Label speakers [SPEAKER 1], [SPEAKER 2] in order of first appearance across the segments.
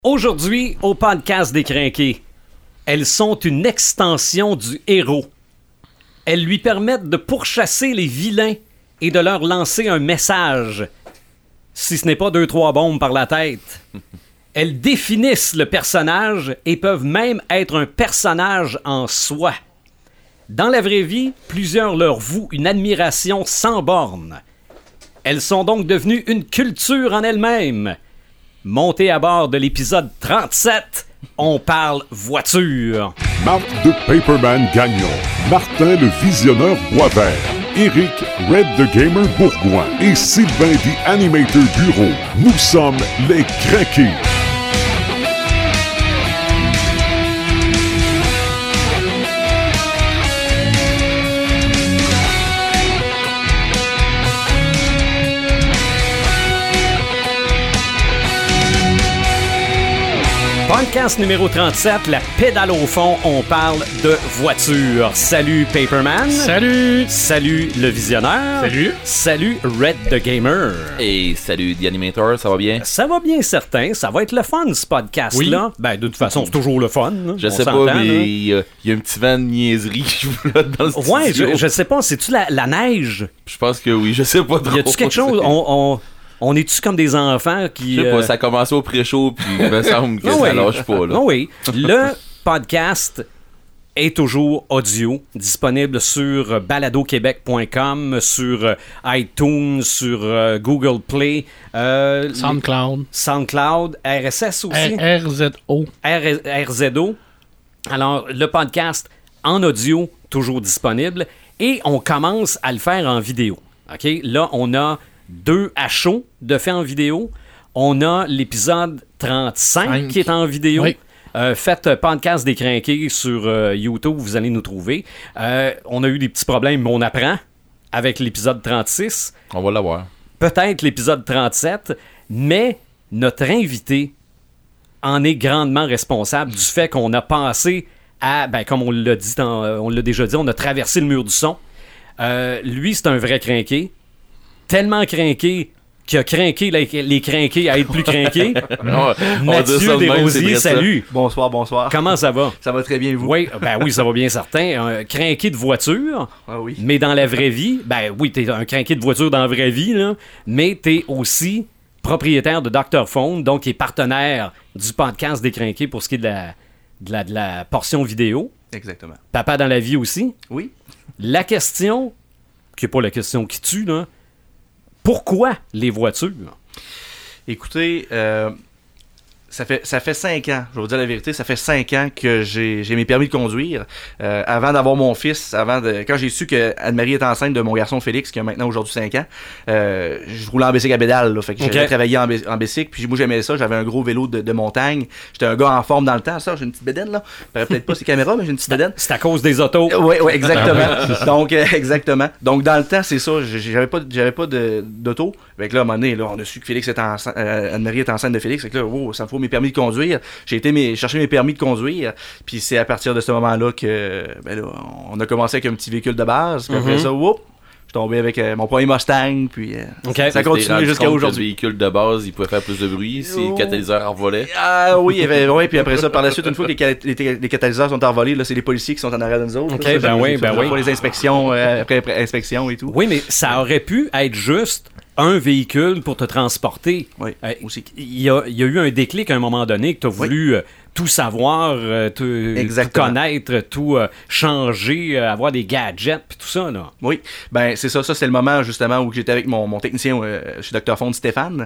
[SPEAKER 1] Aujourd'hui, au podcast des Crinqués, elles sont une extension du héros. Elles lui permettent de pourchasser les vilains et de leur lancer un message, si ce n'est pas 2-3 bombes par la tête. Elles définissent le personnage et peuvent même être un personnage en soi. Dans la vraie vie, plusieurs leur vouent une admiration sans borne. Elles sont donc devenues une culture en elles-mêmes. Montez à bord de l'épisode 37, on parle voiture.
[SPEAKER 2] Marc de Paperman Gagnon, Martin le Visionneur Boisvert, Éric Red the Gamer Bourgoin et Sylvain the Animator Bureau. Nous sommes les Crinqués.
[SPEAKER 1] Podcast numéro 37, la pédale au fond, on parle de voiture. Salut Paperman.
[SPEAKER 3] Salut.
[SPEAKER 1] Salut le Visionneur.
[SPEAKER 3] Salut.
[SPEAKER 1] Salut Red the Gamer.
[SPEAKER 4] Et salut The Animator, ça va bien?
[SPEAKER 1] Ça va bien certain, ça va être le fun ce podcast-là.
[SPEAKER 3] Oui.
[SPEAKER 1] Ben de toute façon, c'est toujours le fun. Là.
[SPEAKER 4] Je
[SPEAKER 1] On
[SPEAKER 4] sais
[SPEAKER 1] s'entend,
[SPEAKER 4] pas, mais
[SPEAKER 1] là.
[SPEAKER 4] il y a un petit vent de niaiserie qui joue là dans le studio.
[SPEAKER 1] Ouais, je sais pas, c'est-tu la neige?
[SPEAKER 4] Je pense que oui, je sais pas trop.
[SPEAKER 1] Y a-tu quelque chose? On est-tu comme des enfants qui...
[SPEAKER 4] Je sais pas, ça a commencé au pré-show, puis il me semble que
[SPEAKER 1] Ah
[SPEAKER 4] ça
[SPEAKER 1] oui.
[SPEAKER 4] lâche pas, là.
[SPEAKER 1] Ah oui. Le podcast est toujours audio, disponible sur baladoquebec.com, sur iTunes, sur Google Play, SoundCloud, RSS aussi.
[SPEAKER 3] RZO.
[SPEAKER 1] RZO. Alors, le podcast en audio, toujours disponible. Et on commence à le faire en vidéo. OK? Là, on a 2 à chaud de fait en vidéo. On a l'épisode 35 qui est en vidéo.
[SPEAKER 3] Oui.
[SPEAKER 1] Faites podcast des Crinqués sur YouTube, vous allez nous trouver. On a eu des petits problèmes, mais on apprend avec l'épisode 36.
[SPEAKER 4] On va l'avoir.
[SPEAKER 1] Peut-être l'épisode 37, mais notre invité en est grandement responsable du fait qu'on a passé à, ben, comme on l'a dit, on l'a déjà dit, on a traversé le mur du son. Lui, c'est un vrai crinqué. Tellement crinqué qu'il a crinqué les crinqués à être plus crinqués. Mathieu Desrosiers, salut.
[SPEAKER 5] Bonsoir.
[SPEAKER 1] Comment ça va?
[SPEAKER 5] Ça va très bien, vous?
[SPEAKER 1] Oui, ben oui, ça va bien certain. Un crinqué de voiture,
[SPEAKER 5] Ah oui.
[SPEAKER 1] mais dans la vraie vie, ben oui, t'es un crinqué de voiture dans la vraie vie, là, mais t'es aussi propriétaire de Dr. Phone, donc qui est partenaire du podcast des crinqués pour ce qui est de la portion vidéo.
[SPEAKER 5] Exactement.
[SPEAKER 1] Papa dans la vie aussi.
[SPEAKER 5] Oui.
[SPEAKER 1] La question, qui n'est pas la question qui tue, là, pourquoi les voitures?
[SPEAKER 5] Écoutez, ça fait 5 ans, je vais vous dire la vérité, ça fait 5 ans que j'ai mes permis de conduire. Avant d'avoir mon fils, quand j'ai su que Anne-Marie est enceinte de mon garçon Félix, qui a maintenant aujourd'hui 5 ans, je roulais en bicycle à pédale, là, fait que j'allais travailler en bicycle, puis moi j'aimais ça, j'avais un gros vélo de montagne, j'étais un gars en forme dans le temps, ça, j'ai une petite bédaine, là, peut-être pas ces caméras, mais j'ai une petite bédaine.
[SPEAKER 1] C'est à cause des autos.
[SPEAKER 5] Oui, exactement. Donc, exactement. Donc, dans le temps, c'est ça. J'avais pas d'auto. Fait que là, à un moment donné, là, on a su que Félix était Anne-Marie est enceinte de Félix. Fait que là, oh, ça me faut mes permis de conduire. J'ai été chercher mes permis de conduire. Puis c'est à partir de ce moment-là que, ben là, on a commencé avec un petit véhicule de base. Puis après ça, whoop, je suis tombé avec mon premier Mustang. Puis ça a continué jusqu'à aujourd'hui.
[SPEAKER 4] Le véhicule de base, il pouvait faire plus de bruit si le catalyseur envolait.
[SPEAKER 5] Ah oui, ouais, puis après ça, par la suite, une fois que les catalyseurs sont envolés, là, c'est les policiers qui sont en arrière de nous autres.
[SPEAKER 1] OK,
[SPEAKER 5] là,
[SPEAKER 1] ben oui.
[SPEAKER 5] Pour les inspections, après inspection et tout.
[SPEAKER 1] Oui, mais ça aurait pu être juste un véhicule pour te transporter.
[SPEAKER 5] Oui, aussi.
[SPEAKER 1] Il y a eu un déclic à un moment donné que tu as voulu tout savoir, tout connaître, tout changer, avoir des gadgets puis tout ça, là.
[SPEAKER 5] Oui, ben c'est ça c'est le moment justement où j'étais avec mon technicien chez Dr. Phone, Stéphane.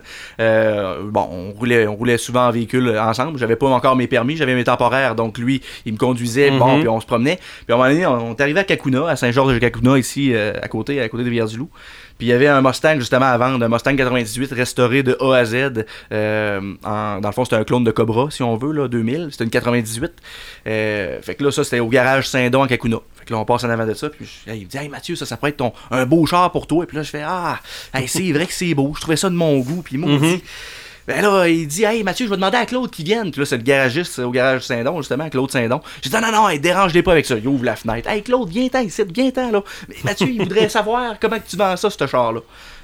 [SPEAKER 5] On roulait souvent en véhicule ensemble. J'avais pas encore mes permis, j'avais mes temporaires, donc lui, il me conduisait, puis on se promenait. Puis à un moment donné, on est arrivé à Cacouna, à Saint-Georges-de-Cacouna, ici, à côté de Rivière-du-Loup. Puis il y avait un Mustang justement à vendre, un Mustang 98 restauré de A à Z. Dans le fond, c'était un clone de Cobra, si on veut, là, 2000. C'était une 98. Fait que là, ça, c'était au garage Saint-Don à Cacouna. Fait que là, on passe en avant de ça. Puis il me dit, hey Mathieu, ça pourrait être un beau char pour toi. Et puis là, je fais, c'est vrai que c'est beau. Je trouvais ça de mon goût. Puis moi, il dit, Ben là, il dit, hey Mathieu, je vais demander à Claude qu'il vienne. Puis là, c'est le garagiste au garage Saint-Don, justement, Claude Saint-Don. J'ai dit, non, dérange-les pas avec ça. Il ouvre la fenêtre. Hey Claude, viens-t'en ici, viens-t'en là. Mais Mathieu, il voudrait savoir comment que tu vends ça, ce char-là.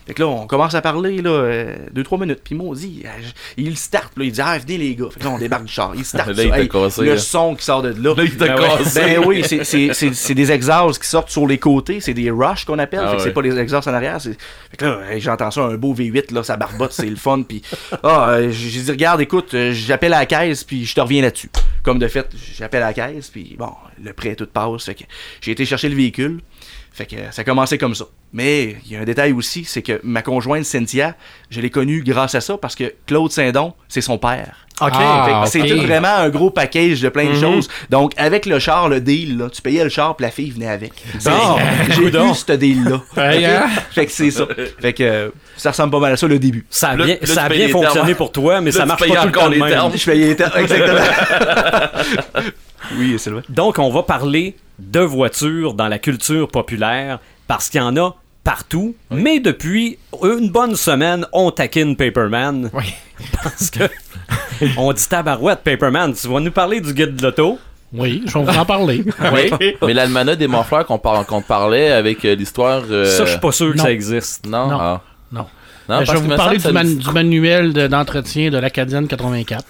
[SPEAKER 5] Fait que là, on commence à parler, là, 2-3 minutes. Puis il m'a dit, il start, là, il dit, venez les gars. Fait que là, on débarque du char. Il start
[SPEAKER 4] Là,
[SPEAKER 5] ça.
[SPEAKER 4] il t'a
[SPEAKER 5] Hey,
[SPEAKER 4] cassé,
[SPEAKER 5] le
[SPEAKER 4] là.
[SPEAKER 5] son qui sort de là.
[SPEAKER 4] Là, il t'a cassé.
[SPEAKER 5] Ben oui, c'est des exhausts qui sortent sur les côtés. C'est des rushs qu'on appelle. Fait que c'est pas des exhausts en arrière. Fait que là, j'entends ça, un beau V8, là, ça barbotte, c'est le fun. Puis, j'ai dit, regarde, écoute, j'appelle à la caisse, puis je te reviens là-dessus. Comme de fait, j'appelle à la caisse, puis bon, le prêt, tout passe. Fait que j'ai été chercher le véhicule. Fait que ça a commencé comme ça. Mais il y a un détail aussi, c'est que ma conjointe Cynthia, je l'ai connue grâce à ça parce que Claude Saint-Don, c'est son père.
[SPEAKER 1] OK.
[SPEAKER 5] Fait que c'est
[SPEAKER 3] ok.
[SPEAKER 5] tout vraiment un gros package de plein de choses. Donc, avec le char, le deal, là, tu payais le char puis la fille venait avec. J'ai eu ce deal-là.
[SPEAKER 3] Hey, hein?
[SPEAKER 5] Fait que c'est ça. Fait que ça ressemble pas mal à ça, le début.
[SPEAKER 1] Ça a
[SPEAKER 4] Là,
[SPEAKER 1] bien,
[SPEAKER 4] là,
[SPEAKER 1] ça a
[SPEAKER 4] tu
[SPEAKER 1] bien
[SPEAKER 4] payes les
[SPEAKER 1] fonctionné
[SPEAKER 4] termes.
[SPEAKER 1] pour toi, mais
[SPEAKER 4] Là,
[SPEAKER 1] ça
[SPEAKER 4] tu
[SPEAKER 1] marche
[SPEAKER 4] payes
[SPEAKER 1] pas tout le
[SPEAKER 4] encore
[SPEAKER 1] temps de
[SPEAKER 4] les
[SPEAKER 1] même.
[SPEAKER 4] termes.
[SPEAKER 5] Je payais les temps. Exactement. Oui, c'est vrai.
[SPEAKER 1] Donc, on va parler de voitures dans la culture populaire parce qu'il y en a partout, mais depuis une bonne semaine, on taquine Paperman
[SPEAKER 3] Oui.
[SPEAKER 1] parce que on dit tabarouette, Paperman, tu vas nous parler du guide de l'auto.
[SPEAKER 3] Oui, je vais vous en parler.
[SPEAKER 4] Oui. Mais l'almanach des morfleurs qu'on te parlait avec l'histoire.
[SPEAKER 1] Ça, je suis pas sûr que
[SPEAKER 3] non.
[SPEAKER 1] ça existe.
[SPEAKER 4] Non.
[SPEAKER 3] Non.
[SPEAKER 4] Ah.
[SPEAKER 3] Non.
[SPEAKER 4] Non,
[SPEAKER 3] Je
[SPEAKER 4] parce
[SPEAKER 3] vais
[SPEAKER 4] que
[SPEAKER 3] vous
[SPEAKER 4] me
[SPEAKER 3] parler
[SPEAKER 4] semble
[SPEAKER 3] du,
[SPEAKER 4] que ça
[SPEAKER 3] manuel d'entretien de l'Acadienne 84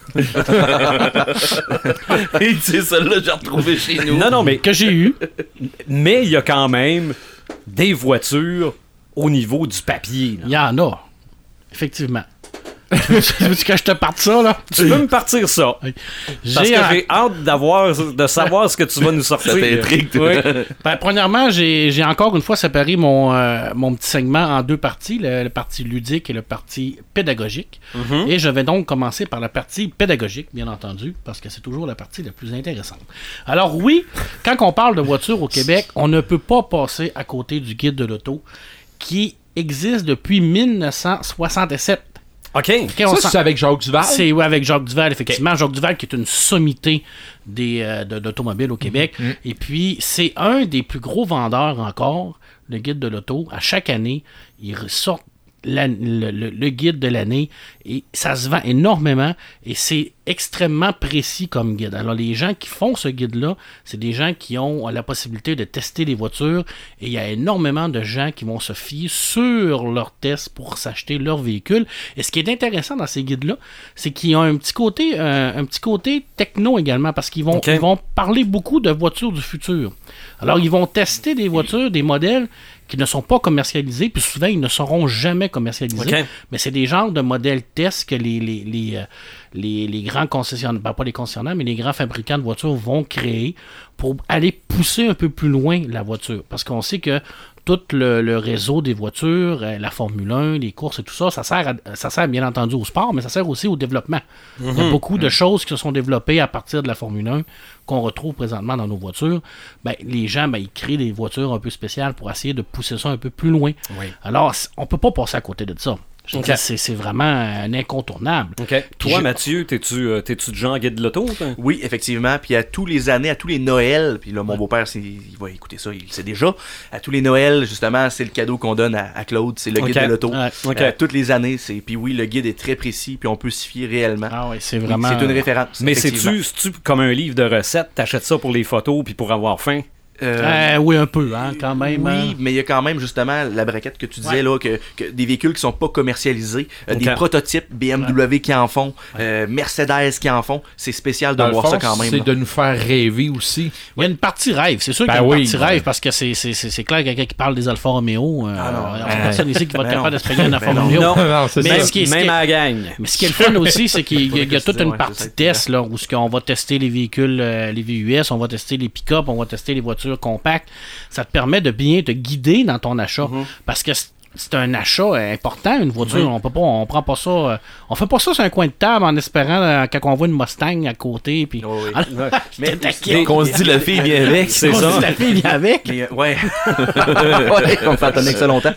[SPEAKER 4] Et tu sais, celle-là, j'ai retrouvé chez nous.
[SPEAKER 1] Non, mais
[SPEAKER 3] que j'ai eu.
[SPEAKER 1] il y a quand même des voitures au niveau du papier. là.
[SPEAKER 3] Il y en a. Effectivement. Tu veux que je te parte ça, là?
[SPEAKER 1] Tu peux me partir ça? Parce que j'ai hâte de savoir ce que tu vas nous sortir.
[SPEAKER 4] Ça t'intrigue, toi.
[SPEAKER 1] Oui.
[SPEAKER 3] Ben, premièrement, j'ai encore une fois séparé mon petit segment en deux parties, le partie ludique et le partie pédagogique. Et je vais donc commencer par la partie pédagogique, bien entendu, parce que c'est toujours la partie la plus intéressante. Alors oui, quand on parle de voitures au Québec, on ne peut pas passer à côté du guide de l'auto qui existe depuis 1967.
[SPEAKER 1] OK.
[SPEAKER 3] On
[SPEAKER 6] Ça, c'est avec Jacques Duval?
[SPEAKER 3] C'est avec Jacques Duval, effectivement. Jacques Duval, qui est une sommité d'automobiles au Québec. Et puis, c'est un des plus gros vendeurs encore, le guide de l'auto. À chaque année, il ressort le guide de l'année et ça se vend énormément et c'est extrêmement précis comme guide. Alors les gens qui font ce guide-là, c'est des gens qui ont la possibilité de tester les voitures et il y a énormément de gens qui vont se fier sur leurs tests pour s'acheter leur véhicule. Et ce qui est intéressant dans ces guides-là, c'est qu'ils ont un petit côté techno également parce qu'ils vont,
[SPEAKER 1] OK.
[SPEAKER 3] ils vont parler beaucoup de voitures du futur. Alors ils vont tester des voitures, des modèles qui ne sont pas commercialisés, puis souvent, ils ne seront jamais commercialisés.
[SPEAKER 1] OK.
[SPEAKER 3] Mais c'est des genres de modèles tests que les grands concessionnaires, pas les concessionnaires, mais les grands fabricants de voitures vont créer pour aller pousser un peu plus loin la voiture. Parce qu'on sait que tout le réseau des voitures, la Formule 1, les courses et tout ça, ça sert bien entendu au sport, mais ça sert aussi au développement. Il y a beaucoup de choses qui se sont développées à partir de la Formule 1 qu'on retrouve présentement dans nos voitures. Ben, les gens, ils créent des voitures un peu spéciales pour essayer de pousser ça un peu plus loin.
[SPEAKER 1] Oui.
[SPEAKER 3] Alors, on peut pas passer à côté de ça. Je veux
[SPEAKER 1] Ok.
[SPEAKER 3] dire, c'est vraiment un incontournable.
[SPEAKER 1] OK. Toi, Mathieu, t'es-tu du genre guide de l'auto? toi?
[SPEAKER 5] Oui, effectivement. Puis à tous les années, à tous les Noëls, puis là, mon beau-père, il va écouter ça, il le sait déjà. À tous les Noëls, justement, c'est le cadeau qu'on donne à Claude, c'est le guide
[SPEAKER 1] Ok.
[SPEAKER 5] de l'auto.
[SPEAKER 3] Ouais.
[SPEAKER 1] Ok.
[SPEAKER 5] Toutes les années, puis oui, le guide est très précis, puis on peut s'y fier réellement.
[SPEAKER 3] Ah oui, c'est
[SPEAKER 5] Oui,
[SPEAKER 3] vraiment...
[SPEAKER 5] c'est une référence.
[SPEAKER 1] Mais
[SPEAKER 5] effectivement.
[SPEAKER 1] c'est-tu comme un livre de recettes? T'achètes ça pour les photos puis pour avoir faim?
[SPEAKER 3] Oui, un peu, hein, quand même.
[SPEAKER 5] Oui,
[SPEAKER 3] hein.
[SPEAKER 5] mais il y a quand même justement la braquette que tu disais là, que des véhicules qui sont pas commercialisés, des
[SPEAKER 1] Ok.
[SPEAKER 5] prototypes BMW qui en font, Mercedes qui en font, c'est spécial de
[SPEAKER 6] Dans le
[SPEAKER 5] voir
[SPEAKER 6] fond,
[SPEAKER 5] ça quand même.
[SPEAKER 6] c'est
[SPEAKER 5] là.
[SPEAKER 6] de nous faire rêver aussi.
[SPEAKER 3] Il y a une partie rêve, c'est sûr
[SPEAKER 6] Ben
[SPEAKER 3] qu'il y a une
[SPEAKER 6] oui,
[SPEAKER 3] partie
[SPEAKER 6] ben.
[SPEAKER 3] rêve parce que c'est clair que quelqu'un qui parle des Alfa Romeo, il y a personne ici qui va être
[SPEAKER 5] Ben
[SPEAKER 3] capable
[SPEAKER 5] non.
[SPEAKER 3] de se payer un Alfa
[SPEAKER 5] Ben non.
[SPEAKER 3] Romeo.
[SPEAKER 1] Non.
[SPEAKER 6] c'est
[SPEAKER 3] Mais
[SPEAKER 6] ça.
[SPEAKER 3] ce qui est-
[SPEAKER 1] Même à la gang.
[SPEAKER 3] Mais ce qui est le fun aussi, c'est qu'il y a toute une
[SPEAKER 5] Ouais,
[SPEAKER 3] partie
[SPEAKER 5] c'est ça.
[SPEAKER 3] test là, où on va tester les véhicules, les VUS, on va tester les pick-up, on va tester les voitures compactes. Ça te permet de bien te guider dans ton achat. Parce que c'est un achat important, une voiture. On prend pas ça. On fait pas ça sur un coin de table en espérant quand on voit une Mustang à côté. Puis,
[SPEAKER 5] Oh, oui.
[SPEAKER 3] mais
[SPEAKER 4] Qu'on se dit la fille vient avec.
[SPEAKER 1] C'est ça.
[SPEAKER 3] La fille vient avec.
[SPEAKER 5] Mais, ouais. On fait attendre que ça longtemps.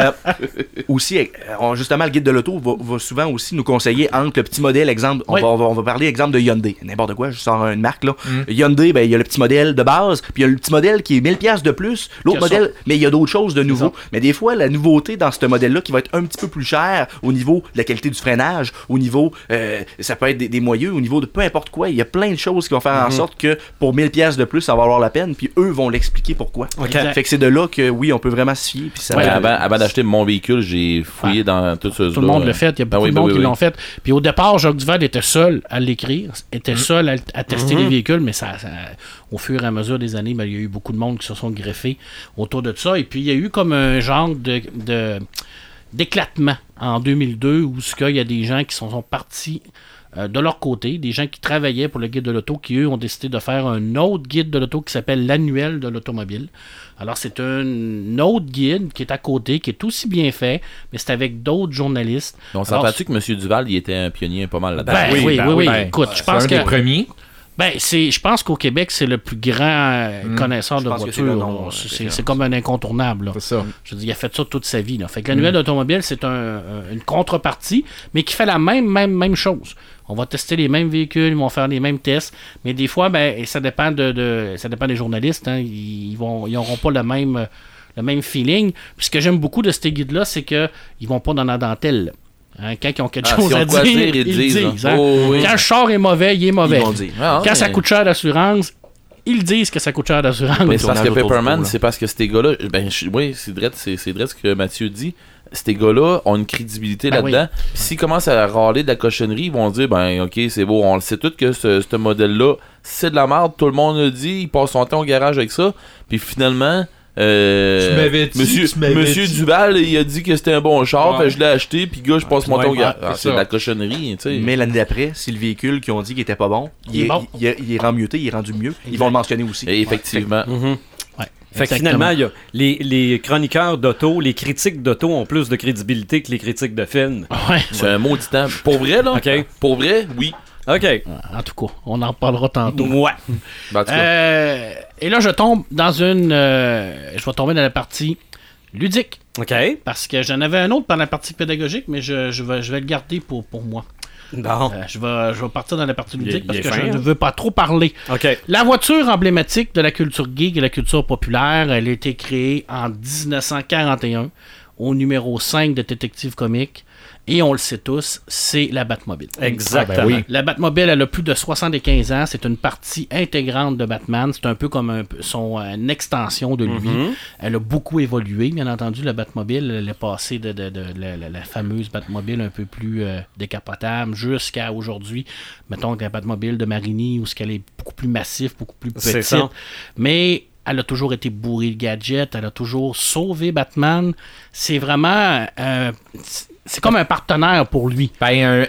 [SPEAKER 5] Aussi, justement, le guide de l'auto va souvent aussi nous conseiller entre le petit modèle, exemple,
[SPEAKER 3] Oui.
[SPEAKER 5] on va parler exemple de Hyundai. N'importe quoi, je sors une marque là. Hyundai, il y a le petit modèle de base, puis il y a le petit modèle qui est 1000$ de plus, l'autre
[SPEAKER 3] Que ça.
[SPEAKER 5] modèle, mais il y a d'autres choses de nouveau.
[SPEAKER 3] ça.
[SPEAKER 5] Mais des fois, la nouveauté nouveauté dans ce modèle-là qui va être un petit peu plus cher au niveau de la qualité du freinage, au niveau, ça peut être des moyeux, au niveau de peu importe quoi. Il y a plein de choses qui vont faire en sorte que pour 1000$ de plus, ça va valoir la peine, puis eux vont l'expliquer pourquoi.
[SPEAKER 3] Exact.
[SPEAKER 5] Fait que c'est de là que, oui, on peut vraiment se fier. Puis ça
[SPEAKER 3] Ouais.
[SPEAKER 4] Avant d'acheter mon véhicule, j'ai fouillé dans tout ce
[SPEAKER 3] Tout le monde l'a fait, il y a beaucoup de monde qui l'ont fait. Puis au départ, Jacques Duval était seul à l'écrire, était seul à tester les véhicules, mais ça, au fur et à mesure des années, il y a eu beaucoup de monde qui se sont greffés autour de ça. Et puis il y a eu comme un genre d'éclatement en 2002 où il y a des gens qui sont partis de leur côté, des gens qui travaillaient pour le guide de l'auto, qui eux ont décidé de faire un autre guide de l'auto qui s'appelle l'annuel de l'automobile. Alors c'est un autre guide qui est à côté, qui est aussi bien fait, mais c'est avec d'autres journalistes.
[SPEAKER 4] On s'entend-tu que M. Duval, il était un pionnier pas mal là-dedans?
[SPEAKER 3] Oui. Écoute, je pense
[SPEAKER 6] c'est un des premiers.
[SPEAKER 3] Je pense qu'au Québec, c'est le plus grand connaisseur de
[SPEAKER 5] pense que c'est le nom,
[SPEAKER 3] voitures. C'est comme un incontournable. Là.
[SPEAKER 6] C'est ça.
[SPEAKER 3] Je veux dire, il a fait ça toute sa vie. Là. Fait que l'annuel d'automobile, c'est une contrepartie, mais qui fait la même chose. On va tester les mêmes véhicules, ils vont faire les mêmes tests, mais des fois, ça dépend ça dépend des journalistes. Hein. Ils n'auront pas le même feeling. Puis ce que j'aime beaucoup de ces guides-là, c'est qu'ils vont pas dans la dentelle. Hein, quand ils ont quelque chose à dire, ils le disent. Hein.
[SPEAKER 4] Oui.
[SPEAKER 3] Quand le char est mauvais, il est mauvais.
[SPEAKER 5] Ils vont dire.
[SPEAKER 3] Quand ça coûte cher d'assurance, ils disent que ça coûte cher d'assurance.
[SPEAKER 4] Mais c'est parce que
[SPEAKER 5] tournage autour
[SPEAKER 4] Pepperman,
[SPEAKER 5] du pot,
[SPEAKER 4] c'est parce que ces gars-là, oui, c'est vrai ce que Mathieu dit. Ces gars-là ont une crédibilité là-dedans.
[SPEAKER 3] Oui.
[SPEAKER 4] Puis s'ils commencent à râler de la cochonnerie, ils vont dire ok, c'est beau, on le sait tout que ce modèle-là, c'est de la merde, tout le monde le dit, il passe son temps au garage avec ça. Puis finalement, Monsieur Duval, il a dit que c'était un bon char, fait que je l'ai acheté, puis gars, je passe mon temps au garage. C'est de la cochonnerie, tu sais.
[SPEAKER 5] Mais l'année d'après, si le véhicule qui ont dit qu'il était pas bon, il est rendu mieux, ils vont le mentionner aussi.
[SPEAKER 4] Et effectivement.
[SPEAKER 1] Fait que finalement, il y a les chroniqueurs d'auto, les critiques d'auto ont plus de crédibilité que les critiques de films.
[SPEAKER 3] Ouais.
[SPEAKER 4] C'est un maudit temps. Pour vrai, là?
[SPEAKER 1] OK.
[SPEAKER 4] Pour vrai, oui.
[SPEAKER 1] OK.
[SPEAKER 3] En tout cas, on en reparlera tantôt.
[SPEAKER 1] Ouais.
[SPEAKER 4] Ben, en tout cas,
[SPEAKER 3] Et là, je tombe dans je vais tomber dans la partie ludique.
[SPEAKER 1] OK.
[SPEAKER 3] Parce que j'en avais un autre par la partie pédagogique, mais je vais le garder pour moi.
[SPEAKER 1] Bon.
[SPEAKER 3] Je vais partir dans la partie ludique parce
[SPEAKER 1] il est
[SPEAKER 3] que
[SPEAKER 1] fin,
[SPEAKER 3] je
[SPEAKER 1] hein?
[SPEAKER 3] ne veux pas trop parler.
[SPEAKER 1] OK.
[SPEAKER 3] La voiture emblématique de la culture geek et la culture populaire, elle a été créée en 1941 au numéro 5 de Détective Comics. Et on le sait tous, c'est la Batmobile.
[SPEAKER 1] Exactement.
[SPEAKER 6] oui.
[SPEAKER 3] La Batmobile, elle a plus de 75 ans. C'est une partie intégrante de Batman. C'est un peu comme une extension de lui. Elle a beaucoup évolué, bien entendu. La Batmobile, elle est passée de la fameuse Batmobile un peu plus décapotable jusqu'à aujourd'hui. Mettons que la Batmobile de Marini, où elle est beaucoup plus massif, beaucoup plus
[SPEAKER 1] C'est
[SPEAKER 3] petite.
[SPEAKER 1] ça.
[SPEAKER 3] Mais elle a toujours été bourrée de gadgets. Elle a toujours sauvé Batman. C'est vraiment... c'est comme un partenaire pour lui.
[SPEAKER 6] Ben,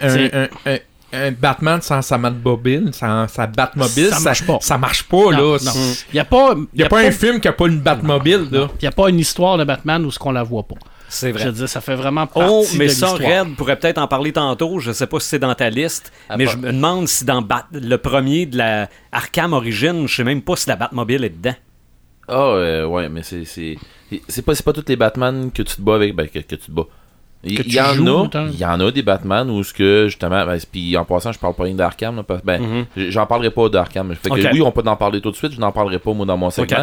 [SPEAKER 6] un Batman sans sa Batmobile, sans sa Batmobile,
[SPEAKER 3] Ça marche pas.
[SPEAKER 6] Ça marche pas,
[SPEAKER 3] Non,
[SPEAKER 6] là.
[SPEAKER 3] non. Il n'y a pas,
[SPEAKER 6] Il y a pas un film qui a pas une Batmobile, là.
[SPEAKER 3] Il n'y a pas une histoire de Batman où ce qu'on la voit pas.
[SPEAKER 1] C'est
[SPEAKER 3] Je
[SPEAKER 1] vrai.
[SPEAKER 3] veux dire, ça fait vraiment partie
[SPEAKER 1] Oh,
[SPEAKER 3] de
[SPEAKER 1] mais
[SPEAKER 3] l'histoire.
[SPEAKER 1] ça, Red pourrait peut-être en parler tantôt. Je sais pas si c'est dans ta liste, mais je me demande si dans le premier de la Arkham Origins, je sais même pas si la Batmobile est dedans.
[SPEAKER 4] ouais, mais c'est pas tous les Batman que tu te bats avec, que tu te bats. Il
[SPEAKER 3] Que tu
[SPEAKER 4] y en
[SPEAKER 3] joues,
[SPEAKER 4] a,
[SPEAKER 3] autant.
[SPEAKER 4] il y en a des Batman où ce que justement, puis en passant, je parle pas rien d'Arkham, là, parce, j'en parlerai pas d'Arkham. Fait que
[SPEAKER 1] Ok.
[SPEAKER 4] oui, on peut en parler tout de suite, je n'en parlerai pas moi dans mon segment,
[SPEAKER 1] Ok.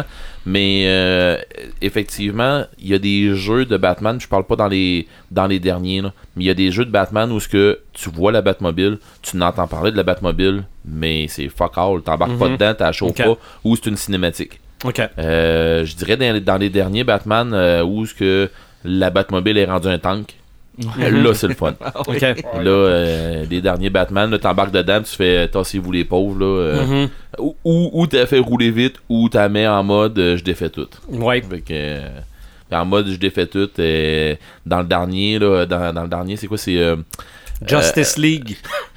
[SPEAKER 4] mais effectivement, il y a des jeux de Batman, je parle pas dans les derniers, là, mais il y a des jeux de Batman où ce que tu vois la Batmobile, tu n'entends parler de la Batmobile, mais c'est fuck all, t'embarques pas dedans, t'achètes
[SPEAKER 1] Ok.
[SPEAKER 4] pas, ou c'est une cinématique.
[SPEAKER 1] OK.
[SPEAKER 4] Je dirais dans les derniers Batman où ce que la Batmobile est rendue un tank. Là, c'est le fun.
[SPEAKER 1] OK.
[SPEAKER 4] Là, les derniers Batman, là, t'embarques dedans, tu fais tassez-vous les pauvres. Là, ou t'as fait rouler vite, ou t'as mets en mode je défais tout.
[SPEAKER 1] Ouais.
[SPEAKER 4] Fait que, en mode je défais tout. Dans le dernier, là, dans le dernier, c'est quoi? C'est
[SPEAKER 1] Justice League.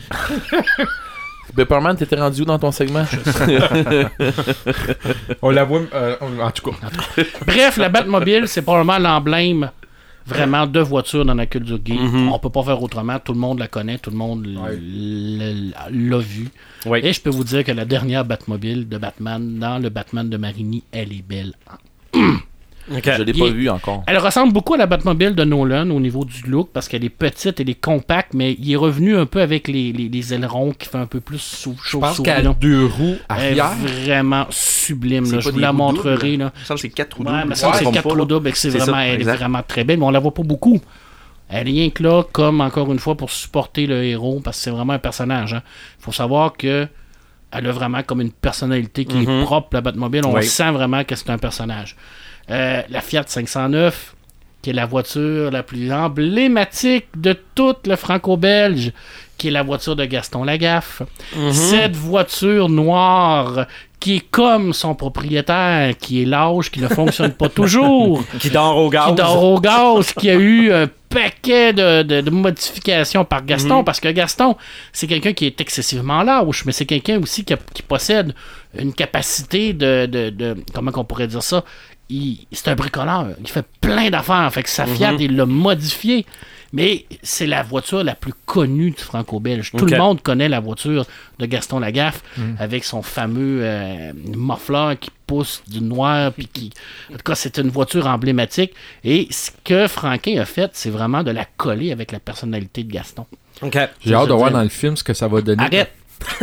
[SPEAKER 4] Pepperman, t'étais rendu où dans ton segment?
[SPEAKER 6] On la voit, en tout cas.
[SPEAKER 3] Bref, la Batmobile, c'est probablement l'emblème vraiment de voiture dans la culture geek. On peut pas faire autrement. Tout le monde la connaît, tout le monde l'a vu.
[SPEAKER 1] Ouais.
[SPEAKER 3] Et je peux vous dire que la dernière Batmobile de Batman, dans le Batman de Marini, elle est belle.
[SPEAKER 1] Ok.
[SPEAKER 4] Je l'ai pas vu encore.
[SPEAKER 3] Elle ressemble beaucoup à la Batmobile de Nolan au niveau du look parce qu'elle est petite, elle est compacte, mais il est revenu un peu avec les ailerons qui fait un peu plus
[SPEAKER 6] Je pense qu'elle a 2 roues
[SPEAKER 3] Elle
[SPEAKER 6] arrière.
[SPEAKER 3] est vraiment sublime.
[SPEAKER 5] C'est
[SPEAKER 3] Là.
[SPEAKER 5] pas
[SPEAKER 3] Je vous
[SPEAKER 5] des
[SPEAKER 3] la
[SPEAKER 5] roues
[SPEAKER 3] montrerai.
[SPEAKER 5] doubles.
[SPEAKER 3] Là.
[SPEAKER 5] Il me semble que c'est 4 roues
[SPEAKER 3] Ouais,
[SPEAKER 5] doubles.
[SPEAKER 3] mais ça, c'est 4 roues doubles et que
[SPEAKER 5] C'est ça,
[SPEAKER 3] elle est
[SPEAKER 5] exact.
[SPEAKER 3] vraiment très belle, mais on la voit pas beaucoup. Elle est rien que là, comme encore une fois, pour supporter le héros, parce que c'est vraiment un personnage. Hein. Faut savoir que elle a vraiment comme une personnalité qui est propre, la Batmobile. On
[SPEAKER 1] Oui.
[SPEAKER 3] sent vraiment que c'est un personnage. La Fiat 509, qui est la voiture la plus emblématique de toute le franco-belge, qui est la voiture de Gaston Lagaffe. Cette voiture noire qui est comme son propriétaire, qui est lâche, qui ne fonctionne pas toujours,
[SPEAKER 1] Qui dort au gaz.
[SPEAKER 3] qui dort au gaz, qui a eu un paquet de modifications par Gaston, parce que Gaston, c'est quelqu'un qui est excessivement lâche, mais c'est quelqu'un aussi qui possède une capacité de comment qu'on pourrait dire ça, c'est un bricoleur, il fait plein d'affaires, fait que sa Fiat, il l'a modifié. Mais c'est la voiture la plus connue du franco-belge. Tout
[SPEAKER 1] Ok.
[SPEAKER 3] le monde connaît la voiture de Gaston Lagaffe avec son fameux muffler qui pousse du noir. Puis qui... En tout cas, c'est une voiture emblématique. Et ce que Franquin a fait, c'est vraiment de la coller avec la personnalité de Gaston.
[SPEAKER 1] OK.
[SPEAKER 6] J'ai hâte de
[SPEAKER 3] veux
[SPEAKER 6] voir
[SPEAKER 3] dire.
[SPEAKER 6] dans le film ce que ça va donner.
[SPEAKER 3] Arrête!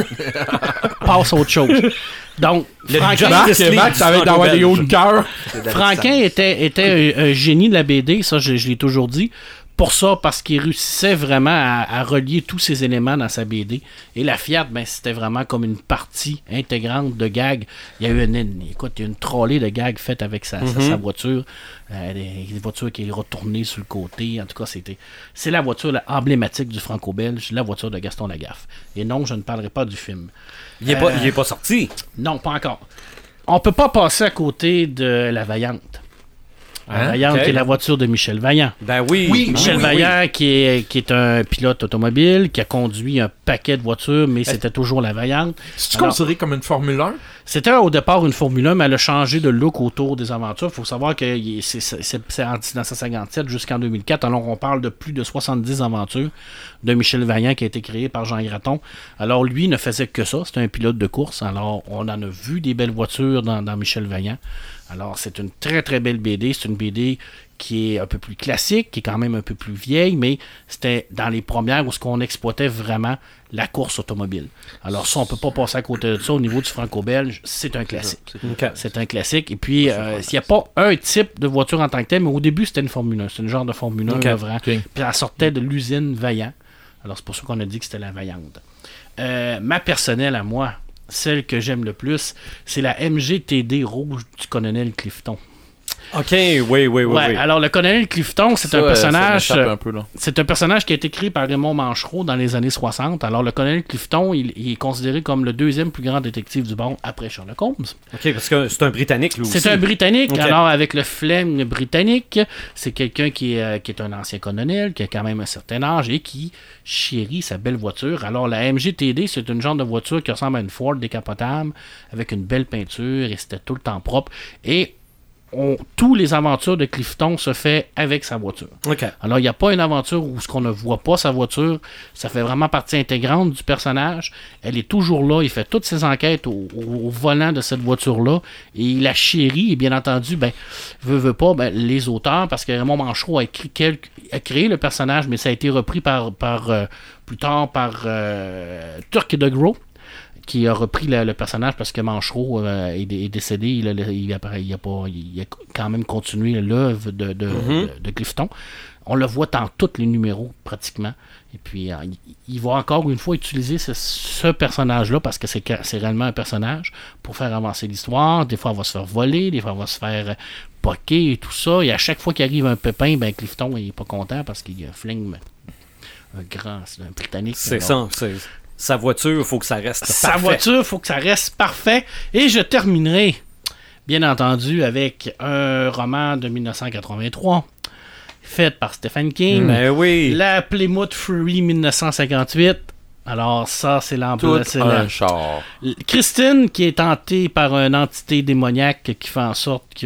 [SPEAKER 3] Passe à autre chose. Donc, Franquin,
[SPEAKER 1] Justice League
[SPEAKER 6] Max, ça va être d'avoir des hauts de cœur.
[SPEAKER 3] Franquin était un génie de la BD, ça je l'ai toujours dit. Pour ça, parce qu'il réussissait vraiment à relier tous ces éléments dans sa BD. Et la Fiat, ben, c'était vraiment comme une partie intégrante de gags. Il y a eu une trolley de gags faite avec sa voiture. Des voitures qui est retournée sur le côté. En tout cas, c'est la voiture emblématique du franco-belge, la voiture de Gaston Lagaffe. Et non, je ne parlerai pas du film.
[SPEAKER 1] Il est pas sorti.
[SPEAKER 3] Non, pas encore. On peut pas passer à côté de La Vaillante. La Vaillante,
[SPEAKER 1] ok.
[SPEAKER 3] qui est la voiture de Michel Vaillant.
[SPEAKER 1] Ben oui.
[SPEAKER 3] Michel Vaillant, qui est un pilote automobile, qui a conduit un paquet de voitures, mais c'était toujours la Vaillante.
[SPEAKER 6] C'est-tu
[SPEAKER 3] Alors,
[SPEAKER 6] considéré comme une Formule 1?
[SPEAKER 3] C'était au départ une Formule 1, mais elle a changé de look autour des aventures. Il faut savoir que c'est en 1957 jusqu'en 2004. Alors, on parle de plus de 70 aventures de Michel Vaillant qui a été créé par Jean Graton. Alors, lui ne faisait que ça. C'était un pilote de course. Alors, on en a vu des belles voitures dans Michel Vaillant. Alors, c'est une très, très belle BD. C'est une BD qui est un peu plus classique, qui est quand même un peu plus vieille, mais c'était dans les premières où on exploitait vraiment la course automobile. Alors ça, on peut pas passer à côté de ça. Au niveau du franco-belge, c'est un classique.
[SPEAKER 1] OK.
[SPEAKER 3] C'est un classique. Et puis, il n'y a pas un type de voiture en tant que tel, mais au début, c'était une Formule 1. C'est une genre de Formule 1,
[SPEAKER 1] Ok.
[SPEAKER 3] là, vraiment.
[SPEAKER 6] Ok.
[SPEAKER 3] Puis elle sortait de l'usine Vaillant. Alors, c'est pour ça qu'on a dit que c'était la Vaillante. Ma personnelle à moi, celle que j'aime le plus, c'est la MGTD rouge du colonel Clifton.
[SPEAKER 1] OK, oui.
[SPEAKER 3] Ouais, alors le colonel Clifton, c'est un
[SPEAKER 4] Ça
[SPEAKER 3] personnage.
[SPEAKER 4] m'échappe un peu, là.
[SPEAKER 3] C'est un personnage qui a été créé par Raymond Manchereau dans les années 60. Alors, le colonel Clifton, il est considéré comme le deuxième plus grand détective du monde après Sherlock Holmes.
[SPEAKER 1] OK, parce que c'est un Britannique, lui aussi.
[SPEAKER 3] C'est un Britannique.
[SPEAKER 1] Ok.
[SPEAKER 3] Alors, avec le flegme britannique, c'est quelqu'un qui est un ancien colonel, qui a quand même un certain âge et qui chérit sa belle voiture. Alors, la MGTD, c'est une genre de voiture qui ressemble à une Ford décapotable avec une belle peinture et c'était tout le temps propre. Et tous les aventures de Clifton se fait avec sa voiture.
[SPEAKER 1] OK.
[SPEAKER 3] Alors, il n'y a pas une aventure où ce qu'on ne voit pas sa voiture. Ça fait vraiment partie intégrante du personnage. Elle est toujours là. Il fait toutes ses enquêtes au volant de cette voiture-là. Et il la chérit. Et bien entendu, veut pas, les auteurs, parce que Raymond Manchereau a créé le personnage, mais ça a été repris plus tard par Turk de Gros, qui a repris le personnage parce que Manchereau est décédé. Il a quand même continué l'œuvre de Clifton. On le voit dans tous les numéros, pratiquement. Et puis, il va encore une fois utiliser ce personnage-là parce que c'est réellement un personnage pour faire avancer l'histoire. Des fois, il va se faire voler, des fois, il va se faire poquer et tout ça. Et à chaque fois qu'il arrive un pépin, Clifton n'est pas content parce qu'il flingue c'est un Britannique.
[SPEAKER 1] C'est
[SPEAKER 3] alors.
[SPEAKER 1] ça. Sa voiture, il faut que ça reste
[SPEAKER 3] Sa
[SPEAKER 1] parfait.
[SPEAKER 3] voiture, il faut que ça reste parfait. Et je terminerai, bien entendu, avec un roman de 1983, fait par Stephen King.
[SPEAKER 1] Ben oui.
[SPEAKER 3] La Plymouth Fury 1958. Alors ça, c'est
[SPEAKER 4] Tout un char.
[SPEAKER 3] Christine, qui est tentée par une entité démoniaque qui fait en sorte qui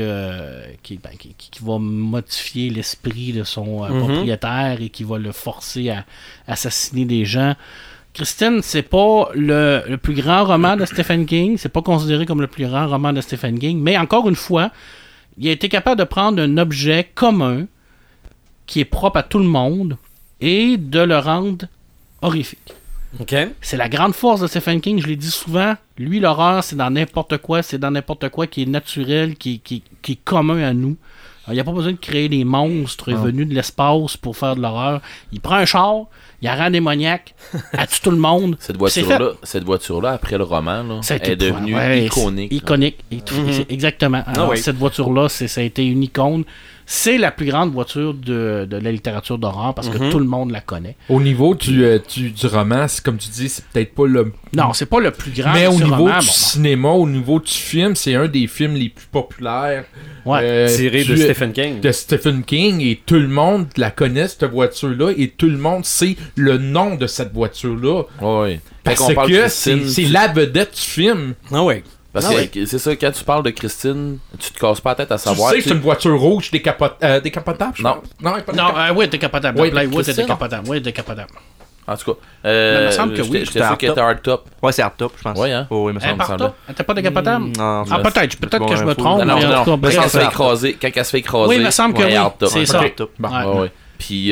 [SPEAKER 3] va modifier l'esprit de son propriétaire et qui va le forcer à assassiner des gens. Christine, c'est pas le plus grand roman de Stephen King. C'est pas considéré comme le plus grand roman de Stephen King. Mais encore une fois, il a été capable de prendre un objet commun qui est propre à tout le monde et de le rendre horrifique.
[SPEAKER 1] OK.
[SPEAKER 3] C'est la grande force de Stephen King, je l'ai dit souvent. Lui, l'horreur, c'est dans n'importe quoi qui est naturel, qui est commun à nous. Il n'y a pas besoin de créer des monstres venus de l'espace pour faire de l'horreur. Il prend un char, il rend démoniaque, elle tue tout le monde.
[SPEAKER 4] Cette voiture-là, après le roman, là, est devenue iconique.
[SPEAKER 3] Iconique. Exactement. Alors, cette voiture-là, ça a été une icône. C'est la plus grande voiture de la littérature d'horreur parce que tout le monde la connaît.
[SPEAKER 6] Au niveau du roman, comme tu dis, c'est peut-être pas le...
[SPEAKER 3] Non, c'est pas le plus grand.
[SPEAKER 6] Mais au niveau
[SPEAKER 3] roman,
[SPEAKER 6] du cinéma, au niveau du film, c'est un des films les plus populaires.
[SPEAKER 1] Tiré de Stephen King.
[SPEAKER 6] De Stephen King, et tout le monde la connaît, cette voiture-là, et tout le monde sait le nom de cette voiture-là.
[SPEAKER 4] Oui.
[SPEAKER 6] Parce que c'est la vedette du film.
[SPEAKER 1] Ah oui.
[SPEAKER 4] Parce que c'est ça, quand tu parles de Christine, tu te casses pas la tête à savoir.
[SPEAKER 6] Tu sais que c'est une voiture rouge décapotable, je pense.
[SPEAKER 3] Oui, décapotable.
[SPEAKER 6] Oui,
[SPEAKER 3] décapotable. Oui, décapotable.
[SPEAKER 4] En tout cas,
[SPEAKER 3] il me semble que oui.
[SPEAKER 4] J'étais sûr qu'elle était hardtop.
[SPEAKER 5] Ouais, c'est hardtop, je pense.
[SPEAKER 4] Ouais, hein?
[SPEAKER 5] Oh, il me semble.
[SPEAKER 3] Elle était pas décapotable?
[SPEAKER 5] Non,
[SPEAKER 3] peut-être que je me trompe.
[SPEAKER 4] Non,
[SPEAKER 3] quand
[SPEAKER 4] elle se fait écraser. Quand elle se fait écraser,
[SPEAKER 3] oui, il me semble que oui. C'est ça.
[SPEAKER 4] Ouais. Puis,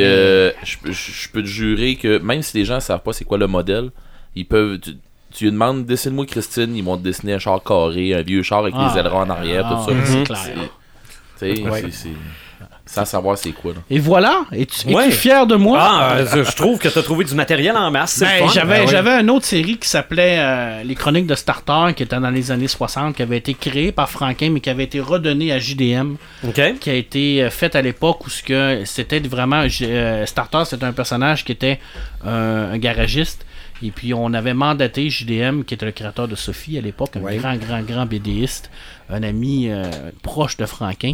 [SPEAKER 4] je peux te jurer que même si les gens savent pas c'est quoi le modèle, ils peuvent... Tu lui demandes, dessine-moi Christine, ils vont te dessiner un char carré, un vieux char avec des ailerons en arrière, tout ça.
[SPEAKER 3] C'est clair.
[SPEAKER 4] C'est sans savoir c'est quoi. Là.
[SPEAKER 3] Et voilà, es-tu fier de moi?
[SPEAKER 1] Je trouve que tu as trouvé du matériel en masse, c'est le fun.
[SPEAKER 3] J'avais une autre série qui s'appelait Les Chroniques de Starter, qui était dans les années 60, qui avait été créée par Franquin, mais qui avait été redonnée à JDM, qui a été faite à l'époque où c'était vraiment... Starter, c'était un personnage qui était un garagiste. Et puis, on avait mandaté JDM, qui était le créateur de Sophie à l'époque, un grand BDiste, un ami proche de Franquin.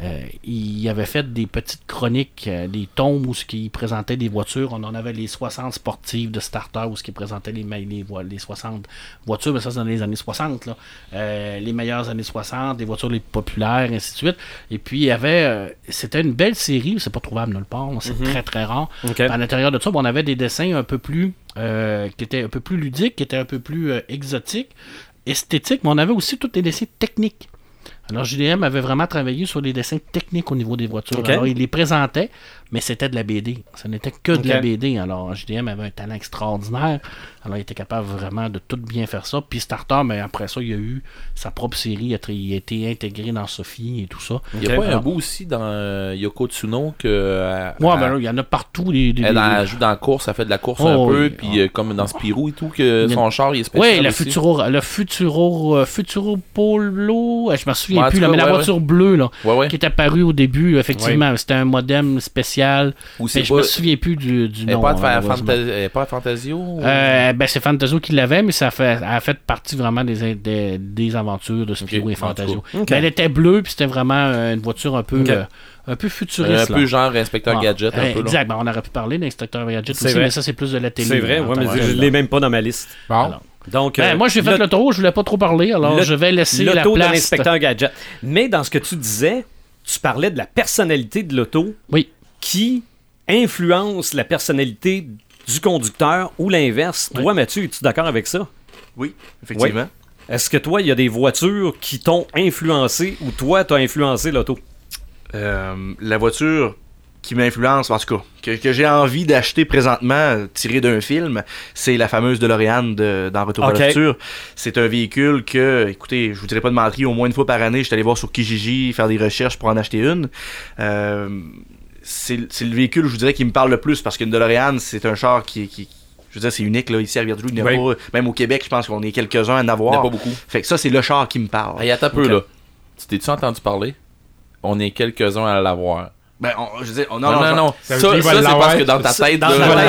[SPEAKER 3] Il avait fait des petites chroniques, des tomes où il présentait des voitures. On en avait les 60 sportives de Starter, où il présentait les 60 voitures, mais ça, c'est dans les années 60. Là. Les meilleures années 60, les voitures les populaires, ainsi de suite. Et puis, il y avait... c'était une belle série, c'est pas trouvable nulle part, c'est très, très rare. À l'intérieur de ça, on avait des dessins un peu plus... qui était un peu plus ludique, qui était un peu plus exotique, esthétique, mais on avait aussi tous les dessins techniques. Alors, JDM avait vraiment travaillé sur les dessins techniques au niveau des voitures. Alors, il les présentait, mais c'était de la BD. Ce n'était que de la BD. Alors, JDM avait un talent extraordinaire. Alors, il était capable vraiment de tout bien faire ça. Puis Starter, mais après ça, il a eu sa propre série. Il a été intégré dans Sophie et tout ça.
[SPEAKER 4] Il y a pas un bout aussi dans Yoko Tsuno que...
[SPEAKER 3] il y en a partout.
[SPEAKER 4] Elle joue dans la course, elle fait de la course un peu, puis comme dans Spirou et tout, que son char, il est spécial.
[SPEAKER 3] Oui, le Futuro Polo, je me souviens plus, mais la voiture bleue, là, qui est apparue au début, effectivement, c'était un modem spécial. Mais je me souviens plus du nom.
[SPEAKER 4] Elle n'est pas à Fantasio?
[SPEAKER 3] C'est Fantasio qui l'avait, mais elle a fait partie vraiment des aventures de Spirou et Fantasio. Mais elle était bleue, puis c'était vraiment une voiture un peu futuriste.
[SPEAKER 4] Un peu genre Inspecteur Gadget. Un peu,
[SPEAKER 3] exact. On aurait pu parler d'Inspecteur Gadget aussi, mais ça, c'est plus de la télé.
[SPEAKER 1] C'est vrai, mais je ne l'ai même pas dans ma liste.
[SPEAKER 3] Alors, donc, moi, j'ai fait le tour, je voulais pas trop parler, alors je vais laisser la place.
[SPEAKER 1] L'auto de l'Inspecteur Gadget. Mais dans ce que tu disais, tu parlais de la personnalité de l'auto qui influence la personnalité du conducteur ou l'inverse. Toi, Mathieu, es-tu d'accord avec ça?
[SPEAKER 5] Oui, effectivement.
[SPEAKER 1] Est-ce que toi, il y a des voitures qui t'ont influencé ou toi, t'as influencé l'auto?
[SPEAKER 5] La voiture qui m'influence, en tout cas, que j'ai envie d'acheter présentement, tiré d'un film, c'est la fameuse DeLorean dans Retour à le futur. C'est un véhicule que, écoutez, je vous dirais pas de mentir, au moins une fois par année, je suis allé voir sur Kijiji, faire des recherches pour en acheter une. C'est le véhicule, je vous dirais, qui me parle le plus, parce qu'une DeLorean, c'est un char qui je veux dire, c'est unique, là, ici à Rivière-du-Loup, il n'y en a pas, même au Québec, je pense qu'on est quelques-uns à en avoir.
[SPEAKER 4] Il n'y en a pas beaucoup.
[SPEAKER 5] Fait que ça, c'est le char qui me parle.
[SPEAKER 4] Attends un peu, là. Tu t'es-tu entendu parler? On est quelques-uns à l'avoir.
[SPEAKER 5] Ben, je veux dire,
[SPEAKER 4] non. Ça c'est parce que dans ta tête,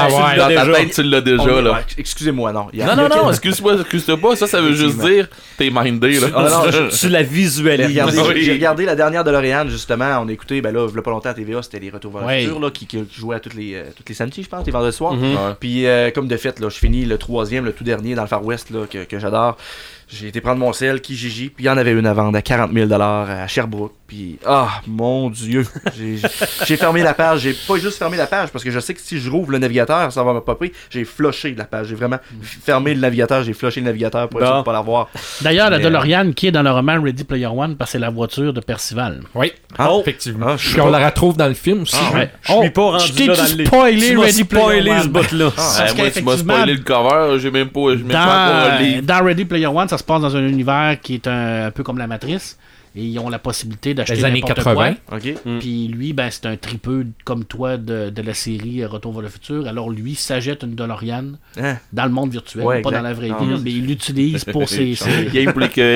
[SPEAKER 4] tu l'as déjà, là.
[SPEAKER 5] Excusez-moi, non.
[SPEAKER 4] Non, excuse-toi pas. Ça veut juste dire t'es mindé, là.
[SPEAKER 1] Tu la visualises.
[SPEAKER 5] J'ai regardé la dernière DeLorean, justement. On a écouté, ben là, il y a pas longtemps à TVA, c'était les Retours vers le futur, là, qui jouaient à toutes les samedis, je pense, les vendredis soirs. Puis, comme de fait, là, je finis le 3e, le tout dernier dans le Far West, là, que j'adore. J'ai été prendre mon sel, Kijiji, puis il y en avait une à vendre à 40 000 à Sherbrooke. Puis, mon Dieu, j'ai fermé la page. J'ai pas juste fermé la page, parce que je sais que si je rouvre le navigateur, ça va me popper. J'ai flushé la page. J'ai vraiment fermé le navigateur. J'ai flushé le navigateur pour essayer de pas l'avoir.
[SPEAKER 3] D'ailleurs, la DeLorean qui est dans le roman Ready Player One, parce que c'est la voiture de Percival.
[SPEAKER 6] Oui, effectivement. Puis
[SPEAKER 5] on
[SPEAKER 6] on la retrouve dans le film aussi.
[SPEAKER 1] Je suis pas rendu là dans le
[SPEAKER 3] spoilé Ready Player
[SPEAKER 1] spoilé
[SPEAKER 3] One.
[SPEAKER 1] ce bout-là.
[SPEAKER 4] Moi, tu m'as spoilé le cover, j'ai même pas encore le livre.
[SPEAKER 3] Dans Ready Player One, ça se passe dans un univers qui est un peu comme la Matrice. Et ils ont la possibilité d'acheter
[SPEAKER 6] Les années
[SPEAKER 3] n'importe
[SPEAKER 6] 80.
[SPEAKER 3] quoi.
[SPEAKER 5] OK.
[SPEAKER 3] Puis lui, c'est un tripeux comme toi de la série Retour vers le futur. Alors lui, s'achète une DeLorean
[SPEAKER 5] Hein?
[SPEAKER 3] dans le monde virtuel,
[SPEAKER 5] Ouais,
[SPEAKER 3] pas
[SPEAKER 5] exact.
[SPEAKER 3] dans la vraie
[SPEAKER 5] Ah,
[SPEAKER 3] vie, mais il l'utilise pour ses...
[SPEAKER 4] Game pour les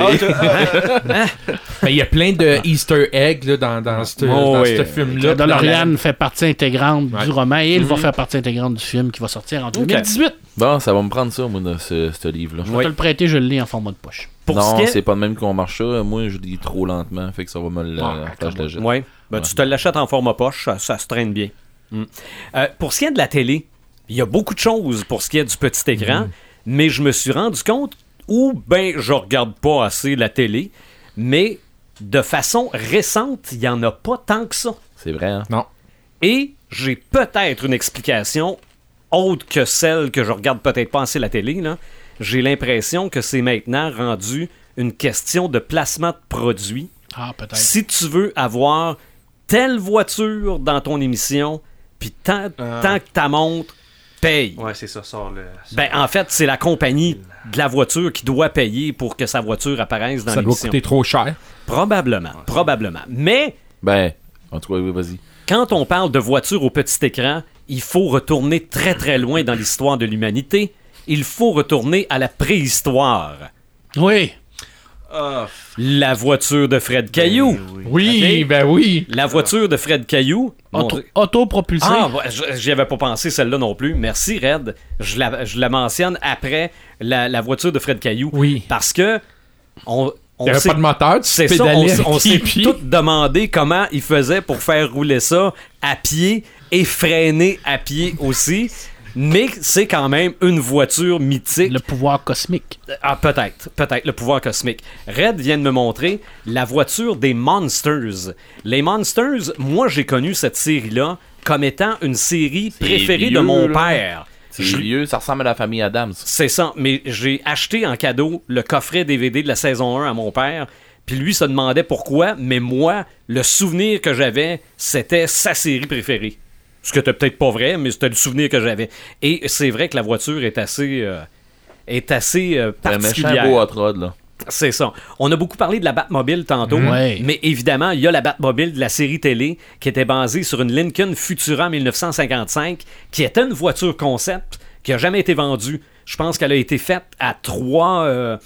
[SPEAKER 6] Mais il y a plein de Easter eggs là, dans ce film-là.
[SPEAKER 3] La DeLorean fait partie intégrante
[SPEAKER 6] Ouais.
[SPEAKER 3] du roman et il va faire partie intégrante du film qui va sortir en 2018.
[SPEAKER 4] Bon, ça va me prendre ça, moi, ce livre-là.
[SPEAKER 3] Je vais te le prêter, je le lis en format de poche.
[SPEAKER 1] Pour ce
[SPEAKER 4] Non,
[SPEAKER 1] qui est-
[SPEAKER 4] c'est pas de même qu'on marche ça. Moi, je lis trop lentement, fait que ça va me le je la jette.
[SPEAKER 1] Ouais. Tu te l'achètes en format poche, ça se traîne bien. Pour ce qui est de la télé, il y a beaucoup de choses pour ce qui est du petit écran, mais je me suis rendu compte je regarde pas assez la télé, mais de façon récente, il y en a pas tant que ça.
[SPEAKER 4] C'est vrai, hein?
[SPEAKER 6] Non.
[SPEAKER 1] Et j'ai peut-être une explication autre que celle que je regarde peut-être pas assez la télé, là. J'ai l'impression que c'est maintenant rendu une question de placement de produits.
[SPEAKER 3] Ah, peut-être.
[SPEAKER 1] Si tu veux avoir telle voiture dans ton émission, puis tant que ta montre paye.
[SPEAKER 5] Ouais, c'est ça, sort le...
[SPEAKER 1] En fait, c'est la compagnie de la voiture qui doit payer pour que sa voiture apparaisse dans
[SPEAKER 6] Ça doit
[SPEAKER 1] l'émission.
[SPEAKER 6] coûter trop cher.
[SPEAKER 1] Probablement. Mais
[SPEAKER 4] En tout cas, oui, vas-y.
[SPEAKER 1] quand on parle de voiture au petit écran, il faut retourner très très loin dans l'histoire de l'humanité. Il faut retourner à la préhistoire.
[SPEAKER 3] Oui.
[SPEAKER 1] La voiture de Fred Caillou.
[SPEAKER 6] Oui,
[SPEAKER 1] Ok.
[SPEAKER 6] oui.
[SPEAKER 1] La voiture de Fred Caillou.
[SPEAKER 3] Autopropulsé.
[SPEAKER 1] J'y avais pas pensé celle-là non plus. Merci Red. Je la mentionne après la voiture de Fred Caillou.
[SPEAKER 6] Oui.
[SPEAKER 1] Parce que on
[SPEAKER 6] Il n'y avait
[SPEAKER 1] sait-
[SPEAKER 6] pas de moteur, tu
[SPEAKER 1] c'est ça,
[SPEAKER 6] pédalais
[SPEAKER 1] on
[SPEAKER 6] avec
[SPEAKER 1] s'est
[SPEAKER 6] tes pieds.
[SPEAKER 1] tout demandé comment il faisait pour faire rouler ça à pied et freiner à pied aussi. Mais c'est quand même une voiture mythique.
[SPEAKER 3] Le pouvoir cosmique.
[SPEAKER 1] Ah, peut-être, le pouvoir cosmique. Red vient de me montrer la voiture des Monsters. Les Monsters, moi j'ai connu cette série-là comme étant une série préférée de
[SPEAKER 4] vieux,
[SPEAKER 1] mon
[SPEAKER 4] là.
[SPEAKER 1] père.
[SPEAKER 4] C'est vieux, ça ressemble à la famille Adams.
[SPEAKER 1] C'est ça, mais j'ai acheté en cadeau le coffret DVD de la saison 1 à mon père, puis lui se demandait pourquoi, mais moi, le souvenir que j'avais, c'était sa série préférée. Ce que t'es peut-être pas vrai, mais c'était le souvenir que j'avais. Et c'est vrai que la voiture est assez
[SPEAKER 4] C'est un
[SPEAKER 1] particulière.
[SPEAKER 4] méchant beau hot rod, là.
[SPEAKER 1] C'est ça. On a beaucoup parlé de la Batmobile tantôt,
[SPEAKER 3] Ouais.
[SPEAKER 1] mais évidemment, il y a la Batmobile de la série télé qui était basée sur une Lincoln Futura 1955, qui était une voiture concept qui a jamais été vendue. Je pense qu'elle a été faite à trois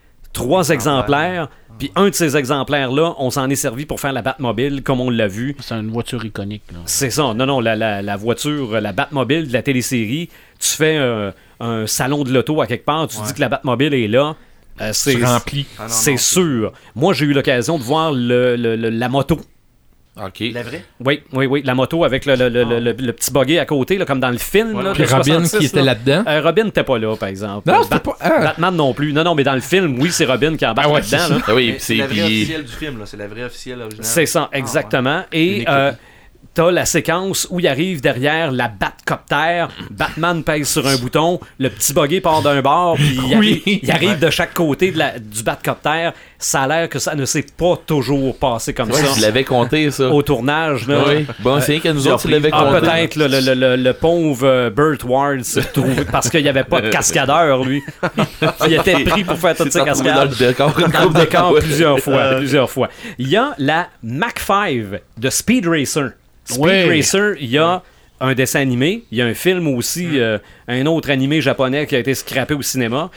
[SPEAKER 1] exemplaires, puis un de ces exemplaires-là, on s'en est servi pour faire la Batmobile, comme on l'a vu.
[SPEAKER 3] C'est une voiture iconique. Là.
[SPEAKER 1] C'est ça. Non, la voiture, la Batmobile de la télésérie, tu fais un salon de l'auto à quelque part, tu dis que la Batmobile est là. C'est
[SPEAKER 6] Tu remplis.
[SPEAKER 1] c'est sûr. Moi, j'ai eu l'occasion de voir la moto.
[SPEAKER 4] OK.
[SPEAKER 5] La vraie?
[SPEAKER 1] Oui, la moto avec le petit buggy à côté, là, comme dans le film. Là,
[SPEAKER 6] Puis
[SPEAKER 1] de
[SPEAKER 6] Robin
[SPEAKER 1] 66,
[SPEAKER 6] qui était là-dedans.
[SPEAKER 1] Robin n'était pas là, par exemple.
[SPEAKER 6] Non, c'était pas. Ah.
[SPEAKER 1] Batman non plus. Non, mais dans le film, oui, c'est Robin qui embarque
[SPEAKER 6] Ah ouais,
[SPEAKER 1] là-dedans.
[SPEAKER 6] c'est
[SPEAKER 1] là.
[SPEAKER 4] Ah oui,
[SPEAKER 5] C'est la vraie
[SPEAKER 4] puis
[SPEAKER 5] officielle du film, là. C'est la vraie officielle originale.
[SPEAKER 1] C'est ça, exactement. Et
[SPEAKER 5] Une
[SPEAKER 1] t'as la séquence où il arrive derrière la Batcopter, Batman pèse sur un bouton, le petit buggy part d'un bord, puis il arrive de chaque côté du Batcopter. Ça a l'air que ça ne s'est pas toujours passé comme
[SPEAKER 4] ouais,
[SPEAKER 1] ça.
[SPEAKER 4] tu l'avais compté, ça.
[SPEAKER 1] Au tournage, là.
[SPEAKER 4] Oui. Bon, c'est rien qu'à nous autres, tu l'avais
[SPEAKER 1] Ah,
[SPEAKER 4] compté.
[SPEAKER 1] peut-être, le pauvre Burt Ward s'est retrouvé parce qu'il n'y avait pas de cascadeur, lui. Il était pris pour faire toutes ces
[SPEAKER 4] C'est retrouvé dans le
[SPEAKER 1] cascades.
[SPEAKER 4] décor.
[SPEAKER 1] Dans le décor
[SPEAKER 4] Ouais.
[SPEAKER 1] plusieurs fois. Il y a la Mach 5 de Speed Racer. Speed
[SPEAKER 3] Ouais.
[SPEAKER 1] Racer, il y a un dessin animé, il y a un film aussi, un autre animé japonais qui a été scrappé au cinéma.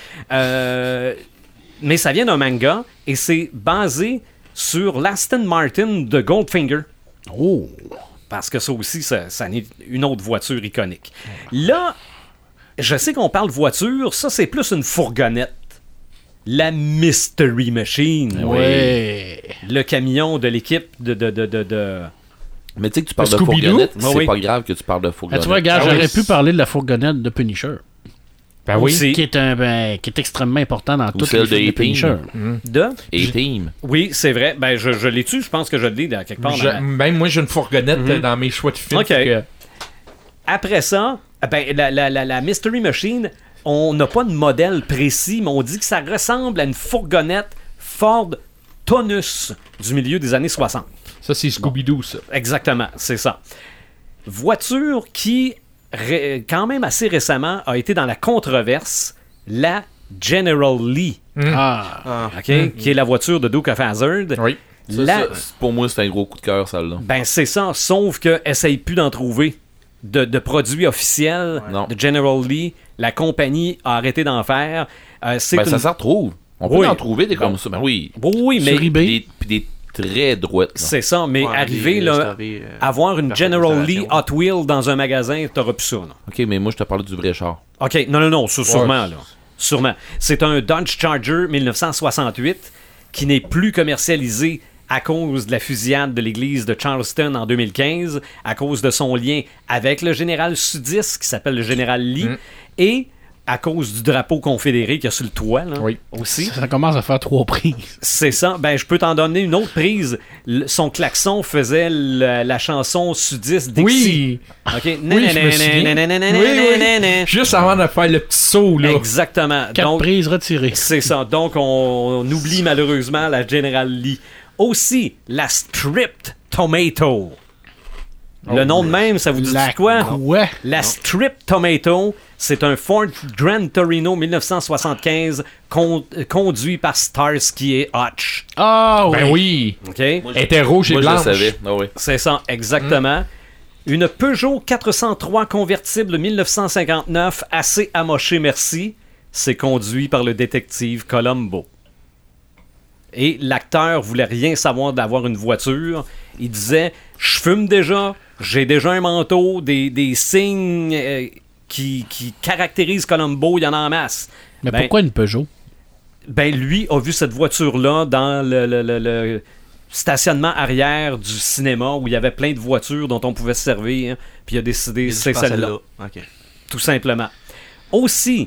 [SPEAKER 1] Mais ça vient d'un manga et c'est basé sur l'Aston Martin de Goldfinger.
[SPEAKER 3] Oh!
[SPEAKER 1] Parce que ça aussi, ça n'est une autre voiture iconique. Là, je sais qu'on parle voiture, ça c'est plus une fourgonnette. La Mystery Machine.
[SPEAKER 3] Ouais.
[SPEAKER 1] Le camion de l'équipe de...
[SPEAKER 4] Mais tu sais que tu parles de
[SPEAKER 6] Scooby-Doo?
[SPEAKER 4] fourgonnette,
[SPEAKER 1] Ah
[SPEAKER 4] c'est
[SPEAKER 1] oui.
[SPEAKER 4] pas grave que tu parles de
[SPEAKER 3] Ah,
[SPEAKER 4] fourgonnette.
[SPEAKER 3] tu vois, gars,
[SPEAKER 1] Ah
[SPEAKER 3] j'aurais
[SPEAKER 1] oui.
[SPEAKER 3] pu parler de la fourgonnette de Punisher.
[SPEAKER 6] Ben oui.
[SPEAKER 1] Aussi.
[SPEAKER 3] Qui est extrêmement important dans toutes
[SPEAKER 4] celle
[SPEAKER 3] les films
[SPEAKER 4] de
[SPEAKER 3] de Punisher.
[SPEAKER 1] De?
[SPEAKER 4] A-Team.
[SPEAKER 1] Oui, c'est vrai. Ben, je l'ai tu, je pense que je l'ai dans quelque part.
[SPEAKER 6] Même moi, j'ai une fourgonnette dans mes choix de films.
[SPEAKER 1] Ok.
[SPEAKER 6] fait que-
[SPEAKER 1] Après ça, ben, la Mystery Machine, on n'a pas de modèle précis, mais on dit que ça ressemble à une fourgonnette Ford Tonus du milieu des années 60.
[SPEAKER 6] Ça, c'est Scooby-Doo, ça.
[SPEAKER 1] Exactement, c'est ça. Voiture qui, quand même assez récemment, a été dans la controverse, la General Lee,
[SPEAKER 3] Ah.
[SPEAKER 1] ok, qui est la voiture de Duke of Hazzard.
[SPEAKER 6] Oui.
[SPEAKER 1] La-
[SPEAKER 4] Pour moi, c'est un gros coup de cœur, celle-là.
[SPEAKER 1] Ben, c'est ça, sauf que essaye plus d'en trouver de produits officiels
[SPEAKER 4] Non.
[SPEAKER 1] de General Lee. La compagnie a arrêté d'en faire. C'est
[SPEAKER 4] Ben,
[SPEAKER 1] une...
[SPEAKER 4] ça s'en retrouve. On peut
[SPEAKER 1] Oui.
[SPEAKER 4] en trouver des comme ça. Ben oui.
[SPEAKER 1] Oui, mais
[SPEAKER 3] Sur eBay.
[SPEAKER 4] Puis des très droites. là.
[SPEAKER 1] c'est ça. Mais
[SPEAKER 5] Ouais,
[SPEAKER 1] arriver
[SPEAKER 5] les
[SPEAKER 1] là,
[SPEAKER 5] restaurer,
[SPEAKER 1] avoir une
[SPEAKER 5] faire
[SPEAKER 1] General
[SPEAKER 5] une
[SPEAKER 1] Lee
[SPEAKER 5] restauration.
[SPEAKER 1] Hot Wheel dans un magasin, t'auras plus ça. Là.
[SPEAKER 4] Ok, mais moi, je te parlais du vrai char.
[SPEAKER 1] OK, non, sûrement, là. Sûrement. C'est un Dodge Charger 1968 qui n'est plus commercialisé à cause de la fusillade de l'église de Charleston en 2015, à cause de son lien avec le général sudiste qui s'appelle le général Lee, et à cause du drapeau confédéré qu'il y a sur le toit, là,
[SPEAKER 6] Oui.
[SPEAKER 1] aussi.
[SPEAKER 3] Ça commence à faire 3 prises.
[SPEAKER 1] C'est ça. Ben, je peux t'en donner une autre prise. Son klaxon faisait la chanson sudiste Dixie.
[SPEAKER 6] Oui.
[SPEAKER 1] OK.
[SPEAKER 6] Oui, je me souviens. Oui. Juste avant de faire le petit saut, là.
[SPEAKER 1] Exactement.
[SPEAKER 3] 4
[SPEAKER 1] Donc,
[SPEAKER 3] prises retirées.
[SPEAKER 1] c'est ça. Donc, on oublie malheureusement la General Lee. Aussi, la Stripped Tomato. Le nom de même, ça vous dit quoi?
[SPEAKER 3] Quoi?
[SPEAKER 1] La Stripped Tomato, c'est un Ford Gran Torino 1975 conduit par Starsky et Hutch.
[SPEAKER 3] Ah oui.
[SPEAKER 6] Ben oui.
[SPEAKER 1] OK?
[SPEAKER 6] Elle était rouge et
[SPEAKER 4] Moi, je le
[SPEAKER 6] blanche.
[SPEAKER 4] savais. Ah oui.
[SPEAKER 1] C'est ça, exactement. Une Peugeot 403 convertible 1959, assez amochée, merci. C'est conduit par le détective Columbo. Et l'acteur voulait rien savoir d'avoir une voiture. Il disait, je fume déjà, j'ai déjà un manteau, des signes qui caractérisent Columbo, il y en a en masse.
[SPEAKER 3] Mais
[SPEAKER 1] Ben,
[SPEAKER 3] pourquoi une Peugeot?
[SPEAKER 1] Ben, lui a vu cette voiture-là dans le stationnement arrière du cinéma où il y avait plein de voitures dont on pouvait se servir. Puis il a décidé, c'est celle-là,
[SPEAKER 5] OK.
[SPEAKER 1] tout simplement. Aussi,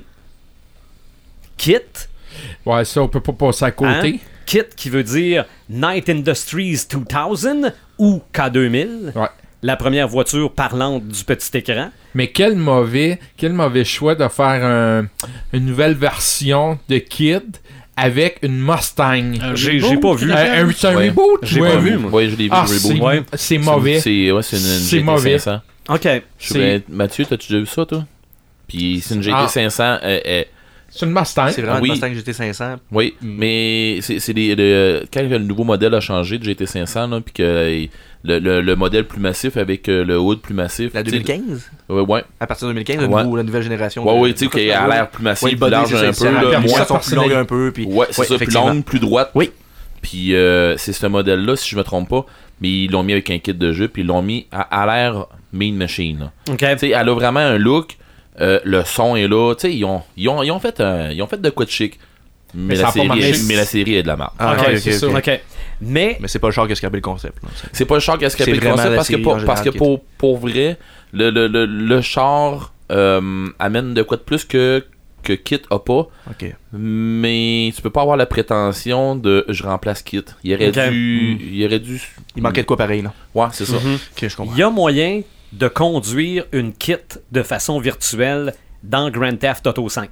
[SPEAKER 1] Kit,
[SPEAKER 6] Ouais, ça, on peut pas passer à côté.
[SPEAKER 1] hein? Kit qui veut dire Night Industries 2000 ou K2000,
[SPEAKER 6] Ouais.
[SPEAKER 1] la première voiture parlante du petit écran.
[SPEAKER 6] Mais quel mauvais choix de faire une nouvelle version de Kid avec une Mustang.
[SPEAKER 1] J'ai pas vu.
[SPEAKER 6] C'est un
[SPEAKER 4] Ouais.
[SPEAKER 6] reboot?
[SPEAKER 1] J'ai
[SPEAKER 6] Ouais.
[SPEAKER 1] pas vu, moi.
[SPEAKER 4] Oui, je l'ai vu,
[SPEAKER 6] Ah,
[SPEAKER 4] le reboot.
[SPEAKER 1] Ouais.
[SPEAKER 6] c'est mauvais.
[SPEAKER 4] C'est une
[SPEAKER 6] C'est
[SPEAKER 4] GT
[SPEAKER 6] mauvais.
[SPEAKER 4] 500.
[SPEAKER 1] OK.
[SPEAKER 4] Mathieu, t'as-tu déjà vu ça, toi? Puis c'est une GT 500.
[SPEAKER 6] C'est une Mustang.
[SPEAKER 5] C'est vraiment
[SPEAKER 4] Oui.
[SPEAKER 5] une Mustang GT500.
[SPEAKER 4] Oui, mais c'est quand le nouveau modèle a changé de GT 500, là, puis que le modèle plus massif avec le hood plus massif.
[SPEAKER 5] La
[SPEAKER 4] tu sais,
[SPEAKER 5] 2015?
[SPEAKER 4] Ouais.
[SPEAKER 5] À partir de 2015,
[SPEAKER 4] Ouais.
[SPEAKER 5] la nouvelle génération.
[SPEAKER 4] Ouais, tu sais, qui a l'air plus massif, plus large un peu, là,
[SPEAKER 5] Moins
[SPEAKER 4] moins
[SPEAKER 5] sont plus longues un peu. Puis,
[SPEAKER 4] Ouais, c'est ça, plus
[SPEAKER 5] effectivement.
[SPEAKER 4] longue, plus droite.
[SPEAKER 5] Oui.
[SPEAKER 4] Puis c'est ce modèle-là, si je me trompe pas, mais ils l'ont mis avec un kit de jeu, puis ils l'ont mis à l'air Mean Machine. Là.
[SPEAKER 1] OK.
[SPEAKER 4] Tu sais, elle a vraiment un look, le son est là, tu sais, ils ont fait de quoi de chic. Mais,
[SPEAKER 6] ça a pas marché.
[SPEAKER 4] la série est de la merde.
[SPEAKER 5] Ah,
[SPEAKER 1] OK,
[SPEAKER 5] ok,
[SPEAKER 1] c'est ça.
[SPEAKER 5] ok.
[SPEAKER 1] OK. Mais
[SPEAKER 5] Mais c'est pas le char qui a scrapé le concept. Là.
[SPEAKER 4] C'est pas le char qui a scrapé
[SPEAKER 5] C'est
[SPEAKER 4] le
[SPEAKER 5] vraiment
[SPEAKER 4] concept
[SPEAKER 5] la
[SPEAKER 4] parce que,
[SPEAKER 5] série en
[SPEAKER 4] parce que
[SPEAKER 5] général
[SPEAKER 4] pour vrai, le char amène de quoi de plus que Kit a pas.
[SPEAKER 5] OK.
[SPEAKER 4] Mais tu peux pas avoir la prétention de je remplace Kit. Il aurait
[SPEAKER 1] Ok.
[SPEAKER 4] dû.
[SPEAKER 5] Il manquait de quoi pareil, là.
[SPEAKER 4] Ouais, c'est ça.
[SPEAKER 5] OK, je comprends.
[SPEAKER 1] il y a moyen de conduire une Kit de façon virtuelle dans Grand Theft Auto 5.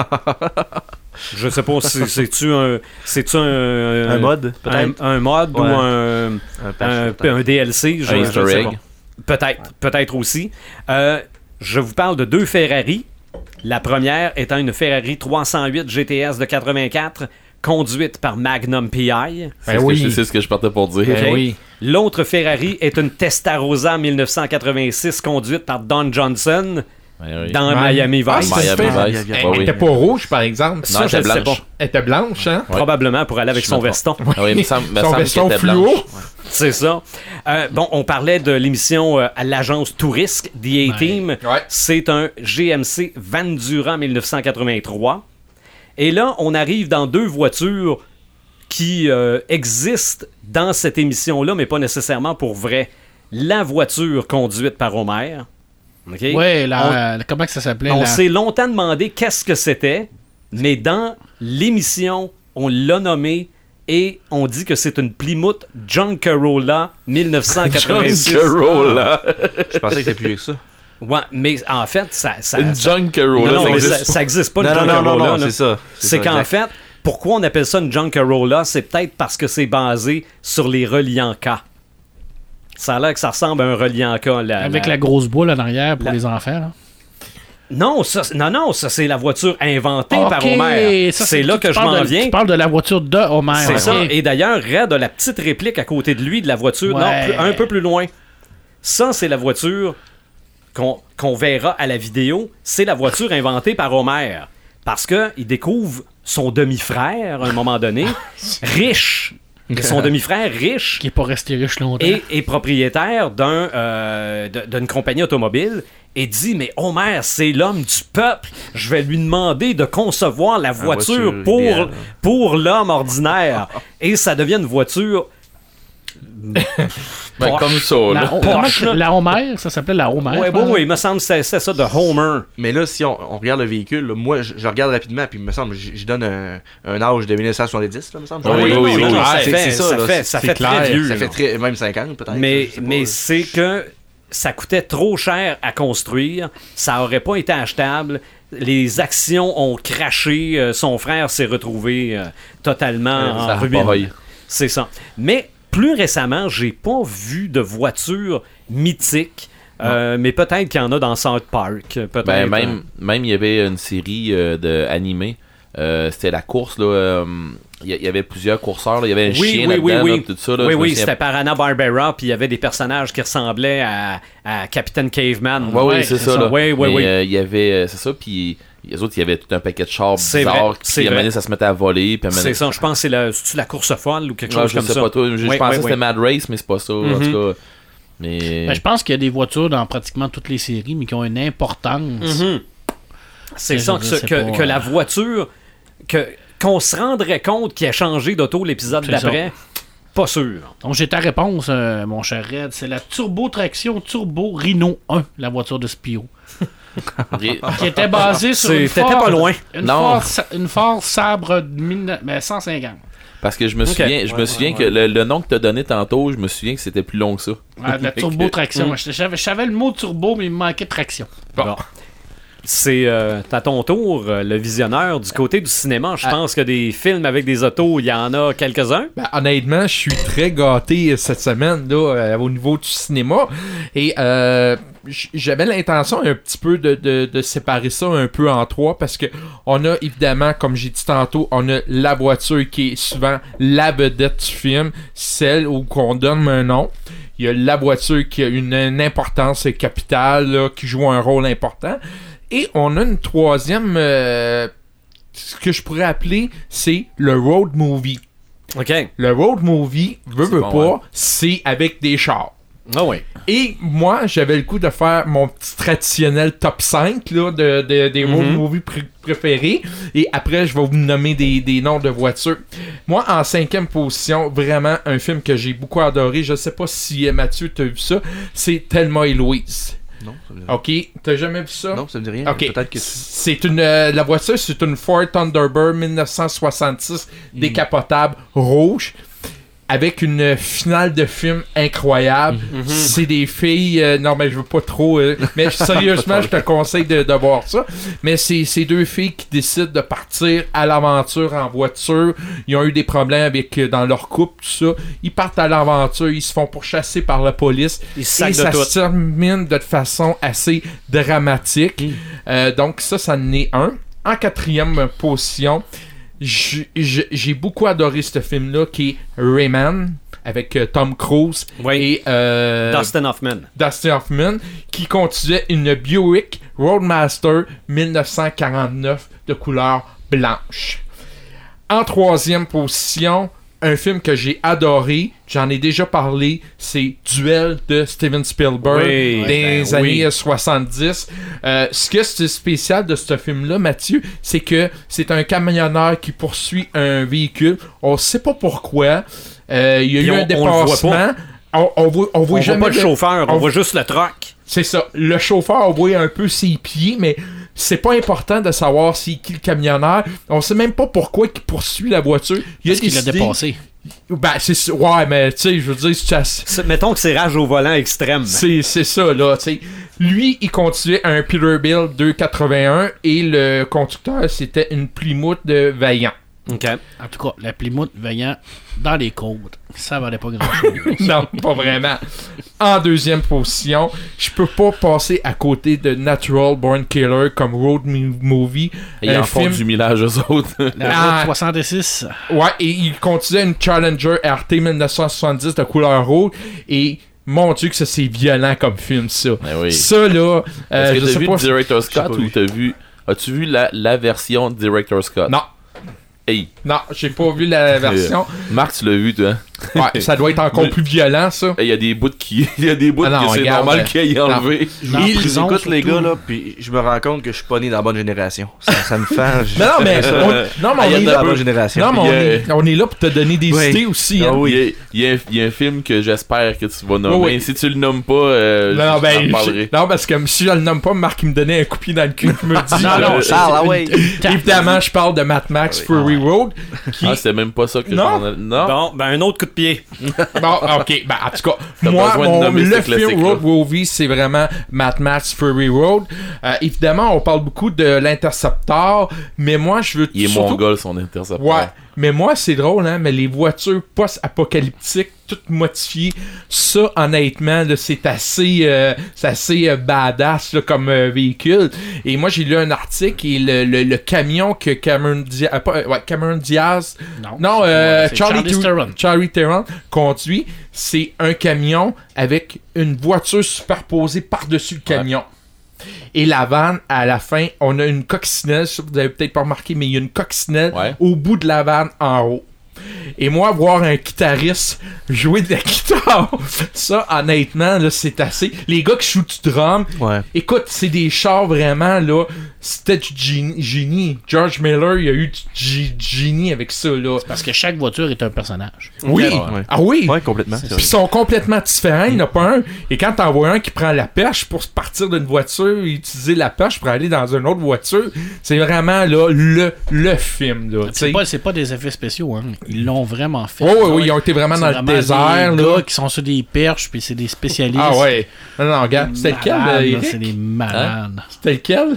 [SPEAKER 1] Je sais pas si c'est-tu un
[SPEAKER 5] mode, peut-être?
[SPEAKER 1] un mode
[SPEAKER 5] Ouais.
[SPEAKER 1] ou un
[SPEAKER 5] patch, peut-être.
[SPEAKER 1] un DLC,
[SPEAKER 4] Un Easter
[SPEAKER 1] sais
[SPEAKER 4] egg.
[SPEAKER 1] pas. Peut-être aussi. Je vous parle de 2 Ferrari. La première étant une Ferrari 308 GTS de 84, conduite par Magnum PI.
[SPEAKER 4] C'est ce que je partais pour dire.
[SPEAKER 1] Ok.
[SPEAKER 6] Ben oui.
[SPEAKER 1] L'autre Ferrari est une Testarossa 1986, conduite par Don Johnson
[SPEAKER 4] Ouais, oui.
[SPEAKER 1] dans
[SPEAKER 6] Ouais.
[SPEAKER 1] Miami
[SPEAKER 6] Ah,
[SPEAKER 1] Vice.
[SPEAKER 6] c'est
[SPEAKER 4] Miami
[SPEAKER 6] fait.
[SPEAKER 4] Vice.
[SPEAKER 5] Elle
[SPEAKER 4] Ouais,
[SPEAKER 6] Elle
[SPEAKER 4] oui.
[SPEAKER 6] était pas rouge, par exemple.
[SPEAKER 1] Ça,
[SPEAKER 4] Non,
[SPEAKER 1] je
[SPEAKER 4] elle
[SPEAKER 1] le
[SPEAKER 4] était
[SPEAKER 1] sais
[SPEAKER 4] blanche.
[SPEAKER 1] pas.
[SPEAKER 6] Elle était blanche, hein?
[SPEAKER 1] Probablement pour aller avec
[SPEAKER 4] Je
[SPEAKER 1] son
[SPEAKER 4] me trompe.
[SPEAKER 1] veston.
[SPEAKER 4] Ah oui, il me semble
[SPEAKER 6] Son
[SPEAKER 4] qu'elle
[SPEAKER 6] veston
[SPEAKER 4] était
[SPEAKER 6] fluo.
[SPEAKER 4] blanche.
[SPEAKER 1] C'est ça. Bon, on parlait de l'émission à l'agence Touriste, The A-Team.
[SPEAKER 6] Ouais.
[SPEAKER 1] C'est un GMC Vandura 1983. Et là, on arrive dans 2 voitures qui existent dans cette émission-là, mais pas nécessairement pour vrai. La voiture conduite par Homer. OK?
[SPEAKER 3] Ouais, comment que ça s'appelait?
[SPEAKER 1] On s'est longtemps demandé qu'est-ce que c'était, mais dans l'émission, on l'a nommé et on dit que c'est une Plymouth Junkerola 1986.
[SPEAKER 4] Junkerola.
[SPEAKER 5] Je pensais que c'était plus vieux que ça.
[SPEAKER 1] Ouais, mais en fait, ça
[SPEAKER 4] Une Junkerola.
[SPEAKER 1] non,
[SPEAKER 4] ça
[SPEAKER 1] mais
[SPEAKER 4] existe
[SPEAKER 1] ça existe pas, une
[SPEAKER 5] Non,
[SPEAKER 1] Junkerola. là.
[SPEAKER 5] c'est ça.
[SPEAKER 1] C'est qu'en fait, pourquoi on appelle ça une Junkerola, c'est peut-être parce que c'est basé sur les reliants K. Ça a l'air que ça ressemble à un reliant K.
[SPEAKER 3] Avec la grosse boule en arrière pour les enfants. Là.
[SPEAKER 1] Non, ça c'est la voiture inventée
[SPEAKER 3] Ok,
[SPEAKER 1] par Homer.
[SPEAKER 3] ça,
[SPEAKER 1] C'est là que je m'en viens.
[SPEAKER 3] Tu parles de la voiture de Homer.
[SPEAKER 1] C'est
[SPEAKER 3] ok.
[SPEAKER 1] ça. Et d'ailleurs, Red a la petite réplique à côté de lui de la voiture.
[SPEAKER 3] Ouais.
[SPEAKER 1] Non, un peu plus loin. Ça, c'est la voiture qu'on verra à la vidéo. C'est la voiture inventée par Homer. Parce qu'il découvre son demi-frère, à un moment donné, riche. Son demi-frère riche.
[SPEAKER 3] Qui n'est pas resté riche longtemps.
[SPEAKER 1] Et propriétaire d'une compagnie automobile et dit mais Homer c'est l'homme du peuple, je vais lui demander de concevoir la voiture
[SPEAKER 5] idéale.
[SPEAKER 1] pour l'homme ordinaire et ça devient une voiture
[SPEAKER 4] Ben,
[SPEAKER 1] poche.
[SPEAKER 4] comme ça, là.
[SPEAKER 1] Poche, là.
[SPEAKER 3] La Homer, ça s'appelait la Homer.
[SPEAKER 1] Ouais,
[SPEAKER 3] je pense.
[SPEAKER 1] il me semble que c'est ça de Homer.
[SPEAKER 5] Mais là, si on regarde le véhicule, là, moi, je regarde rapidement, puis il me semble, je donne un âge de 1970, là, me semble.
[SPEAKER 4] Oui,
[SPEAKER 1] ça
[SPEAKER 5] c'est
[SPEAKER 1] fait,
[SPEAKER 5] ça, là,
[SPEAKER 1] ça
[SPEAKER 6] c'est
[SPEAKER 1] fait
[SPEAKER 6] clair.
[SPEAKER 1] très vieux.
[SPEAKER 5] Ça
[SPEAKER 1] là.
[SPEAKER 5] fait très, même 50 peut-être.
[SPEAKER 1] Mais
[SPEAKER 5] je sais pas.
[SPEAKER 1] c'est que ça coûtait trop cher à construire, ça aurait pas été achetable, les actions ont craché, son frère s'est retrouvé totalement
[SPEAKER 4] Ça
[SPEAKER 1] en ruine.
[SPEAKER 4] rapaille.
[SPEAKER 1] C'est ça. Mais plus récemment, j'ai pas vu de voiture mythique, mais peut-être qu'il y en a dans South Park. Peut-être.
[SPEAKER 4] Ben, même il y avait une série animée. C'était la course, là. Il y avait plusieurs courseurs, là. Il y avait un chien là-dedans, là, tout ça. Là,
[SPEAKER 1] oui, c'était par Hanna-Barbera, puis il y avait des personnages qui ressemblaient à Captain Caveman.
[SPEAKER 4] Oui, c'est ça. Là.
[SPEAKER 1] Oui.
[SPEAKER 4] Il y avait, c'est ça, puis les autres, il y avait tout un paquet de chars
[SPEAKER 1] C'est
[SPEAKER 4] bizarres,
[SPEAKER 1] vrai, c'est
[SPEAKER 4] puis à un moment donné,
[SPEAKER 1] vrai.
[SPEAKER 4] ça se mettait à voler. Puis
[SPEAKER 1] C'est ça, je pense que c'est la course folle ou quelque chose
[SPEAKER 4] je
[SPEAKER 1] comme
[SPEAKER 4] sais
[SPEAKER 1] ça.
[SPEAKER 4] pas, toi. Je
[SPEAKER 1] Oui,
[SPEAKER 4] pensais
[SPEAKER 1] oui,
[SPEAKER 4] que c'était
[SPEAKER 1] oui.
[SPEAKER 4] Mad Race, mais c'est pas ça, en tout cas. Mais...
[SPEAKER 3] Ben, je pense qu'il y a des voitures dans pratiquement toutes les séries, mais qui ont une importance.
[SPEAKER 1] C'est ça,
[SPEAKER 3] Je sais pas,
[SPEAKER 1] que la voiture, qu'on se rendrait compte qu'il a changé d'auto l'épisode
[SPEAKER 3] C'est
[SPEAKER 1] d'après, pas sûr.
[SPEAKER 3] Donc, j'ai ta réponse, mon cher Red. C'est la Turbo-Traction Turbo Rhino 1, la voiture de Spio. Qui était basée sur une
[SPEAKER 1] T'étais
[SPEAKER 3] Ford,
[SPEAKER 1] pas loin.
[SPEAKER 3] une Ford Sabre 150.
[SPEAKER 4] Parce que je me souviens que le nom que t'as donné tantôt, je me souviens que c'était plus long que ça.
[SPEAKER 3] La Turbo-Traction. Je savais le mot turbo, mais il me manquait traction.
[SPEAKER 1] Bon. C'est à ton tour, le visionneur. Du côté du cinéma, je pense que des films avec des autos, il y en a quelques-uns.
[SPEAKER 6] Ben, honnêtement, je suis très gâté cette semaine là, au niveau du cinéma. Et j'avais l'intention un petit peu de séparer ça un peu en trois parce que on a évidemment, comme j'ai dit tantôt, on a la voiture qui est souvent la vedette du film, celle où qu'on donne un nom. Il y a la voiture qui a une importance capitale, là, qui joue un rôle important. Et on a une troisième, ce que je pourrais appeler, c'est le road movie.
[SPEAKER 1] OK.
[SPEAKER 6] Le road movie, veut
[SPEAKER 4] bon,
[SPEAKER 6] pas,
[SPEAKER 4] ouais.
[SPEAKER 6] c'est avec des chars.
[SPEAKER 1] Ah oui.
[SPEAKER 6] Et moi, j'avais le coup de faire mon petit traditionnel top 5 là, des road movies préférés. Et après, je vais vous nommer des noms de voitures. Moi, en 5e position, vraiment un film que j'ai beaucoup adoré. Je sais pas si Mathieu, t'as vu ça. C'est Thelma et Louise.
[SPEAKER 5] Non, ça me dit rien.
[SPEAKER 6] Ok, t'as jamais vu ça?
[SPEAKER 5] Non, ça me dit rien.
[SPEAKER 6] Ok,
[SPEAKER 5] Peut-être que
[SPEAKER 6] c'est une la voiture, c'est une Ford Thunderbird 1966 décapotable rouge avec une finale de film incroyable. C'est des filles non mais je veux pas trop mais sérieusement je te conseille de voir ça. Mais c'est deux filles qui décident de partir à l'aventure en voiture. Ils ont eu des problèmes avec dans leur couple, tout ça. Ils partent à l'aventure, ils se font pourchasser par la police
[SPEAKER 1] Ils se
[SPEAKER 6] et
[SPEAKER 1] sacent de
[SPEAKER 6] ça
[SPEAKER 1] tout.
[SPEAKER 6] se termine de façon assez dramatique. Donc ça en est un. En 4e position, j'ai beaucoup adoré ce film-là qui est Rayman avec Tom Cruise
[SPEAKER 1] Oui.
[SPEAKER 6] et
[SPEAKER 1] Dustin Hoffman.
[SPEAKER 6] Dustin Hoffman qui conduisait une Buick Roadmaster 1949 de couleur blanche. En 3e position, un film que j'ai adoré, j'en ai déjà parlé, c'est Duel de Steven Spielberg
[SPEAKER 1] Oui,
[SPEAKER 6] des
[SPEAKER 1] ben
[SPEAKER 6] années
[SPEAKER 1] oui.
[SPEAKER 6] 70. Ce que c'est spécial de ce film-là, Mathieu, c'est que c'est un camionneur qui poursuit un véhicule. On sait pas pourquoi. Il y a eu un
[SPEAKER 1] on le voit
[SPEAKER 6] dépassement. On voit jamais
[SPEAKER 1] voit pas le chauffeur, on voit juste le truck.
[SPEAKER 6] C'est ça. Le chauffeur, on voit un peu ses pieds, mais c'est pas important de savoir c'est qui le camionneur. On sait même pas pourquoi il poursuit la voiture.
[SPEAKER 3] Parce qu'il l'a dépassé.
[SPEAKER 6] Ben, c'est ça. Ouais, mais tu sais, je veux dire,
[SPEAKER 1] Mettons que c'est rage au volant extrême.
[SPEAKER 6] c'est ça, là, tu sais. Lui, il conduisait un Peterbilt 281 et le conducteur, c'était une Plymouth de Vaillant.
[SPEAKER 1] OK.
[SPEAKER 3] En tout cas, la Plymouth Vaillant dans les côtes, ça valait pas grand-chose.
[SPEAKER 6] Non, pas vraiment. En deuxième position, je peux pas passer à côté de Natural Born Killer comme road movie.
[SPEAKER 4] Et ils en font du millage eux autres.
[SPEAKER 3] La route 66.
[SPEAKER 6] Ouais, et il conduisait une Challenger RT 1970 de couleur rouge et mon Dieu que ça c'est violent comme film ça.
[SPEAKER 4] Oui.
[SPEAKER 6] Ça là,
[SPEAKER 4] Est-ce que
[SPEAKER 6] je
[SPEAKER 4] t'as
[SPEAKER 6] sais
[SPEAKER 4] vu
[SPEAKER 6] pas
[SPEAKER 4] le Director's Scott ou as-tu vu la version Director's Scott?
[SPEAKER 6] Non.
[SPEAKER 4] Hey.
[SPEAKER 6] Non, j'ai pas vu la version.
[SPEAKER 4] Marc, tu l'as vu, toi?
[SPEAKER 6] Ouais, ça doit être encore plus violent, ça.
[SPEAKER 4] Il y a des bouts que c'est
[SPEAKER 6] regarde,
[SPEAKER 4] normal qu'il ait enlevé.
[SPEAKER 5] J'écoute les gars, là, puis je me rends compte que je suis pas né dans la bonne génération. Ça me fait...
[SPEAKER 6] Non, mais on est là
[SPEAKER 5] dans la bonne génération.
[SPEAKER 6] Non, mais on est là pour te donner des idées aussi. Hein.
[SPEAKER 4] Oui. Il y a un film que j'espère que tu vas nommer.
[SPEAKER 6] Oui.
[SPEAKER 4] Si tu le nommes pas, j'en parlerai.
[SPEAKER 6] Non, parce que si je le nomme pas, Marc il me donnait un coup de pied dans le cul. Il me dit... Évidemment, je parle de Mad Max Fury Road.
[SPEAKER 4] Ah, c'était même pas ça que
[SPEAKER 6] non.
[SPEAKER 4] Non.
[SPEAKER 1] Bon, ben un autre coup de pied.
[SPEAKER 6] Bon, ok. Ben, en tout cas,
[SPEAKER 4] T'as
[SPEAKER 6] moi,
[SPEAKER 4] besoin de nommer
[SPEAKER 6] le
[SPEAKER 4] ce
[SPEAKER 6] film
[SPEAKER 4] classique-là.
[SPEAKER 6] Road Movie, c'est vraiment Mad Max Fury Road. Évidemment, on parle beaucoup de l'Interceptor, mais moi, je veux
[SPEAKER 4] Il est
[SPEAKER 6] surtout...
[SPEAKER 4] mongol, son Interceptor.
[SPEAKER 6] Ouais, mais moi, c'est drôle, hein, mais les voitures post-apocalyptiques, toutes modifiées, ça, honnêtement, là, c'est assez badass là, comme véhicule. Et moi, j'ai lu un article et le camion que Cameron Diaz... Non,
[SPEAKER 3] c'est
[SPEAKER 6] Charlie Theron conduit, c'est un camion avec une voiture superposée par-dessus le camion. Et la vanne, à la fin, on a une coccinelle, ça vous avez peut-être pas remarqué, mais il y a une coccinelle au bout de la vanne en haut. Et moi, voir un guitariste jouer de la guitare, ça, honnêtement, là, c'est assez. Les gars qui jouent du drum, écoute, c'est des chars vraiment, là, c'était du génie. George Miller, il y a eu du génie avec ça, là.
[SPEAKER 3] Parce que chaque voiture est un personnage.
[SPEAKER 6] Oui, ah oui.
[SPEAKER 5] Ouais, complètement.
[SPEAKER 6] Puis ils sont complètement différents, il n'y en a pas un. Et quand t'en vois un qui prend la perche pour partir d'une voiture et utiliser la perche pour aller dans une autre voiture, c'est vraiment là le film. Là,
[SPEAKER 3] c'est pas des effets spéciaux, hein. Ils l'ont vraiment fait.
[SPEAKER 6] Oui, ils ont été vraiment dans le désert.
[SPEAKER 3] Des
[SPEAKER 6] là.
[SPEAKER 3] gars qui sont sur des perches, puis c'est des spécialistes.
[SPEAKER 6] Ah ouais. Non, regarde. C'était lequel, Eric?
[SPEAKER 3] C'est des malades.
[SPEAKER 6] C'était lequel?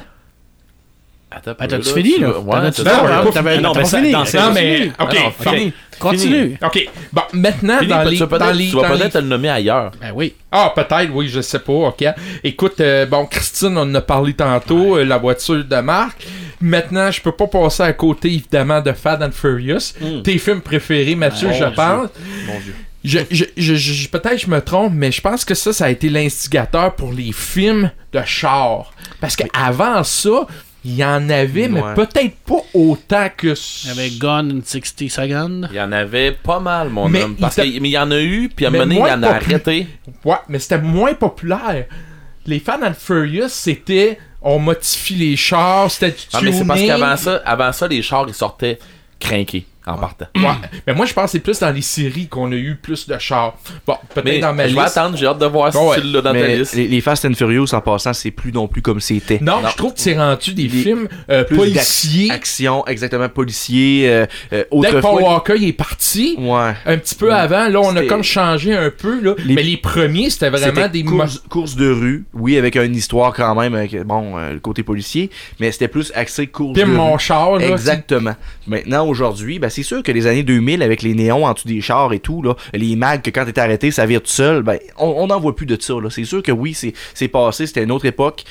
[SPEAKER 4] Attends,
[SPEAKER 3] t'as-tu fini, là?
[SPEAKER 4] Ouais,
[SPEAKER 3] t'avais pas fini.
[SPEAKER 6] Non, mais... OK, fini.
[SPEAKER 3] Continue.
[SPEAKER 6] OK. Bon, maintenant,
[SPEAKER 4] tu vas peut-être le nommer ailleurs.
[SPEAKER 3] Ben oui.
[SPEAKER 6] Ah, peut-être, oui, je sais pas, OK. Écoute, bon, Christine, on en a parlé tantôt, la voiture de Marc. Maintenant, je peux pas passer à côté, évidemment, de Fast and Furious. Tes films préférés, Mathieu, je pense.
[SPEAKER 4] Mon Dieu.
[SPEAKER 6] Peut-être je me trompe, mais je pense que ça a été l'instigateur pour les films de char. Parce qu'avant ça... Il y en avait, mais peut-être pas autant que...
[SPEAKER 3] Il y avait Gone in 60 Seconds.
[SPEAKER 4] Il y en avait pas mal, mon homme. Mais il y en a eu, puis à un moment donné, il y en a arrêté.
[SPEAKER 6] Ouais, mais c'était moins populaire. Les Fast and Furious, c'était... On modifie les chars, c'était du tuning.
[SPEAKER 4] Mais c'est parce qu'avant ça, les chars, ils sortaient crinqués en partant.
[SPEAKER 6] Ouais, mais moi, je pense que c'est plus dans les séries qu'on a eu plus de chars. Bon, peut-être dans ma liste.
[SPEAKER 4] Je vais attendre, j'ai hâte de voir si tu l'as dans ta liste.
[SPEAKER 5] Les Fast and Furious, en passant, c'est plus non plus comme c'était.
[SPEAKER 6] Non, je trouve que c'est rendu des films policiers.
[SPEAKER 5] Action, exactement, policiers.
[SPEAKER 6] Dès que Paul Walker il est parti, un petit peu avant, là, on a comme changé un peu. Là. Mais les premiers, c'était vraiment des
[SPEAKER 5] courses de rue, oui, avec une histoire quand même, avec le côté policier, mais c'était plus axé course de rue.
[SPEAKER 6] mon char, là.
[SPEAKER 5] Exactement. Maintenant, aujourd'hui, c'est sûr que les années 2000, avec les néons en dessous des chars et tout, là, les mags que quand t'es arrêté, ça vire tout seul, on n'en voit plus de ça. Là. C'est sûr que oui, c'est passé, c'était une autre époque,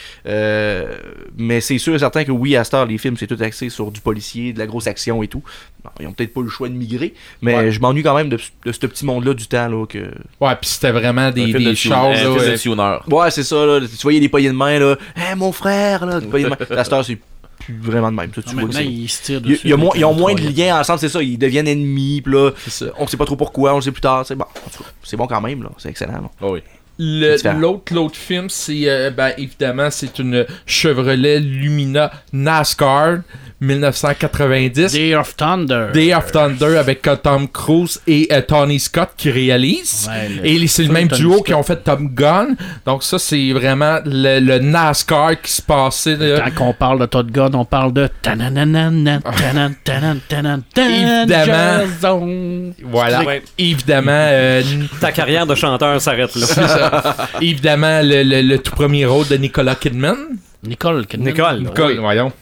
[SPEAKER 5] mais c'est sûr et certain que oui, à cette heure, les films, c'est tout axé sur du policier, de la grosse action et tout. Non, ils ont peut-être pas le choix de migrer, mais je m'ennuie quand même de ce petit monde-là du temps. Là, que...
[SPEAKER 6] Ouais, puis c'était vraiment des chars.
[SPEAKER 5] Ouais, c'est ça. Là, tu voyais des poignées de main, là. Hey, mon frère, là, des poignées de main. À cette heure, c'est vraiment de même. Ça, tu vois
[SPEAKER 3] maintenant, ils se tirent dessus.
[SPEAKER 5] Ils ont moins de liens ensemble, c'est ça. Ils deviennent ennemis, pis là, on sait pas trop pourquoi, on le sait plus tard. C'est bon, c'est bon quand même, là. C'est excellent. Là.
[SPEAKER 4] Oh oui.
[SPEAKER 6] L'autre film, c'est évidemment, c'est une Chevrolet Lumina NASCAR. 1990.
[SPEAKER 3] Day of Thunder.
[SPEAKER 6] Day of Thunder avec Tom Cruise et Tony Scott qui réalisent.
[SPEAKER 3] Ouais,
[SPEAKER 6] Et c'est le même duo qui ont fait Top Gun. Donc ça, c'est vraiment le NASCAR qui se passait.
[SPEAKER 3] Quand on parle de Top Gun, on parle de...
[SPEAKER 6] Évidemment. Voilà.
[SPEAKER 1] Ouais.
[SPEAKER 6] Évidemment.
[SPEAKER 1] Ta carrière de chanteur s'arrête là.
[SPEAKER 6] C'est ça. Évidemment, le tout premier rôle de Nicole Kidman.
[SPEAKER 3] Nicole.
[SPEAKER 1] Oui.
[SPEAKER 6] Voyons.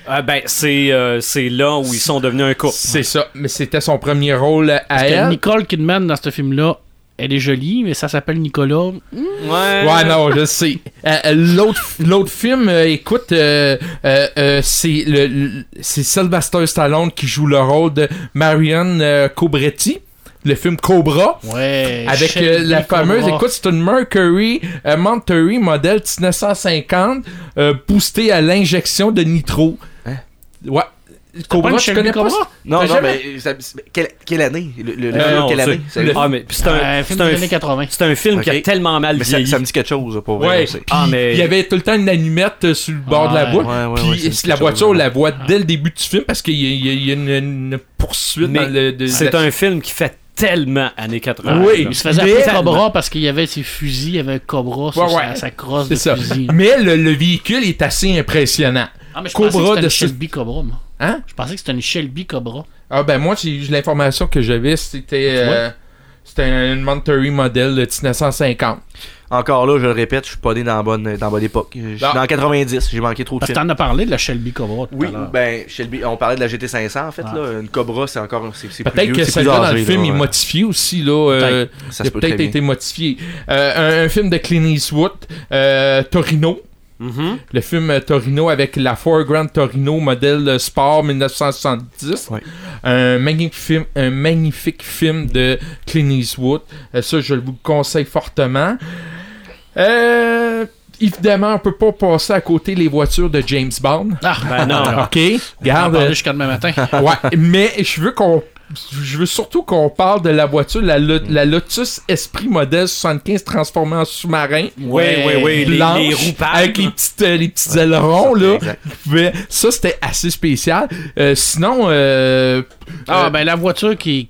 [SPEAKER 1] C'est là où ils sont devenus un couple.
[SPEAKER 6] C'est ça. Mais c'était son premier rôle à
[SPEAKER 3] Parce que
[SPEAKER 6] elle.
[SPEAKER 3] Nicole Kidman, dans ce film-là, elle est jolie, mais ça s'appelle Nicolas.
[SPEAKER 6] Ouais, non, je sais. L'autre film, écoute, c'est Sylvester Stallone qui joue le rôle de Marion Cobretti. Le film Cobra.
[SPEAKER 3] Ouais.
[SPEAKER 6] Avec la fameuse, écoute, c'est une Mercury Monterey modèle 1950 boostée à l'injection de nitro.
[SPEAKER 5] Hein?
[SPEAKER 6] Ouais. Cobra, tu connais pas?
[SPEAKER 5] Non,
[SPEAKER 6] T'as
[SPEAKER 5] non,
[SPEAKER 6] jamais-
[SPEAKER 5] mais quelle année?
[SPEAKER 1] Non,
[SPEAKER 5] Quelle année?
[SPEAKER 1] c'est un
[SPEAKER 3] film des années 80.
[SPEAKER 1] C'est un film qui a
[SPEAKER 5] Ok.
[SPEAKER 1] tellement mal
[SPEAKER 5] Mais
[SPEAKER 1] vieilli.
[SPEAKER 5] ça me dit quelque chose, pour vrai.
[SPEAKER 6] Ouais,
[SPEAKER 5] c'est-
[SPEAKER 6] puis
[SPEAKER 1] mais-
[SPEAKER 6] il y avait tout le temps une allumette sur le bord de la
[SPEAKER 3] Ouais,
[SPEAKER 6] boîte.
[SPEAKER 5] ouais,
[SPEAKER 6] Puis
[SPEAKER 5] ouais, ça me dit
[SPEAKER 6] la
[SPEAKER 5] quelque
[SPEAKER 6] voiture,
[SPEAKER 5] chose,
[SPEAKER 6] on la voit dès le début du film parce qu'il y a une poursuite
[SPEAKER 1] Mais
[SPEAKER 6] dans le.
[SPEAKER 1] C'est un film qui fait tellement années 80.
[SPEAKER 6] Oui.
[SPEAKER 3] Il se faisait
[SPEAKER 6] Mais-
[SPEAKER 3] appeler Cobra parce qu'il y avait ses fusils, il y avait un Cobra sur
[SPEAKER 6] Ouais, ouais.
[SPEAKER 3] sa crosse
[SPEAKER 6] C'est
[SPEAKER 3] de
[SPEAKER 6] ça.
[SPEAKER 3] fusil.
[SPEAKER 6] Mais le véhicule est assez impressionnant.
[SPEAKER 3] Ah, mais je
[SPEAKER 6] Cobra
[SPEAKER 3] pensais que c'était
[SPEAKER 6] de
[SPEAKER 3] une
[SPEAKER 6] ce-
[SPEAKER 3] Shelby Cobra, moi.
[SPEAKER 6] Hein?
[SPEAKER 3] Je pensais que c'était une Shelby Cobra.
[SPEAKER 6] Ah ben moi, l'information que j'avais, c'était une Monterey modèle de 1950.
[SPEAKER 5] Encore là, je le répète, je suis pas né dans la bonne époque. Je suis
[SPEAKER 6] Non.
[SPEAKER 5] dans 90, j'ai manqué trop de
[SPEAKER 3] Parce que
[SPEAKER 5] films.
[SPEAKER 3] t'en as parlé de la Shelby Cobra tout
[SPEAKER 5] Oui,
[SPEAKER 3] à l'heure.
[SPEAKER 5] ben, Shelby, on parlait de la GT500 en fait,
[SPEAKER 3] Ah.
[SPEAKER 5] là. Une Cobra, c'est encore. C'est plus
[SPEAKER 6] Peut-être
[SPEAKER 5] vieux,
[SPEAKER 6] que
[SPEAKER 5] c'est
[SPEAKER 6] celle-là
[SPEAKER 5] plus
[SPEAKER 6] dans le
[SPEAKER 5] âgé,
[SPEAKER 6] film
[SPEAKER 5] là,
[SPEAKER 6] est
[SPEAKER 5] ouais.
[SPEAKER 6] modifié aussi. Là,
[SPEAKER 5] Ça
[SPEAKER 6] il
[SPEAKER 5] se
[SPEAKER 6] a
[SPEAKER 5] peut
[SPEAKER 6] peut-être
[SPEAKER 5] très bien.
[SPEAKER 6] été modifié. Un film de Clint Eastwood, Torino.
[SPEAKER 1] Mhm.
[SPEAKER 6] Le film Torino avec la Foreground Torino modèle sport 1970.
[SPEAKER 5] Ouais.
[SPEAKER 6] Un magnifique film de Clint Eastwood. Ça, je vous le conseille fortement. Évidemment, on peut pas passer à côté les voitures de James Bond.
[SPEAKER 3] Ah,
[SPEAKER 1] Ben non.
[SPEAKER 6] OK?
[SPEAKER 3] on en
[SPEAKER 6] Garde.
[SPEAKER 3] parlait jusqu'à demain matin.
[SPEAKER 6] Ouais, mais je veux surtout qu'on parle de la voiture, la Lotus Esprit modèle 75 transformée en sous-marin.
[SPEAKER 1] Oui. Les
[SPEAKER 6] Blanche,
[SPEAKER 1] roues palmes.
[SPEAKER 6] avec les petites ailerons, là.
[SPEAKER 5] Exact.
[SPEAKER 6] Mais ça, c'était assez spécial. Sinon,
[SPEAKER 3] Ben la voiture qui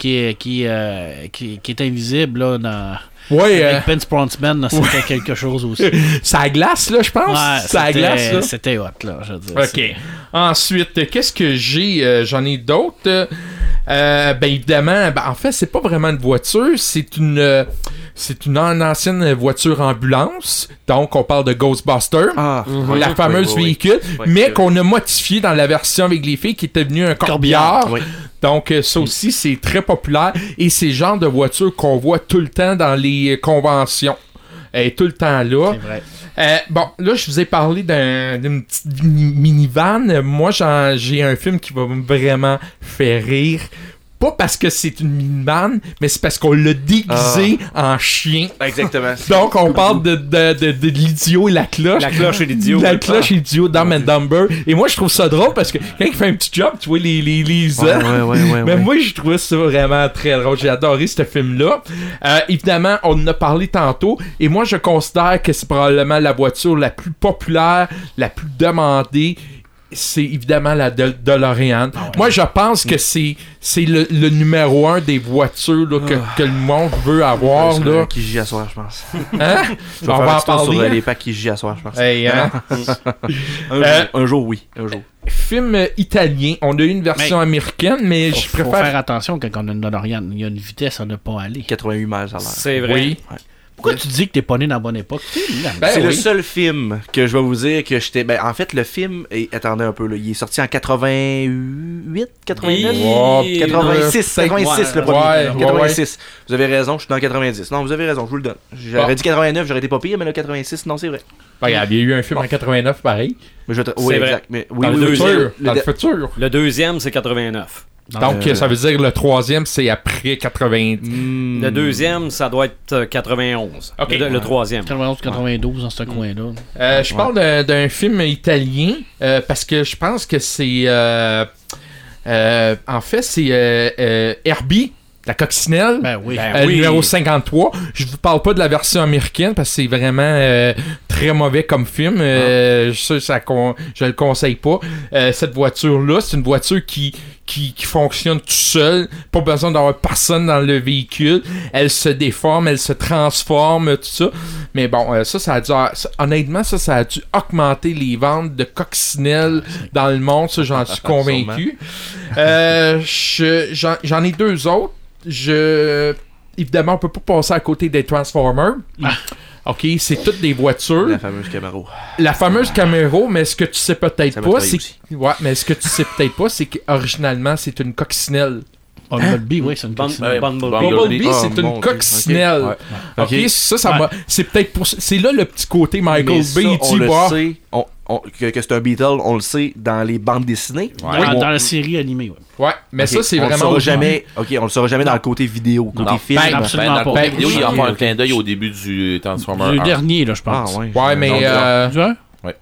[SPEAKER 3] est invisible là, dans
[SPEAKER 6] ouais,
[SPEAKER 3] avec Vince Brontsman, là, c'était quelque chose aussi.
[SPEAKER 6] ça glace, là, je pense.
[SPEAKER 3] Ouais,
[SPEAKER 6] ça glace, là.
[SPEAKER 3] c'était hot, là, je veux dire.
[SPEAKER 6] OK. Ensuite, qu'est-ce que j'ai? J'en ai d'autres. Ben évidemment, en fait, c'est pas vraiment une voiture, c'est une ancienne voiture ambulance. Donc, on parle de Ghostbuster.
[SPEAKER 5] Ah,
[SPEAKER 6] La fameuse véhicule,
[SPEAKER 5] Ouais,
[SPEAKER 6] mais
[SPEAKER 5] c'est
[SPEAKER 6] qu'on a modifié dans la version avec les filles qui est devenu un corbillard.
[SPEAKER 5] Oui.
[SPEAKER 6] Donc, ça aussi, c'est très populaire. Et c'est le genre de voiture qu'on voit tout le temps dans les conventions. Elle est tout le temps là.
[SPEAKER 3] C'est vrai.
[SPEAKER 6] Bon, là, je vous ai parlé d'une petite minivan. Moi, j'ai un film qui va vraiment faire rire. Pas parce que c'est une minivan, mais c'est parce qu'on l'a déguisé en chien.
[SPEAKER 5] Exactement.
[SPEAKER 6] Donc, on parle de l'idiot et la cloche.
[SPEAKER 1] La cloche et l'idiot.
[SPEAKER 6] La cloche et l'idiot, Dumb and Dumber. Et moi, je trouve ça drôle parce que quand il fait un petit job, tu vois les ailes.
[SPEAKER 5] Ouais.
[SPEAKER 6] Mais moi, je trouvais ça vraiment très drôle. J'ai adoré ce film-là. Évidemment, on en a parlé tantôt. Et moi, je considère que c'est probablement la voiture la plus populaire, la plus demandée. C'est évidemment la DeLorean. Moi, je pense que c'est le numéro 1 des voitures là, que le monde veut avoir. Là.
[SPEAKER 5] Qui gît à soir, je pense.
[SPEAKER 6] Hein?
[SPEAKER 5] Je vais
[SPEAKER 6] On
[SPEAKER 5] faire
[SPEAKER 6] va
[SPEAKER 5] un
[SPEAKER 6] en
[SPEAKER 5] petit tour
[SPEAKER 6] parler.
[SPEAKER 5] sur
[SPEAKER 6] hein?
[SPEAKER 5] les packs qui gît à soir, je pense.
[SPEAKER 6] Hey, hein?
[SPEAKER 5] Un jour, oui. Un jour.
[SPEAKER 6] Film italien. On a eu une version américaine, mais je
[SPEAKER 3] Faut
[SPEAKER 6] préfère...
[SPEAKER 3] faire attention quand on a une DeLorean. Il y a une vitesse à ne pas aller.
[SPEAKER 5] 88 miles à l'heure.
[SPEAKER 1] C'est vrai.
[SPEAKER 6] Oui.
[SPEAKER 3] Pourquoi tu dis que t'es pas né dans la bonne époque? Tu sais, là,
[SPEAKER 6] Ben
[SPEAKER 5] C'est le
[SPEAKER 6] oui.
[SPEAKER 5] seul film que je vais vous dire que j'étais. Ben, en fait, le film. Attendez un peu, là. Il est sorti en 88, 89,
[SPEAKER 6] Ouais.
[SPEAKER 5] 86,
[SPEAKER 6] peut-être,
[SPEAKER 5] 86 le
[SPEAKER 6] ouais,
[SPEAKER 5] premier.
[SPEAKER 6] ouais,
[SPEAKER 5] 86. Vous avez raison, je suis dans 90. Non, vous avez raison, je vous le donne. J'aurais
[SPEAKER 6] Bon.
[SPEAKER 5] dit 89, j'aurais été pas pire, mais là, 86, non, c'est vrai.
[SPEAKER 6] Regarde, il y a eu un film en 89, pareil.
[SPEAKER 5] Mais je
[SPEAKER 1] C'est
[SPEAKER 5] oui,
[SPEAKER 1] vrai.
[SPEAKER 5] exact. Mais, oui,
[SPEAKER 1] Dans le
[SPEAKER 5] oui,
[SPEAKER 1] deuxième.
[SPEAKER 5] oui,
[SPEAKER 6] Dans le futur.
[SPEAKER 1] Le deuxième, c'est 89.
[SPEAKER 6] Donc, ça veut dire que le troisième, c'est après 90.
[SPEAKER 1] Le deuxième, ça doit être 91.
[SPEAKER 6] Ok.
[SPEAKER 1] Le troisième.
[SPEAKER 3] 91-92 dans ce coin-là.
[SPEAKER 6] Je parle d'un film italien parce que je pense que c'est... en fait, c'est Herbie, la coccinelle.
[SPEAKER 3] Ben oui.
[SPEAKER 1] Ben oui.
[SPEAKER 6] Numéro 53. Je vous parle pas de la version américaine parce que c'est vraiment très mauvais comme film. Je le conseille pas. Cette voiture-là, c'est une voiture qui fonctionne tout seul. Pas besoin d'avoir personne dans le véhicule. Elle se déforme, elle se transforme, tout ça. Mais bon, honnêtement, ça a dû augmenter les ventes de coccinelles dans le monde. Ça, j'en suis convaincu. J'en ai deux autres. Évidemment, on peut pas passer à côté des Transformers. OK, c'est toutes des voitures.
[SPEAKER 5] La fameuse Camaro.
[SPEAKER 6] La fameuse Camaro, mais ce que tu sais peut-être pas, c'est qu'originalement, c'est une coccinelle.
[SPEAKER 3] Bumblebee, oui, c'est une coccinelle.
[SPEAKER 6] Bumblebee, c'est une coccinelle. OK, ça m'a... C'est peut-être pour... C'est là le petit côté Michael Bay.
[SPEAKER 5] On le sait, que c'est un Beetle, on le sait dans les bandes dessinées.
[SPEAKER 3] Dans la série animée,
[SPEAKER 6] Ouais, mais ça, c'est vraiment...
[SPEAKER 5] on le saura jamais dans le côté vidéo, côté film.
[SPEAKER 3] Absolument
[SPEAKER 4] dans le
[SPEAKER 3] pas.
[SPEAKER 4] côté vidéo, il y a un clin d'œil au début du Transformer.
[SPEAKER 3] Le dernier, là, je pense.
[SPEAKER 6] Ouais, mais...
[SPEAKER 4] Ouais.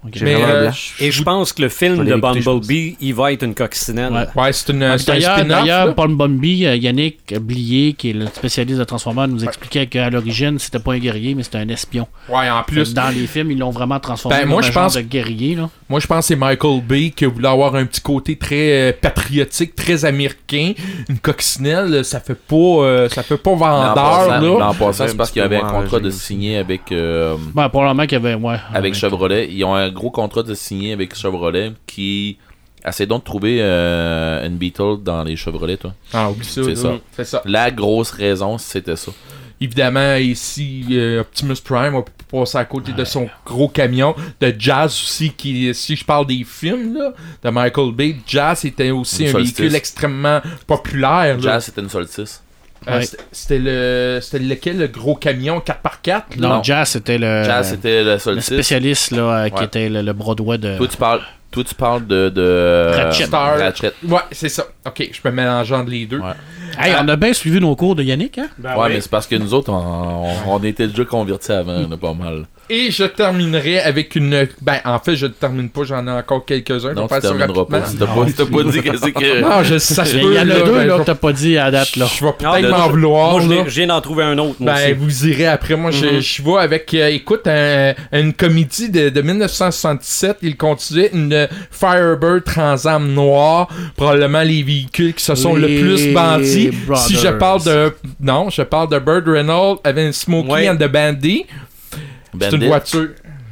[SPEAKER 1] Et je pense que le film de Bumblebee, il va être une coccinelle.
[SPEAKER 6] Ouais, c'est un spin-off.
[SPEAKER 3] D'ailleurs, Bumblebee, Yannick Blier, qui est le spécialiste de Transformers, nous expliquait qu'à l'origine, c'était pas un guerrier, mais c'était un espion.
[SPEAKER 6] Ouais, en plus.
[SPEAKER 3] Dans les films, ils l'ont vraiment transformé en un genre de guerrier. Là.
[SPEAKER 6] Moi, je pense que c'est Michael Bay qui voulait avoir un petit côté très patriotique, très américain. Une coccinelle, ça fait pas vendeur.
[SPEAKER 4] En passant, c'est parce qu'il y avait un contrat de signer avec...
[SPEAKER 3] probablement qu'il y avait...
[SPEAKER 4] avec Chevrolet. Ils ont un gros contrat de signer avec Chevrolet qui... Essaie donc de trouver une Beetle dans les Chevrolet, toi.
[SPEAKER 6] Ah, oublie ça. C'est ça.
[SPEAKER 4] La grosse raison, c'était ça.
[SPEAKER 6] Évidemment, ici, Optimus Prime, on peut passer à côté de son gros camion. De Jazz aussi, si je parle des films là, de Michael Bay, Jazz était aussi un véhicule extrêmement populaire.
[SPEAKER 4] Jazz, c'était une Solstice.
[SPEAKER 6] C'était lequel, le gros camion 4x4?
[SPEAKER 3] Non, Jazz, c'était le
[SPEAKER 4] Solstice.
[SPEAKER 3] Le spécialiste là, qui était le bras droit de...
[SPEAKER 4] Toi, tu parles de
[SPEAKER 3] Ratchet.
[SPEAKER 6] Ouais, c'est ça. Ok, je peux mélanger entre les deux.
[SPEAKER 4] Ouais.
[SPEAKER 3] Hey, on a bien suivi nos cours de Yannick, hein?
[SPEAKER 4] Mais c'est parce que nous autres, on était déjà convertis avant, on a pas mal.
[SPEAKER 6] Et je terminerai avec une... en fait, je ne termine pas, j'en ai encore quelques-uns.
[SPEAKER 4] Non, tu termineras pas. T'as pas dit que c'est que...
[SPEAKER 6] Non, ça se peut.
[SPEAKER 3] Il y en a deux là, que t'as pas dit à date. Là.
[SPEAKER 6] Je vais peut-être m'en vouloir.
[SPEAKER 1] Moi, je viens d'en trouver un autre.
[SPEAKER 6] Vous irez après. Moi, je vais avec... écoute, une comédie de 1977. Il conduisait une Firebird Trans-Am noire. Probablement les véhicules qui se sont le plus bandits. Si je parle de... Non, je parle de Burt Reynolds avec Smokey and the Bandit. C'est une voiture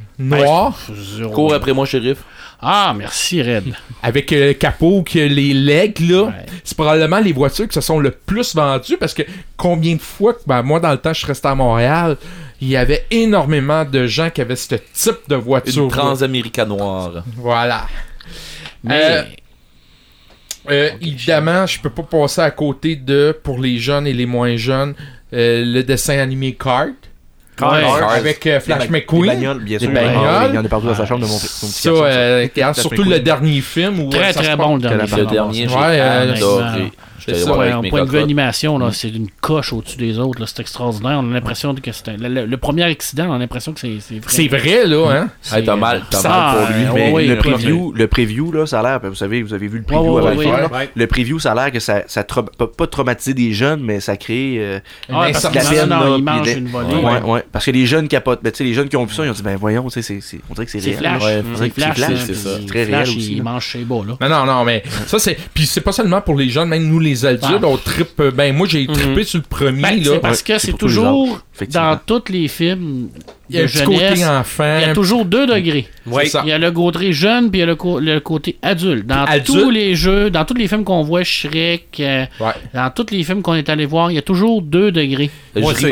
[SPEAKER 6] noire.
[SPEAKER 4] Cours après moi, shérif.
[SPEAKER 3] Ah, merci, Red.
[SPEAKER 6] Avec le capot, les legs, là. Ouais. C'est probablement les voitures qui se sont le plus vendues parce que combien de fois, moi, dans le temps, je restais à Montréal, il y avait énormément de gens qui avaient ce type de voiture.
[SPEAKER 4] Une Transamérica noire.
[SPEAKER 6] Voilà.
[SPEAKER 3] Mais...
[SPEAKER 6] évidemment, je peux pas passer à côté de, pour les jeunes et les moins jeunes, le dessin animé Cars. Avec Flash McQueen.
[SPEAKER 5] Les bagnoles, bien sûr.
[SPEAKER 6] Les bagnoles.
[SPEAKER 5] Il y en a partout dans sa chambre de mon petit
[SPEAKER 6] garçon. Surtout le dernier film. Où
[SPEAKER 3] très très bon le
[SPEAKER 4] dernier. J'ai adoré.
[SPEAKER 3] Au point de vue animation, là, c'est une coche au-dessus des autres. Là, c'est extraordinaire. On a l'impression que c'était le premier accident. On a l'impression que c'est vrai.
[SPEAKER 6] C'est vrai, là. Hein?
[SPEAKER 4] T'as mal pour lui.
[SPEAKER 5] Mais le preview, là, ça a l'air... Vous avez vu le preview avant le film. Le preview, ça a l'air que ça pas traumatiser des jeunes, mais ça crée une
[SPEAKER 3] incertitude. Il mange une volée.
[SPEAKER 5] Ouais. Parce que les jeunes capotent. Mais tu sais, les jeunes qui ont vu ça, ils ont dit, voyons, on dirait que c'est réel.
[SPEAKER 3] C'est Flash.
[SPEAKER 5] C'est très réel aussi.
[SPEAKER 3] Il mange chez bas, là.
[SPEAKER 6] Non, mais ça, c'est... Puis c'est pas seulement pour les jeunes, même nous, les adultes, on trippe. Moi, j'ai trippé sur le premier, là.
[SPEAKER 3] C'est parce que c'est toujours... Dans tous les films de jeunesse,
[SPEAKER 6] côté enfant.
[SPEAKER 3] Il y a toujours 2 degrés.
[SPEAKER 1] Oui.
[SPEAKER 3] Il y a le côté jeune puis il y a le côté adulte. Dans tous les jeux, dans tous les films qu'on voit, Shrek, dans tous les films qu'on est allé voir, il y a toujours 2 degrés.
[SPEAKER 1] C'est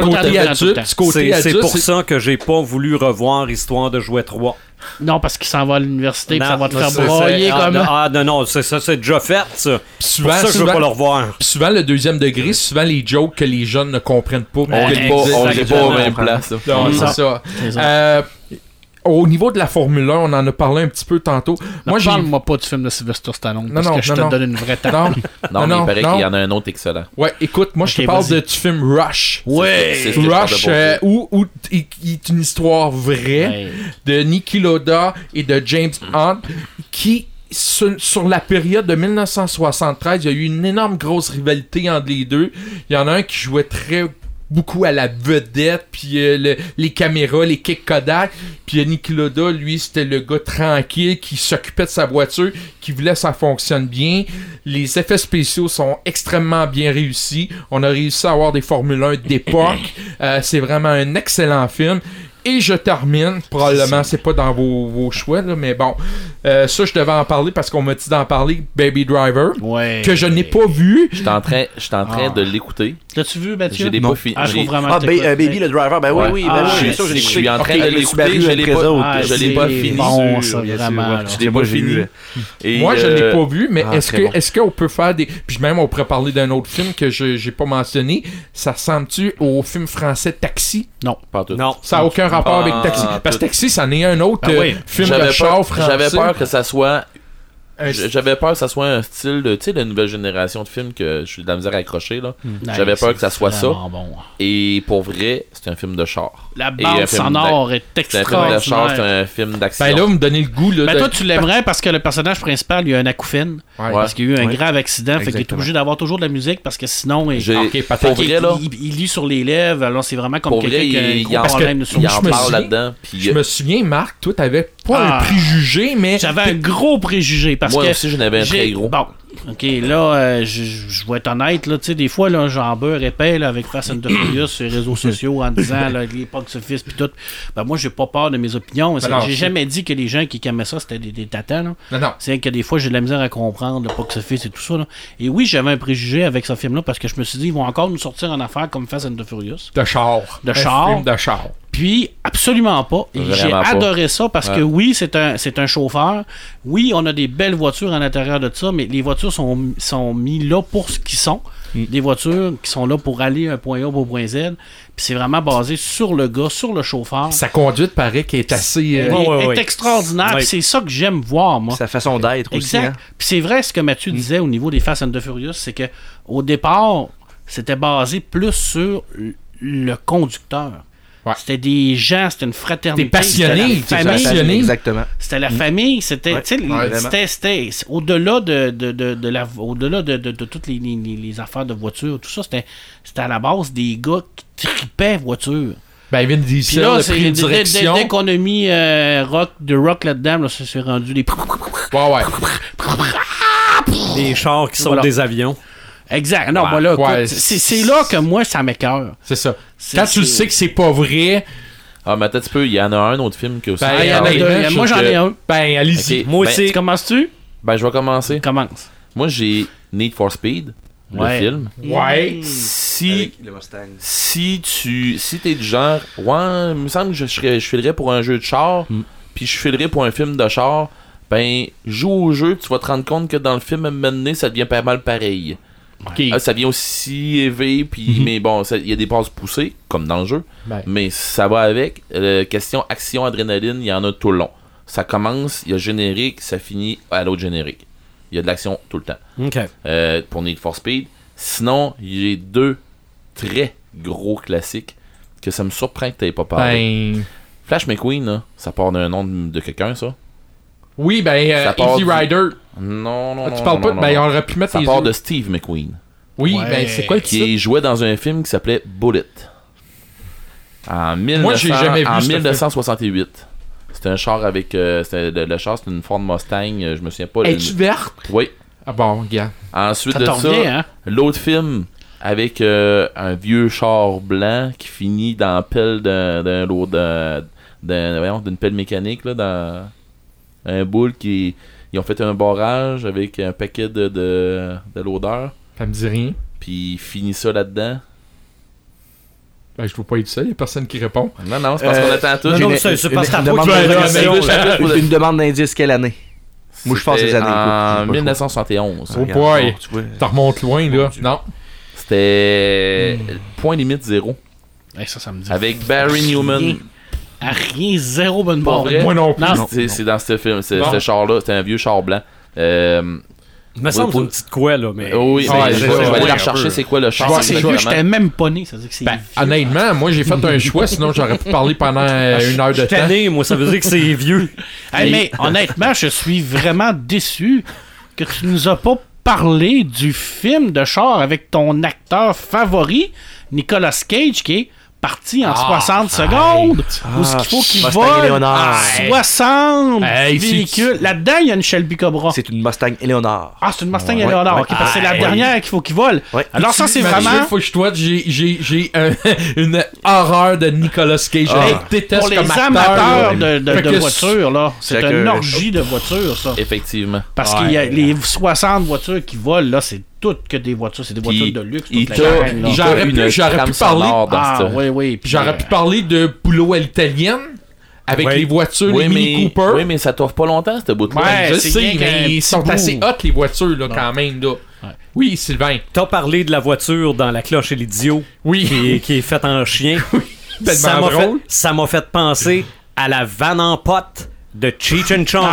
[SPEAKER 1] pour ça que j'ai pas voulu revoir Histoire de Jouet 3.
[SPEAKER 3] Non, parce qu'il s'en va à l'université et ça va te faire broyer comme...
[SPEAKER 1] non, ça c'est déjà fait, ça.
[SPEAKER 6] Souvent,
[SPEAKER 1] pour ça, je veux pas le revoir.
[SPEAKER 6] Souvent, le deuxième degré, c'est souvent les jokes que les jeunes ne comprennent pas.
[SPEAKER 4] On n'est pas à même place.
[SPEAKER 6] C'est ça. Au niveau de la Formule 1, on en a parlé un petit peu tantôt.
[SPEAKER 3] Parle-moi pas du film de Sylvester Stallone, parce que je te donne une vraie tape.
[SPEAKER 4] Non, mais il paraît qu'il y en a un autre excellent.
[SPEAKER 6] Ouais, écoute, moi je te parle du film Rush.
[SPEAKER 3] Ouais,
[SPEAKER 6] Rush, où il est une histoire vraie de Niki Lauda et de James Hunt qui... Sur la période de 1973, il y a eu une énorme grosse rivalité entre les deux. Il y en a un qui jouait très beaucoup à la vedette, puis les caméras, les kicks Kodak. Puis Niki Lauda, lui, c'était le gars tranquille qui s'occupait de sa voiture, qui voulait que ça fonctionne bien. Les effets spéciaux sont extrêmement bien réussis. On a réussi à avoir des Formule 1 d'époque. C'est vraiment un excellent film. Et je termine, probablement c'est pas dans vos choix, là, mais bon, ça je devais en parler parce qu'on m'a dit d'en parler, Baby Driver, que je n'ai pas vu.
[SPEAKER 4] Je suis en train de l'écouter.
[SPEAKER 3] L'as-tu vu, Mathieu?
[SPEAKER 4] Je l'ai pas fini.
[SPEAKER 3] Je trouve vraiment
[SPEAKER 5] Baby le Driver, ben oui,
[SPEAKER 4] je suis en train de l'écouter, je l'ai pas fini.
[SPEAKER 3] Bon, ça, vraiment.
[SPEAKER 4] Je l'ai pas fini.
[SPEAKER 6] Moi, je l'ai pas vu, mais est-ce qu'on peut faire des... Puis même, on pourrait parler d'un autre film que j'ai pas mentionné. Ça ressemble-tu au film français Taxi?
[SPEAKER 3] Non.
[SPEAKER 4] Pas tout.
[SPEAKER 1] Non.
[SPEAKER 6] Ça n'a aucun rapport avec Taxi. Parce que Taxi, c'en est un autre film de char français.
[SPEAKER 4] J'avais peur que ça soit... J'avais peur que ça soit un style de, tu sais, la nouvelle génération de films que je suis de la misère à accrocher, là. J'avais peur que ça soit ça.
[SPEAKER 3] Bon.
[SPEAKER 4] Et pour vrai, c'est un film de char.
[SPEAKER 3] La bande sonore est extraordinaire.
[SPEAKER 4] C'est un film de char, c'est un film d'action.
[SPEAKER 6] Ben là, vous me donnez le goût, là.
[SPEAKER 3] Ben toi, tu l'aimerais parce que le personnage principal, il a un acouphène.
[SPEAKER 6] Ouais.
[SPEAKER 3] Parce qu'il y a eu un grave accident. Fait qu'il est
[SPEAKER 5] Exactement.
[SPEAKER 3] obligé d'avoir toujours de la musique parce que sinon, il lit sur les lèvres. Alors, c'est vraiment comme quelqu'un qui a un gros problème de
[SPEAKER 4] il en
[SPEAKER 3] sourd.
[SPEAKER 4] parle là-dedans.
[SPEAKER 6] Je me souviens, Marc, toi, t'avais pas un préjugé, mais...
[SPEAKER 3] J'avais un gros préjugé parce
[SPEAKER 4] Moi
[SPEAKER 3] que...
[SPEAKER 4] aussi, j'en avais un très gros.
[SPEAKER 3] Bon, ok, là, je vais être honnête, là, tu sais, des fois, là, j'en beurre épais, là, avec Fast and the Furious sur les réseaux sociaux en disant, là, les box-office pis tout. Ben, moi, j'ai pas peur de mes opinions. J'ai jamais dit que les gens qui aimaient ça, c'était des tatans, là.
[SPEAKER 6] Non.
[SPEAKER 3] C'est que des fois, j'ai de la misère à comprendre le box-office et tout ça, là. Et oui, j'avais un préjugé avec ce film-là parce que je me suis dit, ils vont encore nous sortir en affaire comme Fast and the Furious.
[SPEAKER 6] De char.
[SPEAKER 3] De
[SPEAKER 6] Un
[SPEAKER 3] char.
[SPEAKER 6] film de char.
[SPEAKER 3] Puis, absolument pas. Et j'ai
[SPEAKER 4] Vraiment pas.
[SPEAKER 3] adoré ça parce que oui, c'est un chauffeur. Oui, on a des belles voitures à l'intérieur de ça, mais les voitures sont mises là pour ce qu'ils sont. Des voitures qui sont là pour aller d'un point A au point Z. Puis c'est vraiment basé sur le gars, sur le chauffeur.
[SPEAKER 6] Sa conduite paraît qu'elle est assez...
[SPEAKER 3] est extraordinaire.
[SPEAKER 1] Ouais.
[SPEAKER 3] Puis c'est ça que j'aime voir, moi.
[SPEAKER 5] Sa façon d'être aussi.
[SPEAKER 3] Exact. Puis c'est vrai ce que Mathieu disait au niveau des Fast and the Furious, c'est que au départ, c'était basé plus sur le conducteur.
[SPEAKER 6] Ouais.
[SPEAKER 3] C'était des gens, c'était une fraternité.
[SPEAKER 6] Des passionnés,
[SPEAKER 3] c'était la famille.
[SPEAKER 6] passionnés.
[SPEAKER 5] Exactement.
[SPEAKER 3] C'était la famille, c'était,
[SPEAKER 5] Ouais.
[SPEAKER 3] tu sais,
[SPEAKER 5] Ouais,
[SPEAKER 3] c'était au-delà au-delà de toutes les affaires de voiture, tout ça, c'était à la base des gars qui tripaient voiture.
[SPEAKER 6] Ben, Vin
[SPEAKER 3] Puis
[SPEAKER 6] Diesel
[SPEAKER 3] là,
[SPEAKER 6] a pris une direction.
[SPEAKER 3] dès qu'on a mis rock là-dedans, là, ça s'est rendu des...
[SPEAKER 6] Ouais.
[SPEAKER 1] Les chars qui sont
[SPEAKER 3] Voilà.
[SPEAKER 1] des avions.
[SPEAKER 3] Exact. Non, ben là,
[SPEAKER 6] Ouais.
[SPEAKER 3] écoute, c'est là que moi, ça m'écoeure.
[SPEAKER 6] C'est ça. Quand tu le sais que c'est pas vrai,
[SPEAKER 4] Ah, mais attends un petit peu, il y en a un autre film que aussi.
[SPEAKER 6] Ben,
[SPEAKER 3] Ah, il y en a
[SPEAKER 6] ouais,
[SPEAKER 3] deux.
[SPEAKER 6] ben,
[SPEAKER 3] Moi, j'en ai un.
[SPEAKER 6] ben, allez-y.
[SPEAKER 4] Ok.
[SPEAKER 1] Moi
[SPEAKER 4] Ben,
[SPEAKER 1] aussi.
[SPEAKER 3] Tu commences-tu?
[SPEAKER 4] Ben, je vais commencer.
[SPEAKER 3] Commence.
[SPEAKER 4] Moi, j'ai Need for Speed,
[SPEAKER 3] Ouais.
[SPEAKER 4] le film.
[SPEAKER 6] Ouais.
[SPEAKER 4] Si
[SPEAKER 5] Avec le Mustang.
[SPEAKER 4] si t'es du genre, ouais, il me semble que je filerais pour un jeu de char, puis je filerais pour un film de char, ben, joue au jeu, tu vas te rendre compte que dans le film, à un moment donné, ça devient pas mal pareil.
[SPEAKER 6] Ok.
[SPEAKER 4] Ça devient aussi élevé, puis mais bon, il y a des passes poussées, comme dans le jeu,
[SPEAKER 6] Ben.
[SPEAKER 4] mais ça va avec. Question action, adrénaline, il y en a tout le long. Ça commence, il y a le générique, ça finit à l'autre générique. Il y a de l'action tout le temps.
[SPEAKER 1] OK.
[SPEAKER 4] Pour Need for Speed. Sinon, j'ai deux très gros classiques que ça me surprend que t'aies pas parlé.
[SPEAKER 6] Ben.
[SPEAKER 4] Flash McQueen, là, ça part d'un nom de quelqu'un, ça?
[SPEAKER 6] Oui, ben,
[SPEAKER 4] Ça part
[SPEAKER 6] Easy
[SPEAKER 4] du-
[SPEAKER 6] Rider.
[SPEAKER 4] Non, non, non.
[SPEAKER 6] Tu parles
[SPEAKER 4] non,
[SPEAKER 6] pas
[SPEAKER 4] non,
[SPEAKER 6] Ben,
[SPEAKER 4] non.
[SPEAKER 6] on aurait pu mettre
[SPEAKER 4] Ça
[SPEAKER 6] les
[SPEAKER 4] part
[SPEAKER 6] yeux.
[SPEAKER 4] de Steve McQueen,
[SPEAKER 6] Oui,
[SPEAKER 3] Ouais.
[SPEAKER 6] ben, c'est quoi le titre?
[SPEAKER 4] qui jouait dans un film qui s'appelait Bullet. En
[SPEAKER 6] Moi, j'ai jamais vu
[SPEAKER 4] en
[SPEAKER 6] ce film.
[SPEAKER 4] 1968. C'était un char avec... le char, c'était une Ford Mustang, je me souviens pas.
[SPEAKER 6] Es-tu verte?
[SPEAKER 4] Oui.
[SPEAKER 6] Ah bon, regarde.
[SPEAKER 4] Ensuite
[SPEAKER 3] Ça
[SPEAKER 4] de
[SPEAKER 3] t'en
[SPEAKER 4] ça,
[SPEAKER 3] revient, hein?
[SPEAKER 4] l'autre film avec un vieux char blanc qui finit dans la pelle d'une pelle mécanique, là, dans un boule qui... Ils ont fait un barrage avec un paquet de l'odeur,
[SPEAKER 6] Ça me dit rien.
[SPEAKER 4] puis ils finissent ça là-dedans.
[SPEAKER 6] Ben, je veux pas être seul, il y a personne qui répond.
[SPEAKER 4] Non, non, c'est parce qu'on attend tous.
[SPEAKER 1] Non, non, c'est parce que t'as
[SPEAKER 5] une
[SPEAKER 1] pas
[SPEAKER 5] demande
[SPEAKER 1] de
[SPEAKER 5] d'indice.
[SPEAKER 1] question.
[SPEAKER 5] Une demande d'indice, quelle année? Moi, je pense
[SPEAKER 4] C'était
[SPEAKER 5] les années, écoute,
[SPEAKER 4] en
[SPEAKER 5] j'ai pas
[SPEAKER 4] 1971.
[SPEAKER 6] Oh
[SPEAKER 5] Regarde,
[SPEAKER 6] boy.
[SPEAKER 5] tu vois.
[SPEAKER 6] T'en remontes loin, là. Non.
[SPEAKER 4] C'était point limite 0.
[SPEAKER 3] Ça me dit.
[SPEAKER 4] Avec Barry Newman.
[SPEAKER 3] À rien, zéro bonne
[SPEAKER 4] Pas
[SPEAKER 3] barre.
[SPEAKER 4] vrai?
[SPEAKER 6] Moi non plus.
[SPEAKER 3] Non.
[SPEAKER 4] C'est dans ce film,
[SPEAKER 6] Bon.
[SPEAKER 4] ce char-là, c'était un vieux char blanc.
[SPEAKER 1] Il me semble que c'est une petite quoi, là, mais...
[SPEAKER 4] Oh oui,
[SPEAKER 6] Ouais,
[SPEAKER 4] mais je
[SPEAKER 6] c'est
[SPEAKER 4] vais
[SPEAKER 6] ça,
[SPEAKER 4] aller
[SPEAKER 6] ouais,
[SPEAKER 4] la
[SPEAKER 1] un
[SPEAKER 4] rechercher,
[SPEAKER 1] peu.
[SPEAKER 4] c'est quoi le char
[SPEAKER 3] Ah, c'est vieux,
[SPEAKER 4] exactement.
[SPEAKER 3] j'étais même pas né. Ça veut dire que c'est.
[SPEAKER 6] Ben, honnêtement, moi, j'ai fait un choix, sinon j'aurais pu parler pendant une heure de
[SPEAKER 1] Je suis
[SPEAKER 6] temps.
[SPEAKER 1] tanné, moi, ça veut dire que c'est vieux.
[SPEAKER 3] Hey, mais honnêtement, je suis vraiment déçu que tu nous as pas parler du film de char avec ton acteur favori, Nicolas Cage, qui est parti en 60 secondes. Où ce qu'il faut qu'il
[SPEAKER 5] Mustang
[SPEAKER 3] vole
[SPEAKER 5] Eleonore.
[SPEAKER 3] 60
[SPEAKER 6] Hey,
[SPEAKER 3] véhicules. Là-dedans, il y a une Shelby Cobra.
[SPEAKER 5] C'est une Mustang Eleonore.
[SPEAKER 3] Ah, c'est une Mustang
[SPEAKER 5] Ouais,
[SPEAKER 3] Eleonore.
[SPEAKER 5] ouais.
[SPEAKER 3] Ok, parce que c'est la
[SPEAKER 5] Ah,
[SPEAKER 3] dernière qu'il faut qu'il vole.
[SPEAKER 5] Ouais.
[SPEAKER 3] Alors ça, c'est
[SPEAKER 6] Mathieu,
[SPEAKER 3] vraiment...
[SPEAKER 6] faut que je dois, j'ai une horreur de Nicolas Cage.
[SPEAKER 5] Ah.
[SPEAKER 6] Je le déteste
[SPEAKER 3] Pour les
[SPEAKER 6] comme acteur.
[SPEAKER 3] amateurs
[SPEAKER 6] là.
[SPEAKER 3] de
[SPEAKER 6] Fait que
[SPEAKER 3] voitures, là, c'est
[SPEAKER 5] Fait
[SPEAKER 3] une
[SPEAKER 5] que-
[SPEAKER 3] orgie de voitures, ça.
[SPEAKER 4] Effectivement.
[SPEAKER 3] Parce
[SPEAKER 6] Ouais.
[SPEAKER 3] qu'il y a les 60 voitures qui volent, là, c'est toutes que des voitures. C'est des voitures
[SPEAKER 4] Puis,
[SPEAKER 3] de luxe.
[SPEAKER 4] il
[SPEAKER 3] toute la
[SPEAKER 4] t'a
[SPEAKER 3] chaîne, là.
[SPEAKER 6] J'aurais pu parler-
[SPEAKER 3] Ah, oui, oui. Puis,
[SPEAKER 6] J'aurais pu parler de boulot à l'italienne avec
[SPEAKER 1] Ouais.
[SPEAKER 6] les voitures,
[SPEAKER 4] Oui,
[SPEAKER 6] les Mini
[SPEAKER 4] mais,
[SPEAKER 6] Cooper.
[SPEAKER 4] oui, mais ça t'offre pas longtemps, cette bout-là.
[SPEAKER 3] Ouais.
[SPEAKER 6] Je
[SPEAKER 3] c'est
[SPEAKER 6] sais,
[SPEAKER 3] rien qu'un
[SPEAKER 6] mais ils
[SPEAKER 3] petit
[SPEAKER 6] sont
[SPEAKER 3] bout.
[SPEAKER 6] assez hot les voitures là, quand même. Là. Oui, Sylvain.
[SPEAKER 1] T'as parlé de la voiture dans La Cloche et l'idiot
[SPEAKER 6] Oui.
[SPEAKER 1] qui est faite en chien.
[SPEAKER 6] Tellement
[SPEAKER 1] ça m'a fait,
[SPEAKER 6] drôle.
[SPEAKER 1] ça m'a fait penser à la vanne en pote de Cheech and Chong.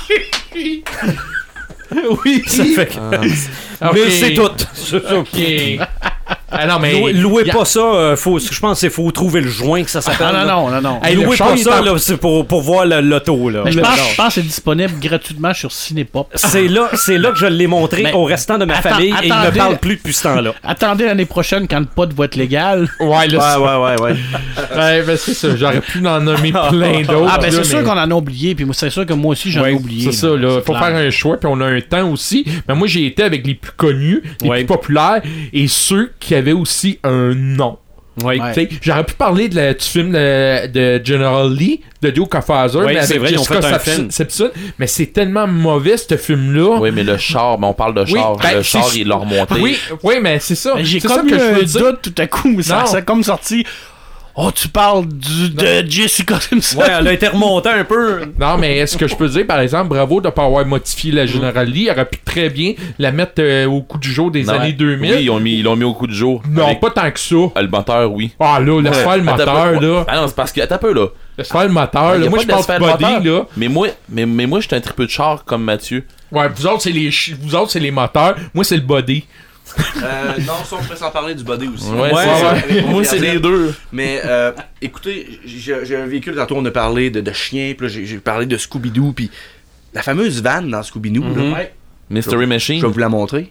[SPEAKER 6] Oui.
[SPEAKER 1] Ça fait que-
[SPEAKER 6] Ok.
[SPEAKER 1] Mais c'est tout.
[SPEAKER 6] Ok. Ah non, mais.
[SPEAKER 1] Louez
[SPEAKER 6] y a-
[SPEAKER 1] pas ça, je pense qu'il faut trouver le joint que ça s'appelle.
[SPEAKER 3] Ah,
[SPEAKER 1] là.
[SPEAKER 3] non.
[SPEAKER 6] Hey, le
[SPEAKER 1] Louez
[SPEAKER 6] char
[SPEAKER 1] pas
[SPEAKER 6] est
[SPEAKER 1] ça,
[SPEAKER 6] en-
[SPEAKER 1] là, c'est pour voir l'auto. Là.
[SPEAKER 3] Mais je
[SPEAKER 1] Non.
[SPEAKER 3] pense que c'est disponible gratuitement sur Cinépop.
[SPEAKER 1] C'est là que je l'ai montré
[SPEAKER 3] Mais
[SPEAKER 1] au restant de ma
[SPEAKER 3] attends-
[SPEAKER 1] famille et il ne
[SPEAKER 3] attendez-
[SPEAKER 1] parle plus depuis ce temps-là.
[SPEAKER 3] Attendez l'année prochaine quand le pot va être légal.
[SPEAKER 6] Ouais, là,
[SPEAKER 5] Ouais.
[SPEAKER 6] ouais, ben c'est ça. J'aurais pu en nommer plein d'autres.
[SPEAKER 3] Ah, ben
[SPEAKER 6] là,
[SPEAKER 3] c'est sûr
[SPEAKER 6] mais-
[SPEAKER 3] qu'on en a oublié. Puis moi, c'est sûr que moi aussi, j'en ai
[SPEAKER 6] Ouais,
[SPEAKER 3] oublié.
[SPEAKER 6] c'est ça, là. Faut
[SPEAKER 3] clair.
[SPEAKER 6] faire un choix, puis on a un temps aussi. Mais moi, j'ai été avec les plus connus, les
[SPEAKER 1] Ouais.
[SPEAKER 6] plus populaires, et ceux qui avaient aussi un nom.
[SPEAKER 1] Oui.
[SPEAKER 3] Ouais.
[SPEAKER 6] T'sais, j'aurais pu parler du film de General Lee, de Duke of Hazzard,
[SPEAKER 1] Oui,
[SPEAKER 6] mais
[SPEAKER 1] c'est
[SPEAKER 6] avec
[SPEAKER 1] vrai, ils ont
[SPEAKER 6] Jessica
[SPEAKER 1] fait un film.
[SPEAKER 6] Simpson. Mais c'est tellement mauvais, ce film-là.
[SPEAKER 4] Oui, mais le char, mais on parle de
[SPEAKER 6] Oui,
[SPEAKER 4] char.
[SPEAKER 6] ben,
[SPEAKER 4] le char,
[SPEAKER 6] c'est-
[SPEAKER 4] il l'a remonté.
[SPEAKER 6] Oui, mais c'est ça.
[SPEAKER 3] Mais j'ai
[SPEAKER 6] C'est ça
[SPEAKER 3] comme eu
[SPEAKER 6] que je
[SPEAKER 3] un
[SPEAKER 6] veux dire.
[SPEAKER 3] doute tout à coup. Mais ça
[SPEAKER 6] Non.
[SPEAKER 3] a comme sorti. Oh, tu parles de Jessica Simpson.
[SPEAKER 1] Ouais, elle a été remontée un peu.
[SPEAKER 6] Non, mais est-ce que je peux dire, par exemple, bravo de ne pas avoir modifié la General Lee, il aurait pu très bien la mettre au coup du jour des
[SPEAKER 4] Non.
[SPEAKER 6] années 2000.
[SPEAKER 4] Oui, ils l'ont mis au coup de jour.
[SPEAKER 6] Non,
[SPEAKER 4] Avec-
[SPEAKER 6] pas tant que ça.
[SPEAKER 4] Le moteur, oui.
[SPEAKER 6] Ah là, laisse faire le
[SPEAKER 4] Attends un
[SPEAKER 6] moteur,
[SPEAKER 4] peu.
[SPEAKER 6] là.
[SPEAKER 4] Ah non, c'est parce que. Attends un peu, là.
[SPEAKER 6] Laisse faire le moteur,
[SPEAKER 4] Y
[SPEAKER 6] là.
[SPEAKER 4] a
[SPEAKER 6] Moi,
[SPEAKER 4] pas
[SPEAKER 6] je
[SPEAKER 4] de
[SPEAKER 6] pense
[SPEAKER 4] laisse faire
[SPEAKER 6] body,
[SPEAKER 4] le moteur.
[SPEAKER 6] là.
[SPEAKER 4] Mais moi, je suis un tripeux de char comme Mathieu.
[SPEAKER 6] Ouais, vous autres, c'est les moteurs. Moi, c'est le body.
[SPEAKER 5] Non, ça, on pourrait s'en parler du body aussi.
[SPEAKER 4] Ouais,
[SPEAKER 1] Ouais,
[SPEAKER 4] c'est ça.
[SPEAKER 5] avec mon
[SPEAKER 4] Moi, c'est
[SPEAKER 5] gardien.
[SPEAKER 4] les deux.
[SPEAKER 5] Mais écoutez, j'ai un véhicule, tantôt on a parlé de chien, puis là j'ai parlé de Scooby-Doo, puis la fameuse vanne dans Scooby-Doo, là,
[SPEAKER 4] Mystery Machine.
[SPEAKER 5] je vais vous la montrer.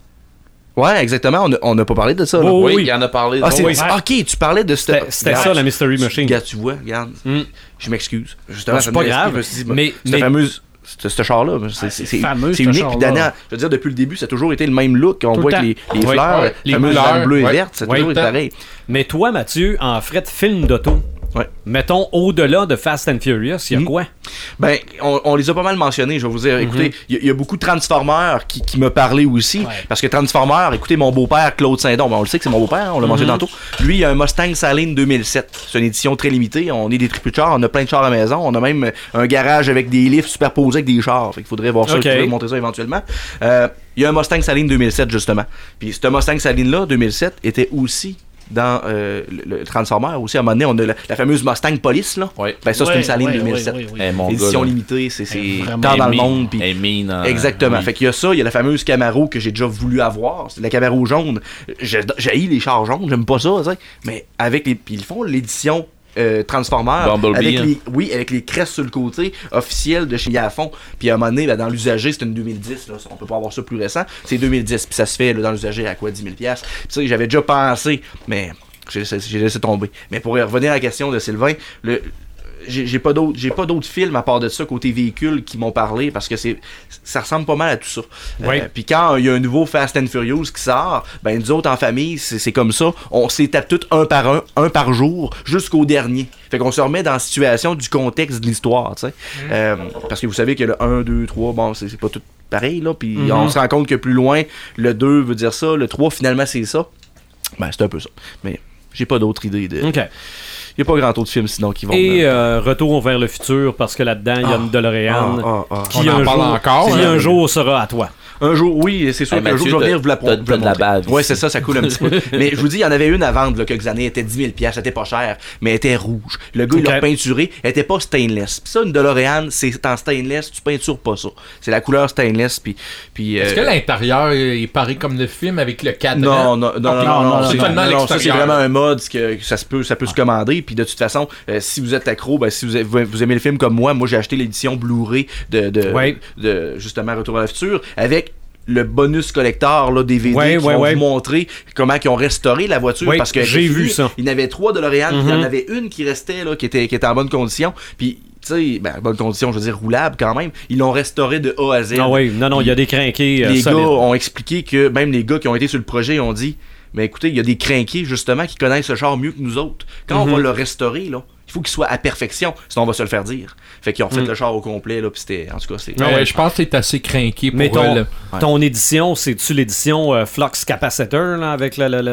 [SPEAKER 5] Ouais, exactement, on n'a pas parlé de ça. Là.
[SPEAKER 1] Oh,
[SPEAKER 4] Oui,
[SPEAKER 1] oui.
[SPEAKER 4] il en a parlé.
[SPEAKER 5] Ah, c'est,
[SPEAKER 1] oui.
[SPEAKER 5] ok, tu parlais de cette.
[SPEAKER 1] C'était
[SPEAKER 5] Regarde,
[SPEAKER 1] ça, la Mystery Machine.
[SPEAKER 5] Regarde, tu vois, regarde.
[SPEAKER 1] Mm.
[SPEAKER 5] Je m'excuse. Justement,
[SPEAKER 1] Non,
[SPEAKER 5] ça
[SPEAKER 1] c'est
[SPEAKER 5] me
[SPEAKER 1] pas
[SPEAKER 5] laisse-
[SPEAKER 1] grave,
[SPEAKER 5] je me suis dit,
[SPEAKER 1] mais-
[SPEAKER 5] cette
[SPEAKER 1] mais-
[SPEAKER 5] fameuse. Ce char-là, c'est
[SPEAKER 3] fameux,
[SPEAKER 5] c'est
[SPEAKER 3] ce
[SPEAKER 5] unique.
[SPEAKER 3] char-là.
[SPEAKER 5] Puis Daniel, je veux dire, depuis le début, ça a toujours été le même look. On
[SPEAKER 3] Tout
[SPEAKER 5] voit
[SPEAKER 3] le
[SPEAKER 5] avec les
[SPEAKER 1] Oui,
[SPEAKER 5] fleurs,
[SPEAKER 6] ouais,
[SPEAKER 5] les
[SPEAKER 6] les
[SPEAKER 5] fameuses
[SPEAKER 6] couleurs,
[SPEAKER 5] vannes bleues
[SPEAKER 6] ouais.
[SPEAKER 5] et vertes, c'est
[SPEAKER 6] Ouais,
[SPEAKER 5] toujours
[SPEAKER 6] tout le temps.
[SPEAKER 5] pareil.
[SPEAKER 1] Mais toi, Mathieu, en frais de film d'auto,
[SPEAKER 5] Ouais.
[SPEAKER 1] mettons au-delà de Fast and Furious, il y a
[SPEAKER 5] Mhm.
[SPEAKER 1] quoi?
[SPEAKER 5] Ben, on les a pas mal mentionnés, je vais vous dire. Écoutez, il y a beaucoup de Transformers qui me parlaient aussi. Parce que Transformers, écoutez, mon beau-père, Claude Saint-Don, ben, on le sait que c'est mon beau-père, on l'a mentionné tantôt. Lui, il a un Mustang Saline 2007. C'est une édition très limitée. On est des tripus de chars, on a plein de chars à la maison. On a même un garage avec des lifts superposés avec des chars. Fait qu'il faudrait voir ça,
[SPEAKER 1] Ok.
[SPEAKER 5] je pourrais vous montrer ça éventuellement. Il y a un Mustang Saline 2007, justement. Puis ce Mustang Saline-là, 2007, était aussi dans le Transformer aussi. À un moment donné, on a la fameuse Mustang Police, là.
[SPEAKER 4] Ouais.
[SPEAKER 5] Ben ça, c'est une Saline
[SPEAKER 3] Ouais,
[SPEAKER 5] 2007.
[SPEAKER 3] ouais, ouais.
[SPEAKER 4] Eh, mon
[SPEAKER 5] Édition
[SPEAKER 4] gars, là.
[SPEAKER 5] limitée, c'est
[SPEAKER 3] vraiment
[SPEAKER 5] tant dans le
[SPEAKER 4] Elle est
[SPEAKER 5] monde.
[SPEAKER 4] mine.
[SPEAKER 5] Puis
[SPEAKER 4] Elle est mine en-
[SPEAKER 5] exactement.
[SPEAKER 4] oui.
[SPEAKER 5] Fait qu'il y a ça, il y a la fameuse Camaro que j'ai déjà voulu avoir. C'est la Camaro jaune. J'haïs les chars jaunes, j'aime pas ça, tu sais. Mais avec les. Puis ils font l'édition. Transformer
[SPEAKER 4] Bumblebee,
[SPEAKER 5] avec
[SPEAKER 4] hein.
[SPEAKER 5] avec les cresses sur le côté officiel de chez Yafon. Puis à un moment donné, ben, dans l'usager, c'est une 2010 là, on peut pas avoir ça plus récent, c'est 2010 puis ça se fait là, dans l'usager à quoi 10 000 pièces. Puis tu sais, j'avais déjà pensé mais j'ai laissé tomber. Mais pour revenir à la question de Sylvain, j'ai pas d'autres films à part de ça côté véhicule qui m'ont parlé parce que ça ressemble pas mal à tout ça.
[SPEAKER 1] Oui.
[SPEAKER 5] Puis quand il y a un nouveau Fast and Furious qui sort, ben nous autres en famille, c'est comme ça, on s'étape tout un par jour jusqu'au dernier. Fait qu'on se remet dans la situation du contexte de l'histoire, tu sais. Parce que vous savez que le 1, 2, 3, bon, c'est pas tout pareil là, puis on se rend compte que plus loin, le 2 veut dire ça, le 3 finalement c'est ça. Ben c'est un peu ça. Mais j'ai pas d'autre idée de.
[SPEAKER 1] OK.
[SPEAKER 5] Il n'y a pas grand autre film sinon qui vont.
[SPEAKER 1] Et Retour vers le futur, parce que là-dedans, il y a une DeLorean qui
[SPEAKER 6] On en parle encore,
[SPEAKER 1] qui
[SPEAKER 6] hein.
[SPEAKER 1] un jour sera à toi.
[SPEAKER 5] Un jour, oui, c'est sûr
[SPEAKER 4] Hey,
[SPEAKER 5] qu'un jour, je vais
[SPEAKER 4] Mathieu,
[SPEAKER 5] venir vous la
[SPEAKER 4] t'as de la bave
[SPEAKER 5] Ouais,
[SPEAKER 4] ici.
[SPEAKER 5] c'est ça, ça coule un petit peu. Mais je vous dis, il y en avait une à vendre, là, quelques années, elle était 10 000 $, elle était pas chère, mais elle était rouge. Le gars, il
[SPEAKER 1] Ok.
[SPEAKER 5] l'a peinturé, elle était pas stainless. Puis ça, une DeLorean, c'est en stainless, tu peintures pas ça. C'est la couleur stainless, puis
[SPEAKER 6] Est-ce que l'intérieur est pareil comme le film avec le cadran?
[SPEAKER 5] non,
[SPEAKER 6] Ok,
[SPEAKER 5] c'est
[SPEAKER 6] seulement
[SPEAKER 5] ça, c'est
[SPEAKER 6] l'extérieur.
[SPEAKER 5] vraiment un mode que ça peut se commander. Puis de toute façon, si vous êtes accro, ben, si vous aimez le film comme moi j'ai acheté l'édition Blu-ray de
[SPEAKER 1] Ouais.
[SPEAKER 5] justement Retour à le futur avec le bonus collector là, DVD qui vont vous montrer comment ils ont restauré la voiture. Parce que
[SPEAKER 1] j'ai vu ça.
[SPEAKER 5] Il y en avait 3 DeLorean, puis il y en avait une qui restait, là, qui était en bonne condition. Puis tu sais, bonne condition, je veux dire, roulable quand même. Ils l'ont restauré de A à Z.
[SPEAKER 1] Non, il y a des crinqués.
[SPEAKER 5] Les
[SPEAKER 1] solides.
[SPEAKER 5] gars ont expliqué que, même les gars qui ont été sur le projet, ont dit, mais écoutez, il y a des crinqués, justement, qui connaissent ce char mieux que nous autres. Quand on va le restaurer, là, il faut qu'il soit à perfection, sinon on va se le faire dire. Fait qu'ils ont fait le char au complet, là, puis c'était, en tout cas, c'est...
[SPEAKER 6] je pense que t'es assez crinqué pour...
[SPEAKER 1] Mais ton édition, c'est-tu l'édition Flux Capacitor, là, avec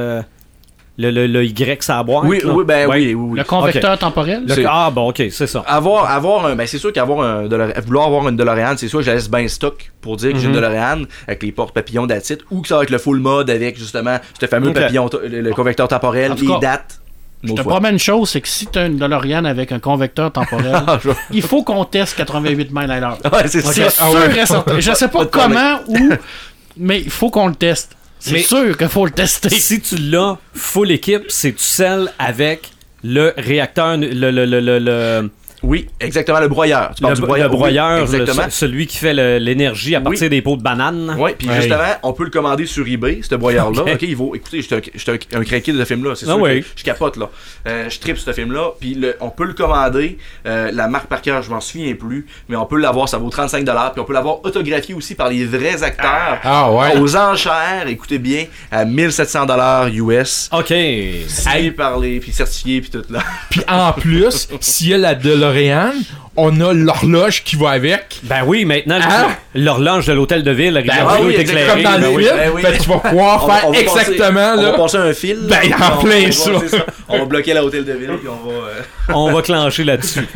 [SPEAKER 1] le Y sur la boîte?
[SPEAKER 5] Oui.
[SPEAKER 3] Le convecteur temporel?
[SPEAKER 1] OK, c'est ça.
[SPEAKER 5] C'est sûr vouloir avoir une DeLorean, c'est sûr que je la laisse bien stock pour dire que j'ai une DeLorean avec les portes papillons d'attitude, ou que ça va être le full mode avec, justement, ce fameux papillon, le convecteur temporel, les dates.
[SPEAKER 3] Je te promets une chose, c'est que si tu as une DeLorean avec un convecteur temporel, il faut qu'on teste 88 miles à l'heure.
[SPEAKER 5] Ouais, c'est sûr
[SPEAKER 3] et certain. Je sais pas comment, mais il faut qu'on le teste. C'est sûr qu'il faut le tester.
[SPEAKER 1] Si tu l'as full équipe, c'est-tu celle avec le réacteur,
[SPEAKER 5] Oui, exactement, le broyeur. Tu parles du broyeur.
[SPEAKER 1] Le broyeur,
[SPEAKER 5] oui, exactement.
[SPEAKER 1] Celui qui fait l'énergie à partir des pots de banane.
[SPEAKER 5] Oui, puis justement, on peut le commander sur eBay, ce broyeur-là. OK, il vaut... Écoutez, j'étais un craqué de ce film-là, c'est sûr que je capote, là. Je tripe ce film-là, puis on peut le commander. La marque par cœur, je m'en souviens plus, mais on peut l'avoir, ça vaut 35$, puis on peut l'avoir autographié aussi par les vrais acteurs. Aux enchères, écoutez bien, à 1700$ US.
[SPEAKER 1] OK.
[SPEAKER 5] Signé par puis certifié, puis tout là.
[SPEAKER 6] Puis en plus, s'il y a la DeLorean, on a l'horloge qui va avec.
[SPEAKER 1] Ben oui, maintenant, l'horloge de l'hôtel de ville, est éclairée.
[SPEAKER 6] Comme dans les villes, tu vas pouvoir faire exactement.
[SPEAKER 5] On va passer un fil.
[SPEAKER 6] En plein ça.
[SPEAKER 5] On va bloquer l'hôtel de ville, puis
[SPEAKER 1] on va clencher là-dessus.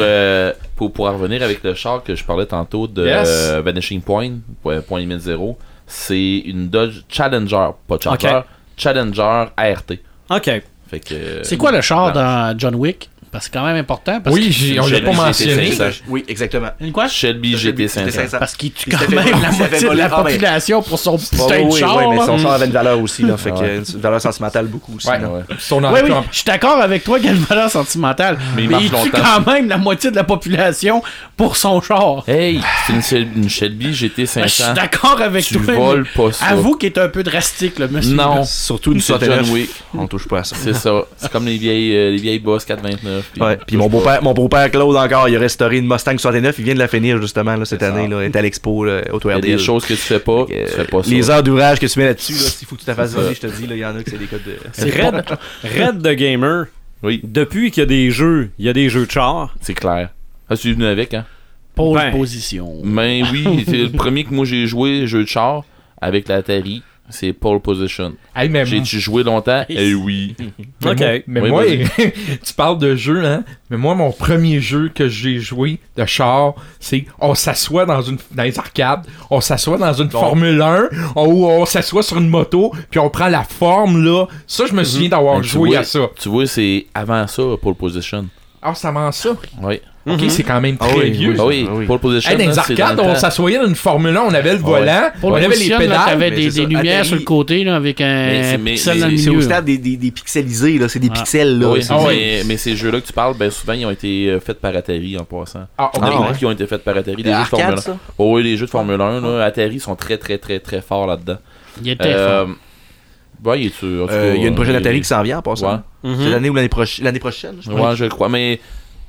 [SPEAKER 4] Pour revenir avec le char que je parlais tantôt de Vanishing Point, point limite 0, c'est une Dodge Challenger, pas Charger, Challenger ART.
[SPEAKER 1] OK.
[SPEAKER 4] Fait que,
[SPEAKER 3] c'est quoi le char dans John Wick? Parce que c'est quand même important. Parce
[SPEAKER 6] on l'a pas mentionné.
[SPEAKER 5] Oui, exactement.
[SPEAKER 3] Quoi?
[SPEAKER 4] Shelby GT500.
[SPEAKER 3] Parce qu'il tue quand même la moitié de la population pour son putain de char.
[SPEAKER 5] Oui, mais son char avait une valeur aussi, là. Fait que une valeur sentimentale beaucoup aussi.
[SPEAKER 3] Oui, je suis d'accord avec toi qu'il y a une valeur sentimentale. Mais il tue quand même la moitié de la population pour son char.
[SPEAKER 4] Hey, c'est une Shelby GT500.
[SPEAKER 3] Je suis d'accord avec toi.
[SPEAKER 4] Tu voles pas ça.
[SPEAKER 3] Avoue qu'il est un peu drastique, le monsieur.
[SPEAKER 4] Non,
[SPEAKER 5] surtout une
[SPEAKER 4] John Wick.
[SPEAKER 5] On touche pas à ça.
[SPEAKER 4] C'est ça. C'est comme les vieilles Boss 429.
[SPEAKER 5] Puis mon beau-père Claude encore, il a restauré une Mustang 69, il vient de la finir justement là, cette année, là, il est à l'expo Auto RD.
[SPEAKER 4] Il y a des choses que tu fais pas, tu fais pas ça.
[SPEAKER 5] Les heures d'ouvrage que tu mets là-dessus, là, s'il faut que tu te fasses voler, je te dis, il y en a que c'est des codes de...
[SPEAKER 1] C'est Red the Gamer.
[SPEAKER 4] Oui.
[SPEAKER 1] Depuis qu'il y a des jeux, de char.
[SPEAKER 4] C'est clair. Tu es venu avec, hein?
[SPEAKER 3] Pole position.
[SPEAKER 4] Mais oui, c'est le premier que moi j'ai joué, jeu de char, avec l'Atari. C'est Pole Position.
[SPEAKER 6] Hey,
[SPEAKER 4] j'ai joué longtemps. Oui.
[SPEAKER 1] OK.
[SPEAKER 6] Mais moi, tu parles de jeu, hein? Mais moi, mon premier jeu que j'ai joué de char, c'est on s'assoit dans les arcades, on s'assoit dans une Formule 1, où on s'assoit sur une moto, puis on prend la forme, là. Ça, je me souviens d'avoir joué à ça.
[SPEAKER 4] Tu vois, c'est avant ça, Pole Position.
[SPEAKER 6] Ah, ça avance ça?
[SPEAKER 4] Oui.
[SPEAKER 6] Ok, c'est quand même très vieux.
[SPEAKER 4] Oui. Pole Position.
[SPEAKER 6] Dans les arcades, on s'assoyait dans une Formule 1, on avait le volant, on avait les pédales.
[SPEAKER 3] T'avais des lumières sur le côté, là, avec un pixel dans le milieu.
[SPEAKER 5] C'est au stade des pixelisés, là, c'est des pixels, là.
[SPEAKER 4] Mais ces jeux-là que tu parles, ben souvent, ils ont été faits par Atari en passant. Il y en a beaucoup qui ont été faits par Atari. Les jeux de Formule 1. Oui, les jeux de Formule 1, là, Atari sont très, très, très, très forts là-dedans.
[SPEAKER 3] Il était fort.
[SPEAKER 4] Il y
[SPEAKER 5] a une prochaine Atari qui s'en vient en passant. C'est l'année ou l'année prochaine, je crois.
[SPEAKER 4] Ouais, je le crois, mais...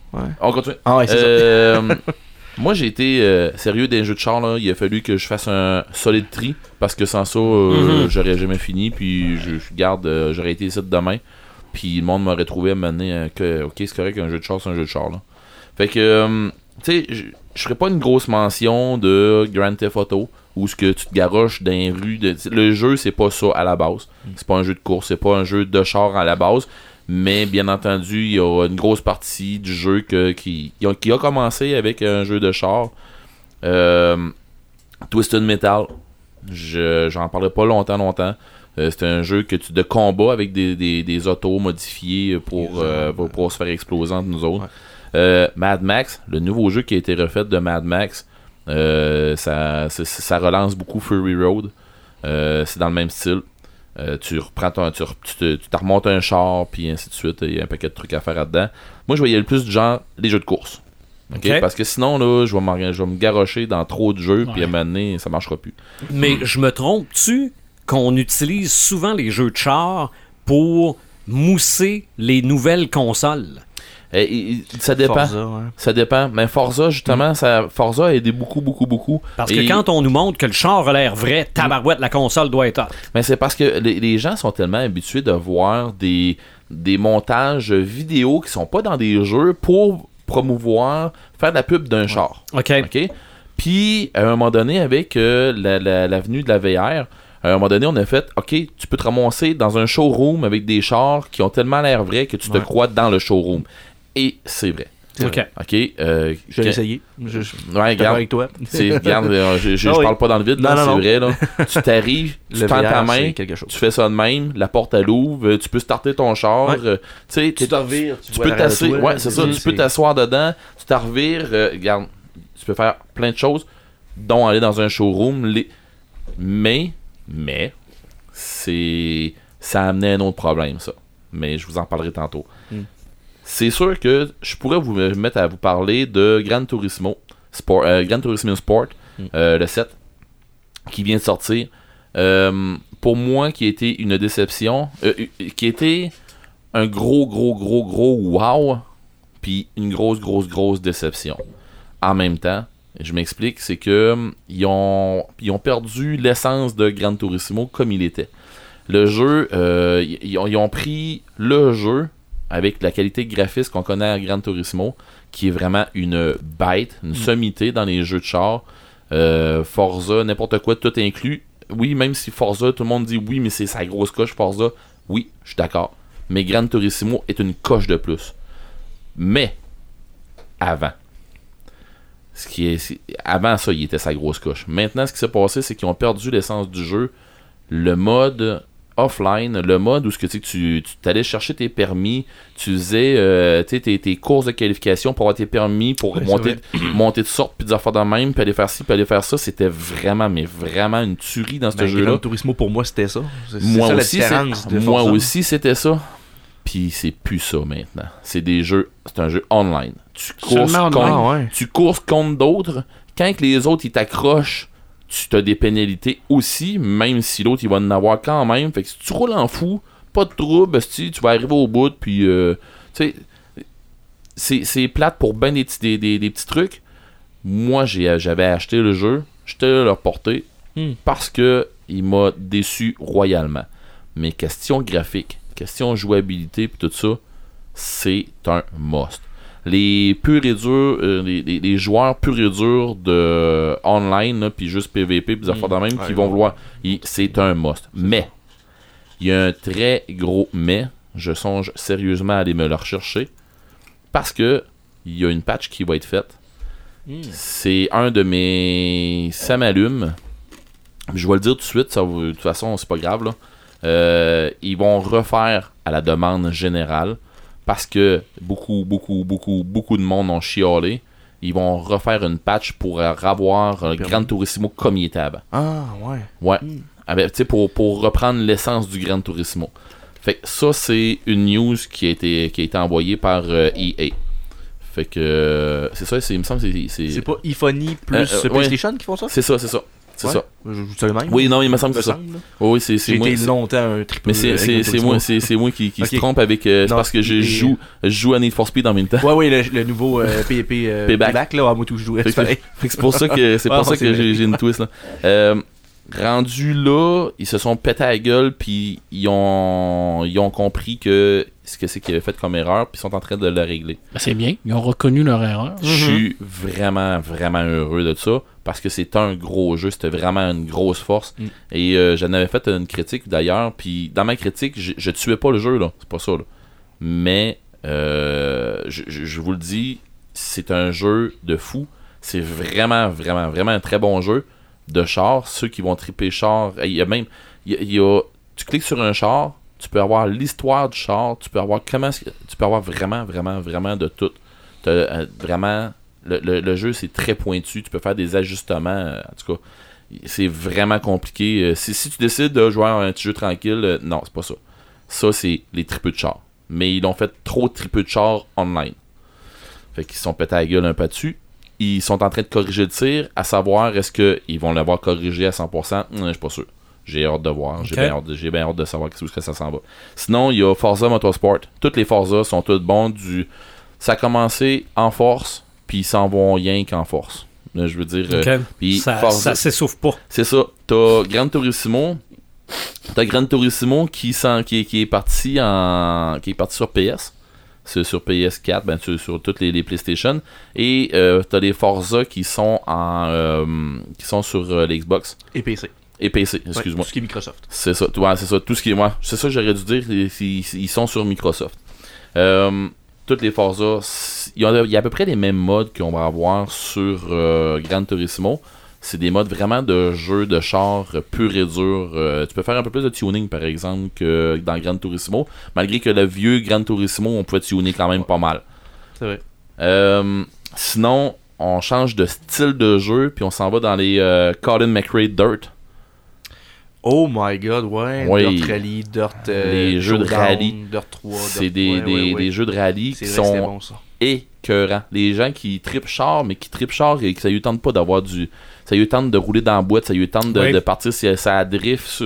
[SPEAKER 4] On continue.
[SPEAKER 5] C'est ça.
[SPEAKER 4] Moi, j'ai été sérieux des jeux de char. Là. Il a fallu que je fasse un solide tri parce que sans ça, j'aurais jamais fini. Puis j'aurais été ici demain. Puis le monde m'aurait trouvé à me mener que ok, c'est correct, un jeu de char, c'est un jeu de char. Là. Fait que, tu sais, je ferais pas une grosse mention de Grand Theft Auto où ce que tu te garoches dans les rues. Le jeu, c'est pas ça à la base. C'est pas un jeu de course, c'est pas un jeu de char à la base. Mais bien entendu, il y a une grosse partie du jeu qui a commencé avec un jeu de char. Twisted Metal. J'en parlerai pas longtemps. C'est un jeu de combat avec des autos modifiés pour se faire exploser entre nous autres. Mad Max, le nouveau jeu qui a été refait de Mad Max, ça relance beaucoup Fury Road. C'est dans le même style. Tu reprends tu te remontes un char, puis ainsi de suite. Il y a un paquet de trucs à faire là-dedans. Moi, je voyais le plus du genre les jeux de course.
[SPEAKER 1] OK.
[SPEAKER 4] Parce que sinon, là, je vais me garrocher dans trop de jeux, puis à un moment donné, ça marchera plus.
[SPEAKER 1] Mais je me trompe-tu qu'on utilise souvent les jeux de char pour mousser les nouvelles consoles?
[SPEAKER 4] Ça dépend.
[SPEAKER 5] Forza, ouais.
[SPEAKER 4] Ça dépend. Mais Forza, justement, Forza a aidé beaucoup.
[SPEAKER 1] Parce que quand on nous montre que le char a l'air vrai, tabarouette, la console doit être hot.
[SPEAKER 4] Mais c'est parce que les gens sont tellement habitués de voir des montages vidéo qui sont pas dans des jeux pour promouvoir, faire de la pub d'un char.
[SPEAKER 1] OK.
[SPEAKER 4] Puis, à un moment donné, avec l'avenue de la VR, à un moment donné, on a fait, OK, tu peux te ramasser dans un showroom avec des chars qui ont tellement l'air vrais que tu te crois dans le showroom. Et c'est vrai.
[SPEAKER 1] OK.
[SPEAKER 5] Je vais essayer. Je suis d'accord avec toi.
[SPEAKER 4] Regarde, je parle pas dans le vide, là, c'est vrai. Là. Tu t'arrives, tu tends ta main, tu fais ça de même, la porte elle ouvre, tu peux starter ton char. Tu te revires, tu peux t'asseoir. Ouais, c'est ça, tu peux t'asseoir dedans, tu te revires. Regarde, tu peux faire plein de choses, dont aller dans un showroom. Mais, ça a amené un autre problème, ça. Mais je vous en parlerai tantôt. C'est sûr que je pourrais vous mettre à vous parler de Gran Turismo Sport, le 7, qui vient de sortir. Pour moi, qui a été une déception, qui a été un gros wow, puis une grosse déception. En même temps, je m'explique, c'est que ils ont perdu l'essence de Gran Turismo comme il était. Le jeu, ils ont pris le jeu avec la qualité graphique qu'on connaît à Gran Turismo, qui est vraiment une bête, une sommité dans les jeux de char. Forza, n'importe quoi, tout inclus. Oui, même si Forza, tout le monde dit oui, mais c'est sa grosse coche Forza. Oui, je suis d'accord. Mais Gran Turismo est une coche de plus. Mais, avant ça, il était sa grosse coche. Maintenant, ce qui s'est passé, c'est qu'ils ont perdu l'essence du jeu. Le mode offline, le mode où tu allais chercher tes permis, tu faisais tes courses de qualification pour avoir tes permis, pour monter de sorte, puis des affaires de même, puis aller faire ci, puis aller faire ça, c'était vraiment une tuerie dans ce jeu-là.
[SPEAKER 5] Gran Turismo, pour moi, c'était ça.
[SPEAKER 4] Moi aussi, c'était ça. Puis c'est plus ça maintenant. C'est un jeu online. Tu courses contre d'autres. Quand les autres ils t'accrochent, tu as des pénalités aussi, même si l'autre il va en avoir quand même. Fait que si tu roules en fou, pas de trouble, tu vas arriver au bout, puis tu sais, c'est plate pour ben des petits trucs. Moi, j'avais acheté le jeu, j'étais à leur portée, parce que il m'a déçu royalement. Mais question graphique, question jouabilité, puis tout ça, c'est un must. Les purs et durs, les joueurs purs et durs de online, puis juste PVP, puis des affaires de même, qui vont vouloir, c'est un must. Mais, il y a un très gros mais, je songe sérieusement à aller me le rechercher, parce que il y a une patch qui va être faite. C'est un de mes... Ça m'allume. Je vais le dire tout de suite, de toute façon, c'est pas grave, là. Ils vont refaire à la demande générale, parce que beaucoup de monde ont chialé. Ils vont refaire une patch pour avoir Gran Turismo comme il était avant.
[SPEAKER 5] Ah, ouais.
[SPEAKER 4] Ouais. Pour reprendre l'essence du Gran Turismo. Fait que ça, c'est une news qui a été envoyée par EA. Fait que c'est ça, il me semble que c'est...
[SPEAKER 5] C'est pas iPhony plus PlayStation qui font ça?
[SPEAKER 4] C'est ça. C'est ça. Oui, non, il me semble que c'est ça. Oui, c'est
[SPEAKER 5] j'ai
[SPEAKER 4] moi.
[SPEAKER 5] J'ai été longtemps un triple.
[SPEAKER 4] Mais c'est moi qui se trompe avec. C'est parce que je joue à Need for Speed en même temps.
[SPEAKER 5] Oui, le nouveau Payback, là, moi tout je jouais.
[SPEAKER 4] C'est pour ça que j'ai une twist là. Rendu là, ils se sont pété à la gueule, puis ils ont compris que ce que c'est qu'ils avaient fait comme erreur, puis ils sont en train de le régler.
[SPEAKER 3] Ben, c'est bien, ils ont reconnu leur erreur.
[SPEAKER 4] Je suis vraiment heureux de ça, parce que c'est un gros jeu, c'était vraiment une grosse force. Et j'en avais fait une critique d'ailleurs, puis dans ma critique, je tuais pas le jeu, là, c'est pas ça, là. Mais je vous le dis, c'est un jeu de fou, c'est vraiment un très bon jeu de char. Ceux qui vont triper char, il y a tu cliques sur un char, tu peux avoir l'histoire du char, tu peux avoir vraiment de tout. Vraiment le jeu, c'est très pointu, tu peux faire des ajustements, en tout cas c'est vraiment compliqué. Si tu décides de jouer à un petit jeu tranquille, non, c'est pas ça. Ça, c'est les tripeux de char, mais ils l'ont fait trop de tripeux de char online. Fait qu'ils se sont pétés la gueule un peu dessus. Ils sont en train de corriger le tir, à savoir est-ce qu'ils vont l'avoir corrigé à 100%. Je suis pas sûr. J'ai hâte de voir. J'ai bien hâte de savoir où ça s'en va. Sinon, il y a Forza Motorsport. Toutes les Forza sont toutes bons. Ça a commencé en force, puis ils s'en vont rien qu'en force. Là, je veux dire... puis
[SPEAKER 1] ça s'essouffle pas.
[SPEAKER 4] C'est ça. T'as Gran Turismo qui est parti sur PS. C'est sur PS4, sur toutes les PlayStation. Et t'as les Forza qui sont sur l'Xbox.
[SPEAKER 5] Et PC.
[SPEAKER 4] Excuse-moi.
[SPEAKER 5] Tout ce qui est Microsoft.
[SPEAKER 4] C'est ça. C'est ça. Tout ce qui est moi. C'est ça que j'aurais dû dire. Ils sont sur Microsoft. Toutes les Forza, il y a à peu près les mêmes modes qu'on va avoir sur Gran Turismo. C'est des modes vraiment de jeu de char pur et dur. Tu peux faire un peu plus de tuning, par exemple, que dans Gran Turismo. Malgré que le vieux Gran Turismo, on pouvait tuner quand même pas mal.
[SPEAKER 5] C'est vrai.
[SPEAKER 4] Sinon, on change de style de jeu, puis on s'en va dans les Colin McRae Dirt.
[SPEAKER 5] Oh my god, ouais.
[SPEAKER 4] Oui.
[SPEAKER 5] Dirt Rally, Dirt
[SPEAKER 4] les jeux de rallye.
[SPEAKER 5] Dirt 3.
[SPEAKER 4] C'est des jeux de rallye qui sont
[SPEAKER 5] bon, ça.
[SPEAKER 4] écœurants. Les gens qui trippent char, mais qui trippent char et que ça lui tente pas d'avoir ça lui tente de rouler dans la boîte, ça lui tente de partir si ça drift sur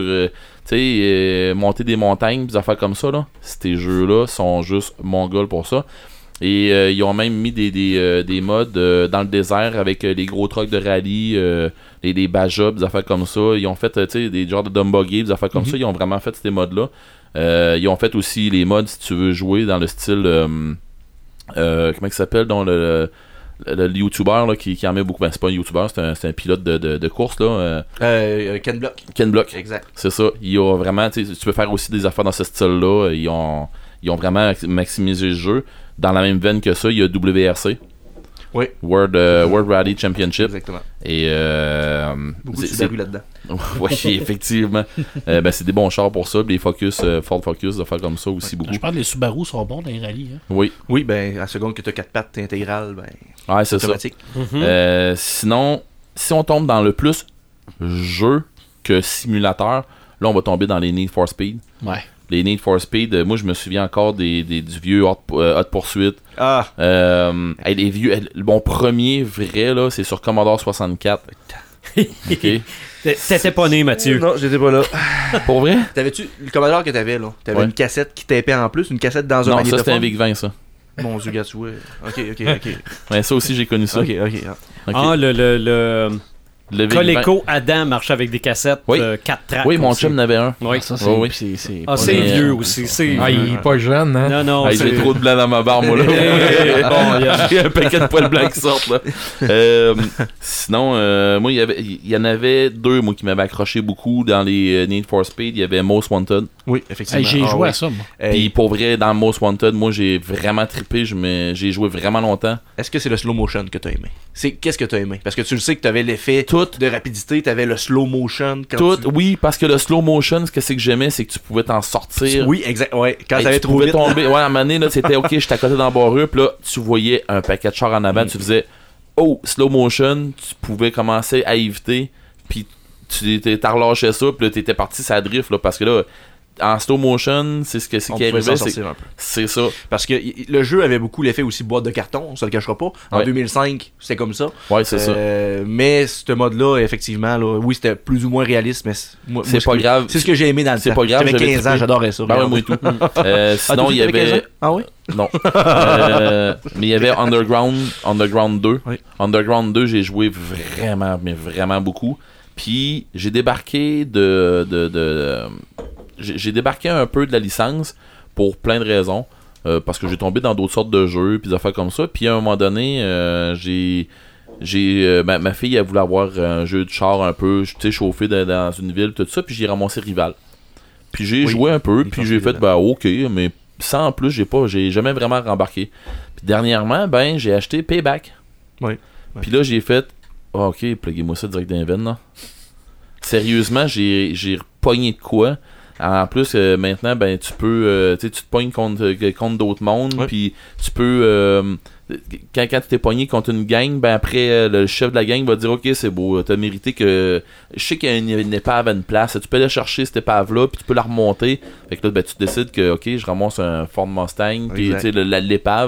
[SPEAKER 4] monter des montagnes, des affaires comme ça là. Ces jeux-là sont juste mongols pour ça. Et ils ont même mis des modes dans le désert avec les gros trucks de rallye, les bajobs, des affaires comme ça. Ils ont fait des genres de dumb buggy, des affaires comme ça. Ils ont vraiment fait ces modes-là. Ils ont fait aussi les modes si tu veux jouer dans le style comment il s'appelle, dans le YouTuber là, qui en met beaucoup. Ben, c'est pas un YouTuber, c'est un pilote de course là.
[SPEAKER 5] Ken Block.
[SPEAKER 4] Ken Block.
[SPEAKER 5] Exact.
[SPEAKER 4] C'est ça. Il y a vraiment, tu peux faire aussi des affaires dans ce style-là. Ils ont vraiment maximisé le jeu. Dans la même veine que ça, il y a WRC.
[SPEAKER 5] Oui.
[SPEAKER 4] World Rally Championship.
[SPEAKER 5] Exactement.
[SPEAKER 4] Et
[SPEAKER 5] beaucoup de Subaru là-dedans.
[SPEAKER 4] Oui, effectivement. C'est des bons chars pour ça. Les Ford Focus, de faire comme ça aussi beaucoup.
[SPEAKER 3] Je pense que les Subaru sont bons dans les rallyes. Hein?
[SPEAKER 4] Oui.
[SPEAKER 5] Oui, à la seconde que tu as 4 pattes intégrales,
[SPEAKER 4] ouais, c'est
[SPEAKER 5] automatique.
[SPEAKER 4] Ça. Sinon, si on tombe dans le plus jeu que simulateur, là, on va tomber dans les Need for Speed.
[SPEAKER 3] Ouais.
[SPEAKER 4] Les Need for Speed, moi je me souviens encore du vieux Hot Pursuit. Les vieux, mon premier vrai là, c'est sur Commodore 64. Ok.
[SPEAKER 1] T'étais pas né, Mathieu.
[SPEAKER 5] Non, j'étais pas là.
[SPEAKER 4] Pour vrai?
[SPEAKER 5] T'avais-tu le Commodore que t'avais là? T'avais une cassette qui tapait en plus, une cassette dans un magnétophone?
[SPEAKER 4] Non, ça c'était un VIC-20 ça.
[SPEAKER 5] Mon Dieu, gars, tu vois. Ok.
[SPEAKER 4] Ouais, ça aussi j'ai connu ça.
[SPEAKER 5] Ok.
[SPEAKER 1] Ah, le Coleco Adam marche avec des cassettes 4 tracks.
[SPEAKER 4] Oui, mon
[SPEAKER 1] aussi.
[SPEAKER 4] chum en avait un.
[SPEAKER 1] Oui,
[SPEAKER 3] ça,
[SPEAKER 1] c'est vieux aussi.
[SPEAKER 6] Il est pas jeune, hein?
[SPEAKER 1] Non,
[SPEAKER 4] j'ai trop de blanc dans ma barbe, moi, là. J'ai un paquet de poils blancs qui sortent, là. Sinon, moi, il y en avait deux, moi, qui m'avaient accroché beaucoup dans les Need for Speed. Il y avait Most Wanted.
[SPEAKER 5] Oui, effectivement.
[SPEAKER 3] J'ai joué à ça, moi.
[SPEAKER 4] Puis pour vrai, dans Most Wanted, moi, j'ai vraiment trippé. J'ai joué vraiment longtemps.
[SPEAKER 5] Est-ce que c'est le slow motion que t'as aimé? Qu'est-ce que t'as aimé? Parce que tu le sais que t'avais l'effet de rapidité, t'avais le slow motion.
[SPEAKER 4] Oui, parce que le slow motion, ce que c'est que j'aimais, c'est que tu pouvais t'en sortir.
[SPEAKER 5] Oui, exact. Ouais, quand t'avais
[SPEAKER 4] tu
[SPEAKER 5] trop
[SPEAKER 4] pouvais
[SPEAKER 5] vite.
[SPEAKER 4] tomber. Ouais, à un moment donné, là, c'était OK, j'étais à côté dans la barre, puis là, tu voyais un paquet de chars en avant, tu faisais slow motion, tu pouvais commencer à éviter, puis tu t'as relâché ça, puis là, t'étais parti ça drift, là, parce que là, en slow motion, c'est ce qui arrivait, c'est ça.
[SPEAKER 5] Parce que le jeu avait beaucoup l'effet aussi boîte de carton, on se le cachera pas. En 2005, c'était comme ça.
[SPEAKER 4] Ouais, c'est ça.
[SPEAKER 5] Mais ce mode-là, effectivement, là, oui, c'était plus ou moins réaliste, mais
[SPEAKER 4] c'est pas grave.
[SPEAKER 5] C'est ce que j'ai aimé dans le temps.
[SPEAKER 4] C'est pas grave.
[SPEAKER 5] J'avais 15 ans, j'adorais ça.
[SPEAKER 4] Ben ouais, moi et tout. Sinon, il y avait...
[SPEAKER 5] Ah oui?
[SPEAKER 4] Non. Mais il y avait Underground 2.
[SPEAKER 5] Oui.
[SPEAKER 4] Underground 2, j'ai joué vraiment, mais vraiment beaucoup. Puis, j'ai débarqué j'ai débarqué un peu de la licence pour plein de raisons. Parce que j'ai tombé dans d'autres sortes de jeux, puis des affaires comme ça. Puis à un moment donné, ma fille, elle voulait avoir un jeu de char un peu, tu sais, chauffé dans une ville, tout ça. Puis j'ai ramassé Rival. Puis j'ai joué un peu, puis j'ai fait, ok, mais sans en plus, j'ai jamais vraiment rembarqué. Puis dernièrement, j'ai acheté Payback.
[SPEAKER 5] Oui.
[SPEAKER 4] Puis là, j'ai fait, ok, pluguez-moi ça direct dans les veines, là. Sérieusement, j'ai pogné de quoi. En plus, maintenant, tu peux, tu te pognes contre d'autres mondes, puis tu peux, quand tu t'es pogné contre une gang, après, le chef de la gang va dire, ok, c'est beau, t'as mérité que, je sais qu'il y a une épave à une place, tu peux aller chercher cette épave-là, puis tu peux la remonter, fait que là, tu décides que, ok, je ramasse un Ford Mustang, puis tu sais, l'épave,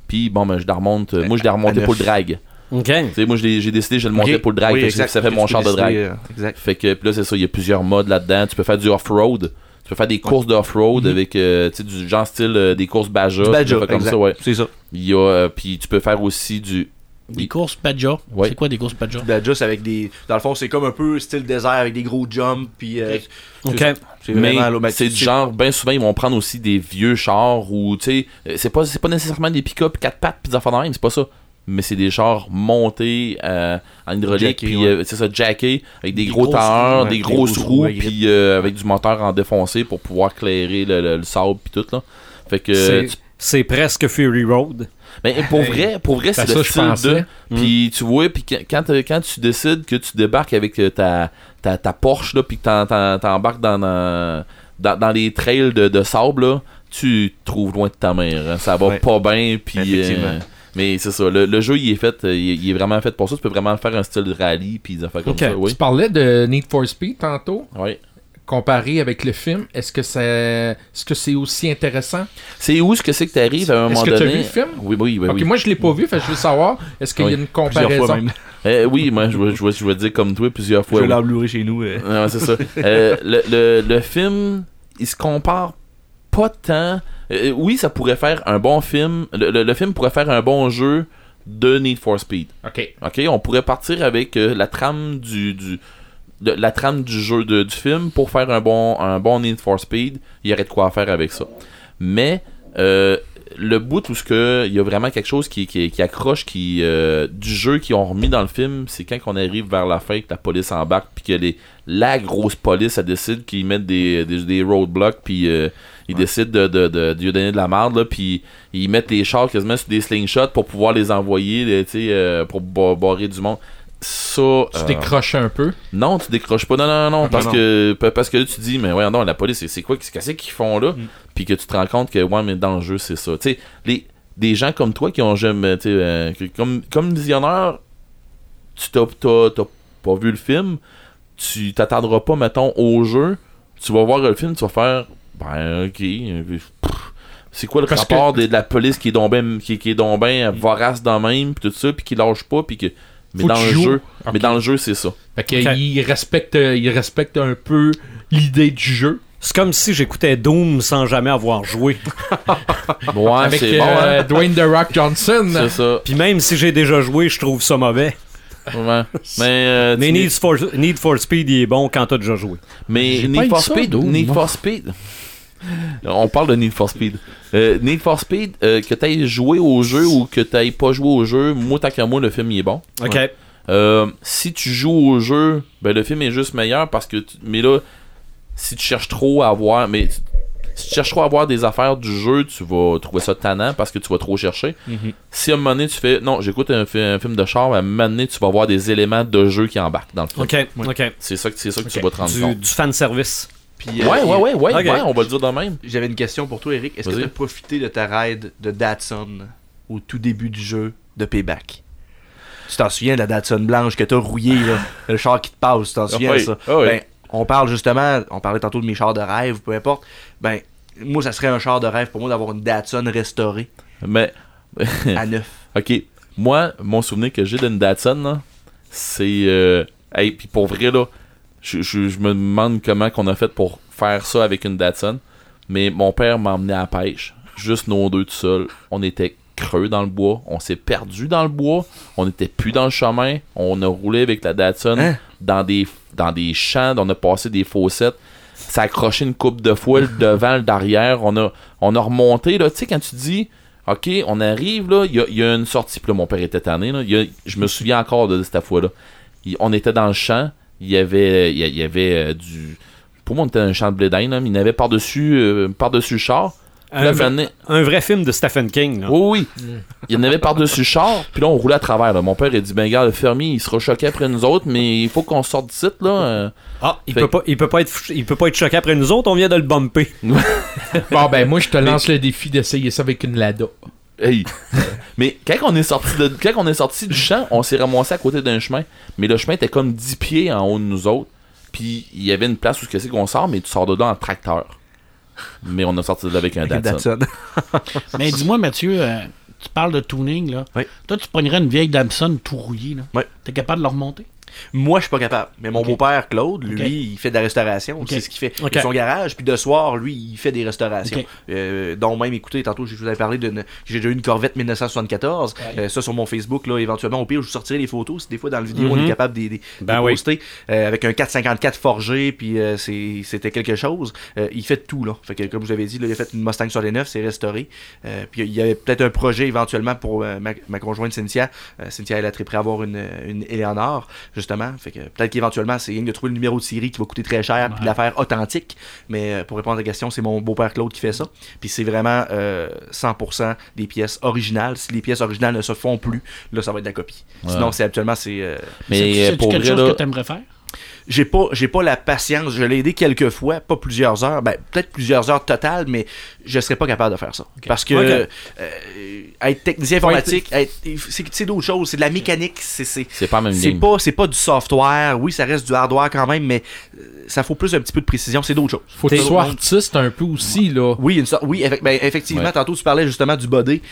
[SPEAKER 4] Puis bon, ben, je la remonte. Moi, je l'ai remonté pour le drag.
[SPEAKER 1] OK.
[SPEAKER 4] Tu sais, moi, j'ai décidé, je le montais pour le drag.
[SPEAKER 5] Oui,
[SPEAKER 4] parce que
[SPEAKER 5] exact.
[SPEAKER 4] ça fait mon char de drag.
[SPEAKER 5] Exact.
[SPEAKER 4] Fait que puis là, c'est ça, il y a plusieurs modes là-dedans. Tu peux faire du off-road. Tu peux faire des courses de off-road avec, tu sais, du genre style des courses Baja.
[SPEAKER 5] Du Badger,
[SPEAKER 4] comme
[SPEAKER 5] exact.
[SPEAKER 4] ça, ouais.
[SPEAKER 5] C'est ça.
[SPEAKER 4] Il y a, puis tu peux faire aussi du...
[SPEAKER 3] Des courses Badja.
[SPEAKER 4] Ouais.
[SPEAKER 3] C'est quoi des courses Badja?
[SPEAKER 5] Badger, c'est avec des. Dans le fond, c'est comme un peu style désert avec des gros jumps. Puis.
[SPEAKER 1] OK.
[SPEAKER 5] C'est
[SPEAKER 4] Mais
[SPEAKER 5] vraiment, là,
[SPEAKER 4] c'est du genre, bien souvent, ils vont prendre aussi des vieux chars ou, tu sais, c'est pas nécessairement des pick-up 4 pattes pis des affaires de même, c'est pas ça. Mais c'est des chars montés en hydraulique,
[SPEAKER 5] Jacké,
[SPEAKER 4] puis
[SPEAKER 5] ouais.
[SPEAKER 4] c'est ça, jacké, avec des
[SPEAKER 5] Des
[SPEAKER 4] gros
[SPEAKER 5] grosses
[SPEAKER 4] tailleurs,
[SPEAKER 5] roues,
[SPEAKER 4] des
[SPEAKER 5] ouais,
[SPEAKER 4] grosses roues,
[SPEAKER 5] avec
[SPEAKER 4] puis avec du moteur en défoncé pour pouvoir clairer le sable puis tout, là. Fait que...
[SPEAKER 1] C'est presque Fury Road.
[SPEAKER 4] Mais pour vrai, c'est
[SPEAKER 6] ça,
[SPEAKER 4] le
[SPEAKER 6] je
[SPEAKER 4] style
[SPEAKER 6] pensais.
[SPEAKER 4] de... Puis tu vois, puis quand tu décides que tu débarques avec ta Porsche, là, puis que t'embarques dans les trails de sable, là, tu te trouves loin de ta mère. Hein. Ça va
[SPEAKER 5] Ouais.
[SPEAKER 4] pas bien, puis...
[SPEAKER 5] Effectivement.
[SPEAKER 4] mais c'est ça, le jeu, il est fait, il est vraiment fait pour ça. Tu peux vraiment faire un style de rallye, puis des affaires comme
[SPEAKER 1] Ok.
[SPEAKER 4] ça, oui.
[SPEAKER 6] Tu parlais de Need for Speed tantôt,
[SPEAKER 4] Oui.
[SPEAKER 6] comparé avec le film. Est-ce que c'est aussi intéressant?
[SPEAKER 4] C'est où ce que c'est que t'arrives à un moment
[SPEAKER 6] Est-ce que
[SPEAKER 4] donné?
[SPEAKER 6] tu as vu le film?
[SPEAKER 4] Oui.
[SPEAKER 6] Ok, moi je l'ai pas vu, fait que je veux savoir, est-ce qu'il y a une
[SPEAKER 5] Plusieurs fois
[SPEAKER 6] comparaison?
[SPEAKER 5] même.
[SPEAKER 4] Oui, moi, je vais dire comme toi plusieurs fois.
[SPEAKER 5] Je vais
[SPEAKER 4] oui.
[SPEAKER 5] l'emblourer chez nous.
[SPEAKER 4] Ouais, c'est ça. Le film, il se compare pas tant. Oui, ça pourrait faire un bon film. Le film pourrait faire un bon jeu de Need for Speed.
[SPEAKER 6] Ok.
[SPEAKER 4] Ok, on pourrait partir avec la trame la trame du jeu du film pour faire un bon Need for Speed. Il y aurait de quoi faire avec ça. Mais le bout où il y a vraiment quelque chose qui accroche du jeu qu'ils ont remis dans le film, c'est quand on arrive vers la fin que la police embarque puis que la grosse police elle décide qu'ils mettent des roadblocks puis ils décident de lui donner de la merde là, puis ils mettent les chars quasiment sur des slingshots pour pouvoir les envoyer là, pour barrer du monde. Ça,
[SPEAKER 6] Tu décroches un peu.
[SPEAKER 4] non, tu décroches pas. Non, parce que là, tu te dis, mais ouais, non, la police, c'est quoi, qu'est-ce qu'ils font là? Puis que tu te rends compte que, ouais, mais dans le jeu, c'est ça. Tu sais, des gens comme toi qui ont jamais, tu sais, comme visionnaire, tu t'as pas vu le film, tu t'attendras pas, mettons, au jeu, tu vas voir le film, tu vas faire, ben, ok, c'est quoi le
[SPEAKER 6] Parce
[SPEAKER 4] rapport de la police qui est donc ben vorace dans même, pis tout ça, puis qui lâche pas, puis que. Mais
[SPEAKER 6] Faut
[SPEAKER 4] dans
[SPEAKER 6] que
[SPEAKER 4] le
[SPEAKER 6] tu joues.
[SPEAKER 4] jeu,
[SPEAKER 6] Ok.
[SPEAKER 4] mais dans le jeu, c'est ça.
[SPEAKER 6] Fait que
[SPEAKER 1] Ok.
[SPEAKER 6] il respecte un peu l'idée du jeu.
[SPEAKER 1] C'est comme si j'écoutais Doom sans jamais avoir joué.
[SPEAKER 4] Ouais,
[SPEAKER 6] Avec
[SPEAKER 4] c'est bon, hein?
[SPEAKER 6] Dwayne The Rock Johnson.
[SPEAKER 4] C'est ça.
[SPEAKER 1] Puis même si j'ai déjà joué, je trouve ça mauvais.
[SPEAKER 4] Ouais. Mais,
[SPEAKER 1] Mais Need for Speed, il est bon quand t'as déjà joué.
[SPEAKER 4] mais
[SPEAKER 3] J'ai pas
[SPEAKER 4] Need
[SPEAKER 3] eu
[SPEAKER 4] for
[SPEAKER 3] ça,
[SPEAKER 4] Speed,
[SPEAKER 3] Doom,
[SPEAKER 4] Need
[SPEAKER 3] moi.
[SPEAKER 4] for Speed. On parle de Need for Speed. Need for Speed, que t'aies joué au jeu ou que t'aies pas joué au jeu, moi tant qu'à moi, le film il est bon.
[SPEAKER 1] OK.
[SPEAKER 4] Ouais. Si tu joues au jeu, ben le film est juste meilleur parce que mais là, si tu cherches trop à avoir si tu cherches trop à avoir des affaires du jeu, tu vas trouver ça tannant parce que tu vas trop chercher. Si à un moment donné tu fais non, j'écoute un film de char, à un moment donné tu vas avoir des éléments de jeu qui embarquent dans le film.
[SPEAKER 1] OK.
[SPEAKER 4] C'est ça que tu vas te rendre compte.
[SPEAKER 1] Du fanservice.
[SPEAKER 5] Puis,
[SPEAKER 4] Ouais,
[SPEAKER 1] Ok.
[SPEAKER 4] on va le dire de même.
[SPEAKER 5] J'avais une question pour toi, Eric. Est-ce que
[SPEAKER 4] Vas-y.
[SPEAKER 5] tu as profité de ta raid de Datsun au tout début du jeu de Payback? Tu t'en souviens de la Datsun blanche que t'as rouillée, là? Le char qui te passe, tu t'en souviens de
[SPEAKER 4] oui.
[SPEAKER 5] ça?
[SPEAKER 4] Ah oui.
[SPEAKER 5] Ben, on parlait tantôt de mes chars de rêve, peu importe. Ben, moi, ça serait un char de rêve pour moi d'avoir une Datsun restaurée
[SPEAKER 4] Mais
[SPEAKER 5] à neuf.
[SPEAKER 4] OK, moi mon souvenir que j'ai d'une Datsun là, c'est hey, puis pour vrai là, je me demande comment qu'on a fait pour faire ça avec une Datsun, mais mon père m'a emmené à la pêche, juste nous deux tout seuls. On était creux dans le bois, on s'est perdu dans le bois, on était plus dans le chemin, on a roulé avec la Datsun
[SPEAKER 5] Hein?
[SPEAKER 4] dans des champs, on a passé des fossettes, ça a accroché une coupe de fois le devant, le derrière, on a remonté là, tu sais quand tu dis OK, on arrive là, il y a une sortie, puis là mon père était tanné là, je me souviens encore de cette fois là. On était dans le champ, il y avait du pour moi on était dans un champ de blé d'Inde, là, mais il y en avait par-dessus le char. Puis là,
[SPEAKER 1] Un vrai film de Stephen King. Là.
[SPEAKER 4] oui. Il y en avait par-dessus le char, puis là, on roulait à travers. Là. Mon père, il a dit, ben, regarde, le fermier, il sera choqué après nous autres, mais il faut qu'on sorte d'ici, là.
[SPEAKER 1] Il
[SPEAKER 4] Fait-
[SPEAKER 1] peut pas être choqué après nous autres, on vient de le bumper.
[SPEAKER 6] Bon, ben, moi, je te lance le défi d'essayer ça avec une Lada.
[SPEAKER 4] Hey. Mais quand on est sorti du champ, on s'est ramassé à côté d'un chemin. Mais le chemin était comme 10 pieds en haut de nous autres. Puis il y avait une place où c'est qu'on sort, mais tu sors de là en tracteur. Mais on a sorti de là avec un Datsun.
[SPEAKER 3] Mais dis-moi, Mathieu, tu parles de tuning, là.
[SPEAKER 5] Oui.
[SPEAKER 3] Toi, tu pognerais une vieille Damson tout rouillée, là.
[SPEAKER 5] Oui.
[SPEAKER 3] T'es capable de la remonter?
[SPEAKER 5] Moi, je suis pas capable. Mais mon
[SPEAKER 3] Ok.
[SPEAKER 5] beau-père, Claude, lui,
[SPEAKER 3] Ok.
[SPEAKER 5] il fait de la restauration.
[SPEAKER 3] Ok.
[SPEAKER 5] C'est ce qu'il fait.
[SPEAKER 1] Ok.
[SPEAKER 5] Il a son garage, puis de soir, lui, il fait des restaurations.
[SPEAKER 3] Ok.
[SPEAKER 5] Dont même, écoutez, tantôt, je vous avais parlé j'ai déjà eu une Corvette 1974. Ça, sur mon Facebook, là, éventuellement, au pire, je vous sortirai les photos. Si des fois, dans la vidéo, on est capable de
[SPEAKER 1] Ben oui.
[SPEAKER 5] poster. Avec un 454 forgé, puis c'était quelque chose. Il fait tout, là. Fait que, comme je vous avais dit, là, il a fait une Mustang sur les 9, c'est restauré. Puis il y avait peut-être un projet, éventuellement, pour ma conjointe Cynthia. Cynthia, elle a très prêt à avoir une Eleanor, justement. Fait que peut-être qu'éventuellement, c'est rien de trouver le numéro de série qui va coûter très cher, puis de la faire authentique. Mais pour répondre à la question, c'est mon beau-père Claude qui fait ça. Puis c'est vraiment 100% des pièces originales. Si les pièces originales ne se font plus, là, ça va être de la copie.
[SPEAKER 4] Ouais.
[SPEAKER 5] Sinon, c'est actuellement, c'est...
[SPEAKER 4] Mais
[SPEAKER 3] C'est
[SPEAKER 4] pour
[SPEAKER 3] quelque
[SPEAKER 4] vrai,
[SPEAKER 3] chose
[SPEAKER 4] là,
[SPEAKER 3] que t'aimerais faire?
[SPEAKER 5] j'ai pas la patience. Je l'ai aidé quelques fois, pas plusieurs heures. Ben, peut-être plusieurs heures totales, mais je serais pas capable de faire ça. Parce que être technicien informatique, c'est d'autres choses. C'est de la mécanique.
[SPEAKER 4] c'est pas la même game.
[SPEAKER 5] C'est pas du software. Oui, ça reste du hardware quand même, mais ça faut plus un petit peu de précision. C'est d'autres choses.
[SPEAKER 6] Faut que tu sois artiste un peu aussi, là.
[SPEAKER 5] Oui, effectivement,
[SPEAKER 4] Ouais.
[SPEAKER 5] tantôt tu parlais justement du body.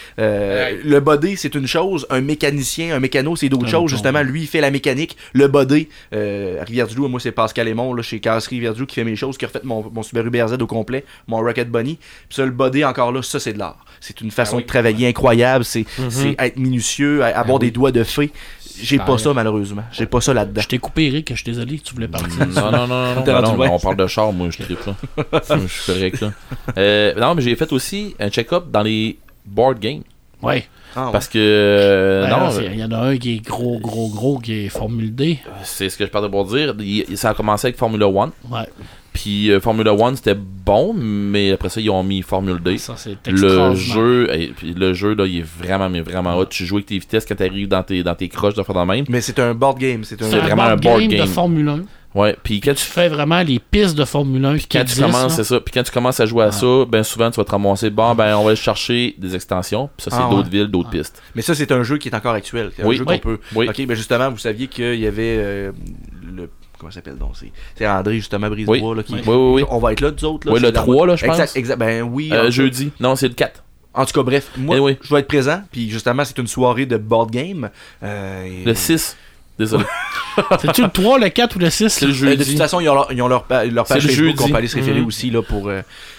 [SPEAKER 5] Le body, c'est une chose, un mécano, c'est d'autres choses. Justement, lui, il fait la mécanique. Le body, à Rivière-du-Loup, moi, c'est Pascal Aymon, là, chez Casserie Rivière-du-Loup, qui fait mes choses, qui a refait mon Subaru BRZ au complet, mon Rocket Bunny. Puis ça, le body, encore là, ça, c'est de l'art. C'est une façon de travailler incroyable. C'est être minutieux, avoir des doigts de fée. J'ai pas ça, malheureusement. J'ai pas ça là-dedans.
[SPEAKER 3] Je t'ai coupé, Eric, je suis désolé que tu voulais partir.
[SPEAKER 4] Non,
[SPEAKER 5] T'es rendu
[SPEAKER 4] non,
[SPEAKER 5] loin.
[SPEAKER 4] mais on parle de char, moi, je tripe, là. Je suis correct, là. Non, mais j'ai fait aussi un check-up dans les board games.
[SPEAKER 3] Ouais.
[SPEAKER 5] Ah, ouais.
[SPEAKER 4] Parce que,
[SPEAKER 3] Ben,
[SPEAKER 4] non,
[SPEAKER 3] là, il y en a un qui est gros, qui est Formule D.
[SPEAKER 4] c'est ce que je parlais pour dire. Ça a commencé avec Formula One.
[SPEAKER 3] Ouais.
[SPEAKER 4] Puis Formula One, c'était bon, mais après ça, ils ont mis Formula D.
[SPEAKER 3] Ça, c'est
[SPEAKER 4] Le
[SPEAKER 3] extraordinaire.
[SPEAKER 4] jeu, puis le jeu là, il est vraiment, mais vraiment hot. Tu joues avec tes vitesses quand t'arrives dans tes croches de faire de même.
[SPEAKER 5] Mais c'est un board game. C'est
[SPEAKER 3] C'est
[SPEAKER 5] un...
[SPEAKER 4] vraiment
[SPEAKER 3] un
[SPEAKER 4] un board
[SPEAKER 3] game de
[SPEAKER 4] game.
[SPEAKER 3] Formule 1.
[SPEAKER 4] Ouais, puis quand
[SPEAKER 3] Tu fais vraiment les pistes de Formule 1 qui
[SPEAKER 4] quand tu
[SPEAKER 3] existent.
[SPEAKER 4] commences,
[SPEAKER 3] là.
[SPEAKER 4] c'est ça. Puis quand tu commences à jouer à ça, ben souvent tu vas te ramasser. Bon, ben on va aller chercher des extensions. Puis ça, c'est
[SPEAKER 5] Ah,
[SPEAKER 4] d'autres
[SPEAKER 5] ouais.
[SPEAKER 4] villes, d'autres pistes.
[SPEAKER 5] Mais ça, c'est un jeu qui est encore actuel. C'est un
[SPEAKER 4] Oui.
[SPEAKER 5] jeu
[SPEAKER 4] Oui.
[SPEAKER 5] qu'on peut...
[SPEAKER 4] Oui.
[SPEAKER 5] Ok, ben justement, vous saviez qu'il y avait le... Comment ça s'appelle donc? C'est André, justement, Brisebois,
[SPEAKER 4] Oui.
[SPEAKER 5] là, qui...
[SPEAKER 4] Oui.
[SPEAKER 5] On va être là, nous autres. Là,
[SPEAKER 4] Oui,
[SPEAKER 5] c'est
[SPEAKER 4] le
[SPEAKER 5] dans-
[SPEAKER 4] 3, là, je pense.
[SPEAKER 5] Exact. Ben oui. en tout cas.
[SPEAKER 4] Jeudi. Non, c'est le 4.
[SPEAKER 5] En tout cas, bref, moi,
[SPEAKER 4] Eh oui.
[SPEAKER 5] je dois être présent. Puis justement, c'est une soirée de board game. Et-
[SPEAKER 4] Le 6. Désolé.
[SPEAKER 3] C'est-tu le 3, le 4 ou le 6?
[SPEAKER 4] C'est le
[SPEAKER 5] De
[SPEAKER 4] jeudi.
[SPEAKER 5] toute façon, ils ont leur page
[SPEAKER 4] C'est le
[SPEAKER 5] Facebook.
[SPEAKER 4] jeudi.
[SPEAKER 5] On peut aller se référer
[SPEAKER 4] Mhm.
[SPEAKER 5] aussi là, pour...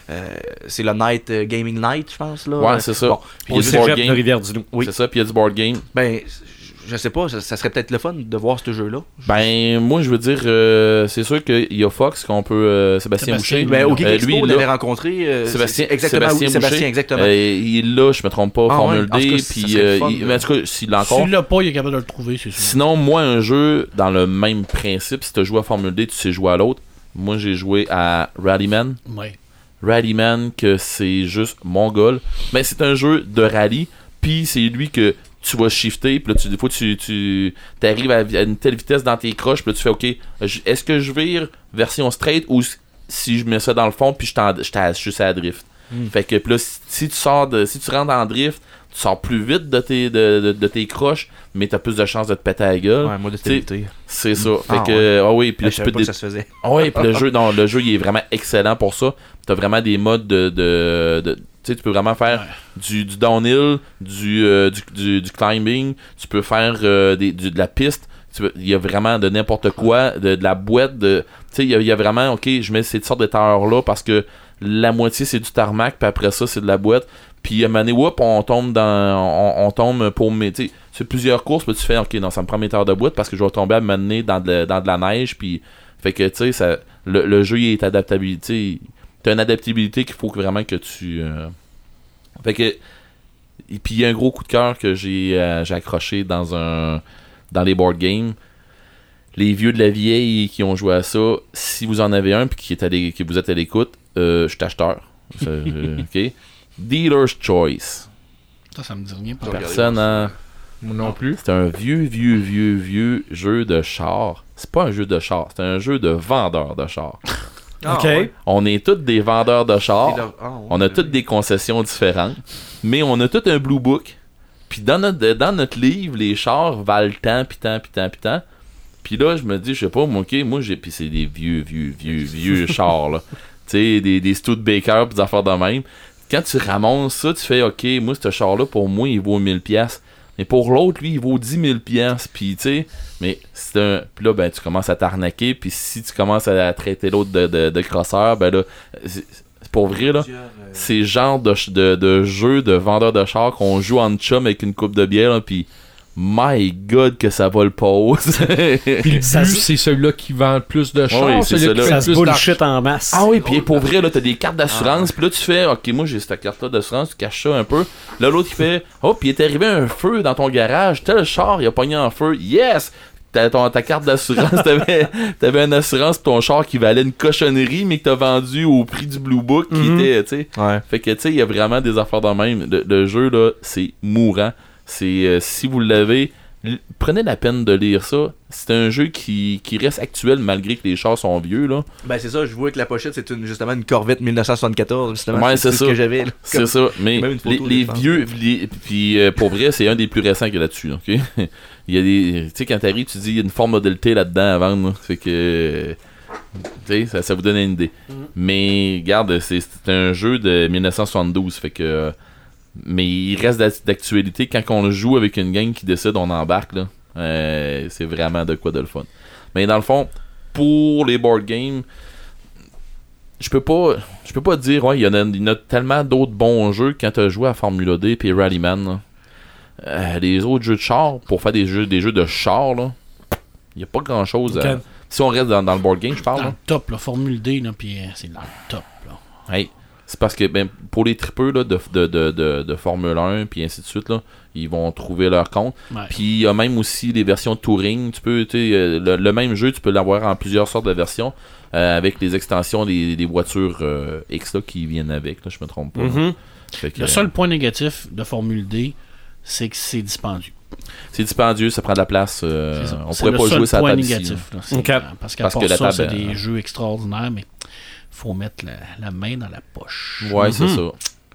[SPEAKER 5] c'est le Night Gaming Night, je pense. Là.
[SPEAKER 4] Ouais, c'est ça.
[SPEAKER 5] Bon,
[SPEAKER 4] Puis il y
[SPEAKER 1] Au
[SPEAKER 4] a du board
[SPEAKER 1] cégep de
[SPEAKER 4] game.
[SPEAKER 1] Rivière-du-Loup.
[SPEAKER 5] Oui.
[SPEAKER 4] C'est ça, puis il y a du board game.
[SPEAKER 5] ben, je sais pas, ça serait peut-être le fun de voir ce jeu-là.
[SPEAKER 4] Ben, moi, je veux dire, c'est sûr qu'il y a Fox, qu'on peut. Sébastien Boucher.
[SPEAKER 5] Ben, au Geek Expo,
[SPEAKER 4] lui,
[SPEAKER 5] on
[SPEAKER 4] là,
[SPEAKER 5] l'avait rencontré.
[SPEAKER 4] Sébastien,
[SPEAKER 5] exactement, oui,
[SPEAKER 4] Boucher,
[SPEAKER 5] Sébastien, exactement.
[SPEAKER 4] il est là, je me trompe pas,
[SPEAKER 5] Ah
[SPEAKER 4] Formule
[SPEAKER 5] ouais, en tout
[SPEAKER 4] D.
[SPEAKER 5] cas, ça
[SPEAKER 4] Puis,
[SPEAKER 5] serait le fun,
[SPEAKER 4] mais en tout cas, s'il l'a encore.
[SPEAKER 3] S'il l'a pas, il est capable de le trouver, c'est sûr.
[SPEAKER 4] Sinon, moi, un jeu dans le même principe, si tu as joué à Formule D, tu sais jouer à l'autre. Moi, j'ai joué à Rallyman.
[SPEAKER 3] Ouais.
[SPEAKER 4] Rallyman, que c'est juste mongol. Mais c'est un jeu de rallye, puis c'est lui que tu vas shifter, puis là, des fois, tu arrives à une telle vitesse dans tes croches, puis là, tu fais, OK, est-ce que je vire version straight, ou si je mets ça dans le fond, puis je suis à drift. Fait que, puis là, si tu rentres en drift, tu sors plus vite de tes croches, mais t'as plus de chances de te péter à la gueule.
[SPEAKER 5] Ouais, moi de stabilité.
[SPEAKER 4] C'est ça. Fait
[SPEAKER 5] Ah,
[SPEAKER 4] que, ah oui, puis là,
[SPEAKER 5] Je
[SPEAKER 4] tu
[SPEAKER 5] savais
[SPEAKER 4] peux
[SPEAKER 5] pas que ça se faisait.
[SPEAKER 4] ah ouais, puis le jeu il est vraiment excellent pour ça. T'as vraiment des modes de tu sais, tu peux vraiment faire du downhill, du climbing, tu peux faire de la piste, il y a vraiment de n'importe quoi, de la boîte, tu sais, il y a vraiment, ok, je mets cette sorte de tailleurs là parce que la moitié c'est du tarmac, puis après ça c'est de la boîte. Puis à un moment donné, whoop, on tombe pour mes. Tu sais, c'est plusieurs courses, puis tu fais, ok, non, ça me prend mes tailleurs de boîte parce que je vais tomber à un moment donné dans de la neige, puis fait que tu sais, le jeu il est adaptabilité. T'as une adaptabilité qu'il faut vraiment que tu. Fait que. Et puis il y a un gros coup de cœur que j'ai accroché dans les board games. Les vieux de la vieille qui ont joué à ça, si vous en avez un puis que vous êtes à l'écoute, je suis acheteur. Ok. Dealer's Choice.
[SPEAKER 3] Ça me dit rien. pas.
[SPEAKER 4] Personne en...
[SPEAKER 6] Moi non plus.
[SPEAKER 4] C'est un vieux jeu de char. C'est pas un jeu de char, c'est un jeu de vendeur de char.
[SPEAKER 1] OK.
[SPEAKER 5] ouais.
[SPEAKER 4] On est tous des vendeurs de char.
[SPEAKER 5] Ah, ouais.
[SPEAKER 4] On a toutes des concessions différentes, mais on a tout un blue book. Puis dans notre livre, les chars valent tant, puis tant, puis tant, puis tant. Puis là, je me dis, je sais pas, moi, puis c'est des vieux chars, là. Tu sais, des Studebaker, puis des affaires de même. quand tu ramasses ça, tu fais ok, moi ce char-là pour moi il vaut 1000$. Mais pour l'autre, lui, il vaut 10 000$. Puis tu sais, mais c'est un. Puis là, ben tu commences à t'arnaquer. Puis si tu commences à traiter l'autre de crosseur, ben là, c'est pour vrai là. C'est le genre de jeu de vendeur de chars qu'on joue en chum avec une coupe de bière, là, puis my god que ça va le pause.
[SPEAKER 6] Puis le but, c'est celui-là qui vend le plus de chars,
[SPEAKER 4] Oui, c'est
[SPEAKER 6] celui-là qui
[SPEAKER 4] celui-là.
[SPEAKER 6] fait
[SPEAKER 1] Ça
[SPEAKER 6] le
[SPEAKER 1] se
[SPEAKER 6] plus
[SPEAKER 1] bullshit en masse.
[SPEAKER 4] Ah oui, puis pour vrai, là, t'as des cartes d'assurance, puis là, tu fais, ok, moi, j'ai cette carte-là d'assurance, tu caches ça un peu. Là, l'autre, il fait, oh, puis il est arrivé un feu dans ton garage, tel char, il a pogné en feu, yes! Ta carte d'assurance, t'avais une assurance pour ton char qui valait une cochonnerie, mais que t'as vendu au prix du Blue Book, qui était, tu sais.
[SPEAKER 5] Ouais.
[SPEAKER 4] Fait que, tu sais, il y a vraiment des affaires de même. Le jeu, là, c'est mourant. C'est, si vous l'avez, prenez la peine de lire ça. C'est un jeu qui reste actuel malgré que les chars sont vieux, là.
[SPEAKER 5] Ben c'est ça, je vois que la pochette c'est justement une Corvette 1974 justement.
[SPEAKER 4] Ouais, c'est
[SPEAKER 5] ce
[SPEAKER 4] ça.
[SPEAKER 5] que j'avais. Là.
[SPEAKER 4] C'est ça, mais
[SPEAKER 5] même une photo,
[SPEAKER 4] les
[SPEAKER 5] je pense.
[SPEAKER 4] vieux, puis pour vrai, c'est un des plus récents qu'il y a là-dessus, ok? Il y a des, tu sais, quand t'arrives, tu dis, il y a une forme modalité là-dedans à vendre, là. Fait que, tu sais, ça vous donne une idée. Mais, regarde, c'est un jeu de 1972, fait que, mais il reste d'actualité quand on le joue avec une gang qui décide, on embarque, là. C'est vraiment de quoi de le fun. Mais dans le fond, pour les board games, je peux pas dire, ouais, il y en a tellement d'autres bons jeux quand tu as joué à Formula D et Rallyman. Les autres jeux de char, pour faire des jeux de char, il n'y a pas grand chose à. Si on reste dans le board game, je parle.
[SPEAKER 3] Dans
[SPEAKER 4] Là.
[SPEAKER 3] le top, là, Formule D, là, puis c'est dans le top, là.
[SPEAKER 4] Hey, c'est parce que ben, pour les tripeux là, de Formule 1 puis ainsi de suite, là, ils vont trouver leur compte.
[SPEAKER 3] Ouais.
[SPEAKER 4] Puis il y a même aussi les versions Touring. Tu peux, le même jeu, tu peux l'avoir en plusieurs sortes de versions avec les extensions des voitures X là, qui viennent avec. Là, je me trompe pas.
[SPEAKER 1] Mhm.
[SPEAKER 4] Fait que,
[SPEAKER 3] Le seul point négatif de Formule D, c'est que c'est dispendieux.
[SPEAKER 4] c'est dispendieux, ça prend de la place.
[SPEAKER 3] C'est ça.
[SPEAKER 4] On
[SPEAKER 3] C'est
[SPEAKER 4] pourrait
[SPEAKER 3] le
[SPEAKER 4] pas
[SPEAKER 3] seul
[SPEAKER 4] jouer ça à
[SPEAKER 3] point
[SPEAKER 4] table ici,
[SPEAKER 3] négatif. Là.
[SPEAKER 1] Ok.
[SPEAKER 3] Parce qu'à
[SPEAKER 4] Parce
[SPEAKER 3] part
[SPEAKER 4] que la
[SPEAKER 3] ça,
[SPEAKER 4] table,
[SPEAKER 3] c'est des jeux extraordinaires, mais faut mettre la main dans la poche.
[SPEAKER 4] Ouais, c'est ça.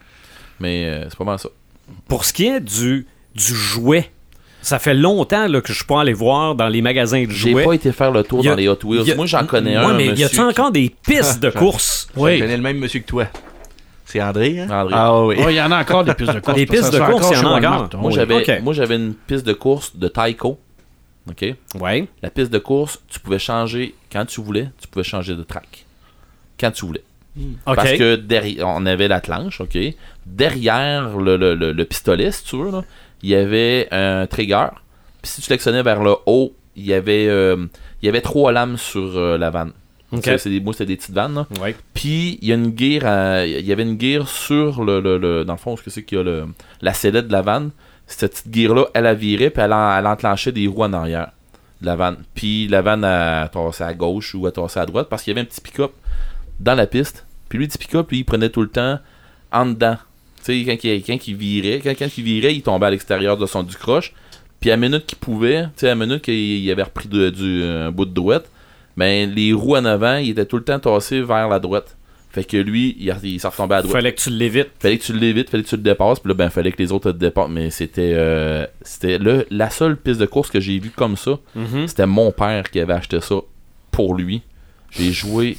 [SPEAKER 4] Mais c'est pas mal ça.
[SPEAKER 1] Pour ce qui est du jouet, ça fait longtemps là, que je suis pas allé voir dans les magasins de
[SPEAKER 4] J'ai
[SPEAKER 1] jouets.
[SPEAKER 4] pas été faire le tour
[SPEAKER 1] Il y a-
[SPEAKER 4] dans les Hot Wheels.
[SPEAKER 1] il y a-
[SPEAKER 4] Moi, j'en connais
[SPEAKER 1] Ouais,
[SPEAKER 4] un.
[SPEAKER 1] mais y
[SPEAKER 4] monsieur
[SPEAKER 1] a-tu encore des pistes de course?
[SPEAKER 5] Je
[SPEAKER 3] Oui.
[SPEAKER 5] connais le même monsieur que toi. C'est André, hein?
[SPEAKER 4] André.
[SPEAKER 5] Ah oui.
[SPEAKER 3] Il y en a encore des pistes de course.
[SPEAKER 1] Des pistes de course, il y en a encore.
[SPEAKER 4] Moi, j'avais
[SPEAKER 1] Ok.
[SPEAKER 4] moi, j'avais une piste de course de Tyco. OK?
[SPEAKER 1] Ouais.
[SPEAKER 4] La piste de course, tu pouvais changer quand tu voulais, tu pouvais changer de track. Quand tu voulais.
[SPEAKER 1] OK.
[SPEAKER 4] Parce que derrière, on avait la planche, OK? Derrière le pistolet, si tu veux, là, il y avait un trigger. Puis si tu sélectionnais vers le haut, il y avait 3 lames sur la vanne.
[SPEAKER 1] OK.
[SPEAKER 4] Ça, moi, c'était des petites vannes, là.
[SPEAKER 1] Ouais.
[SPEAKER 4] Puis il y a une gear, il y avait une gear sur dans le fond, ce que c'est qu'il y a la sellette de la vanne. Cette petite gear-là, elle a viré, puis elle enclenchait des roues en arrière de la vanne. Puis la vanne a torsé à gauche ou a torsé à droite parce qu'il y avait un petit pick-up dans la piste. Puis lui, le petit pick-up, lui, il prenait tout le temps en dedans. Tu sais, quand il virait, il tombait à l'extérieur de du croche. Puis à la minute qu'il pouvait, tu sais, à la minute qu'il avait repris un bout de droite, ben les roues en avant, il était tout le temps tassé vers la droite. Fait que lui, il s'est retombé à droite.
[SPEAKER 1] Fallait que tu l'évites.
[SPEAKER 4] Fallait que tu l'évites, fallait que tu le dépasses, puis là, ben, fallait que les autres te dépassent. Mais c'était la seule piste de course que j'ai vue comme ça.
[SPEAKER 1] Mhm.
[SPEAKER 4] C'était mon père qui avait acheté ça pour lui. J'ai joué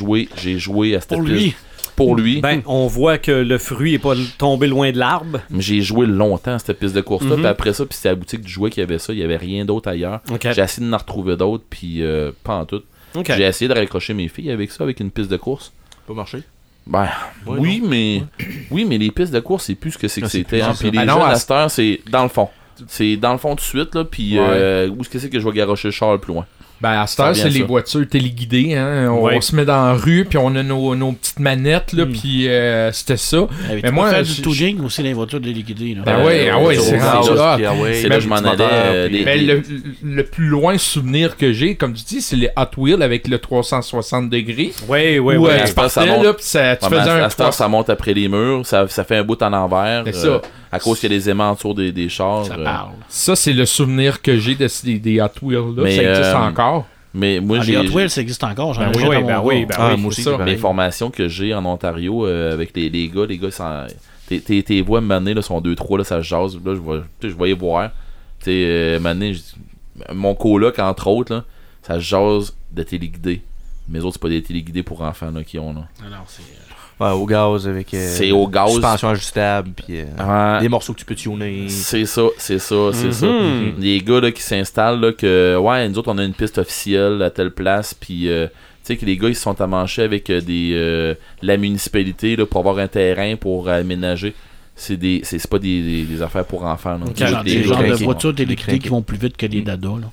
[SPEAKER 4] à cette
[SPEAKER 3] Pour
[SPEAKER 4] piste.
[SPEAKER 3] lui.
[SPEAKER 4] Pour lui.
[SPEAKER 1] Ben, on voit que le fruit est pas tombé loin de l'arbre.
[SPEAKER 4] Mais j'ai joué longtemps à cette piste de course-là.
[SPEAKER 1] Mhm.
[SPEAKER 4] Puis après ça, puis c'était la boutique du jouet qui avait ça. Il n'y avait rien d'autre ailleurs.
[SPEAKER 1] OK.
[SPEAKER 4] J'ai essayé d'en retrouver d'autres, puis pas en tout.
[SPEAKER 1] OK.
[SPEAKER 4] J'ai essayé de raccrocher mes filles avec ça, avec une piste de course.
[SPEAKER 5] Pas marché.
[SPEAKER 4] Ben,
[SPEAKER 5] Ouais,
[SPEAKER 4] oui, mais les pistes de course, c'est plus ce que c'est que
[SPEAKER 5] Ah, c'est
[SPEAKER 4] c'était.
[SPEAKER 5] plus
[SPEAKER 4] Hein.
[SPEAKER 5] ça.
[SPEAKER 4] Puis les
[SPEAKER 6] Ah
[SPEAKER 4] jeux
[SPEAKER 6] non,
[SPEAKER 4] à cette heure, c'est dans le fond. C'est dans le fond tout de suite, là, puis
[SPEAKER 6] Ouais.
[SPEAKER 4] où est-ce que c'est que je vais garocher le char le plus loin?
[SPEAKER 6] Ben, à cette
[SPEAKER 4] Ça
[SPEAKER 6] heure,
[SPEAKER 4] revient
[SPEAKER 6] c'est
[SPEAKER 4] à
[SPEAKER 6] les
[SPEAKER 4] ça.
[SPEAKER 6] voitures téléguidées. Hein? On
[SPEAKER 1] Ouais.
[SPEAKER 6] se met dans la rue, puis on a nos petites manettes, là, puis c'était ça.
[SPEAKER 3] Mais
[SPEAKER 6] Mais moi,
[SPEAKER 3] faire
[SPEAKER 6] je-
[SPEAKER 3] du touring aussi dans les voitures déliquidées.
[SPEAKER 6] Ben ouais, c'est
[SPEAKER 4] rendu
[SPEAKER 6] hot.
[SPEAKER 4] C'est là que je m'en allais.
[SPEAKER 6] Mais le plus loin souvenir que j'ai, comme tu dis, c'est les Hot Wheels avec le 360 degrés.
[SPEAKER 1] Oui, oui,
[SPEAKER 6] Où
[SPEAKER 1] oui.
[SPEAKER 6] tu
[SPEAKER 4] ça
[SPEAKER 6] partais,
[SPEAKER 4] monte.
[SPEAKER 6] là, puis tu
[SPEAKER 4] à
[SPEAKER 6] faisais un
[SPEAKER 4] cette heure, ça monte après les murs, ça fait un bout en envers.
[SPEAKER 6] C'est ça.
[SPEAKER 4] À cause qu'il y a des aimants autour des chars.
[SPEAKER 3] Ça parle.
[SPEAKER 6] Ça, c'est le souvenir que j'ai des Hot Wheels, là.
[SPEAKER 4] Mais,
[SPEAKER 6] Ça existe
[SPEAKER 4] euh,
[SPEAKER 6] encore.
[SPEAKER 4] Mais moi,
[SPEAKER 3] Les Hot Wheels, ça existe encore. J'en ai
[SPEAKER 1] Ben
[SPEAKER 3] acheté
[SPEAKER 1] oui,
[SPEAKER 3] dans mon
[SPEAKER 1] ben
[SPEAKER 3] bar.
[SPEAKER 1] oui, ben
[SPEAKER 5] Ah,
[SPEAKER 1] oui.
[SPEAKER 5] moi aussi,
[SPEAKER 6] c'est ça.
[SPEAKER 5] c'est pareil.
[SPEAKER 4] les formations que j'ai en Ontario avec les gars, tes voix manées là, sont 2-3, là, ça se jase. Là, je vais y voir. Mané, mon coloc, entre autres, là, ça se jase de téléguidés. Mais autres, c'est pas des téléguidés pour enfants là, qui ont. Là.
[SPEAKER 3] Non, c'est...
[SPEAKER 5] Ouais, au gaz avec
[SPEAKER 4] C'est au gaz.
[SPEAKER 5] suspension ajustable puis
[SPEAKER 4] Ouais.
[SPEAKER 5] des morceaux que tu peux tuner.
[SPEAKER 4] C'est ça. Les gars là, qui s'installent, là, que ouais, nous autres, on a une piste officielle à telle place, puis tu sais que les gars, ils se sont amanchés avec la municipalité là, pour avoir un terrain pour aménager. C'est pas des affaires pour enfants. Là.
[SPEAKER 3] Genre,
[SPEAKER 4] Des
[SPEAKER 3] des genres de
[SPEAKER 4] craqués.
[SPEAKER 3] voitures électriques qui vont plus vite que les dadas. Là.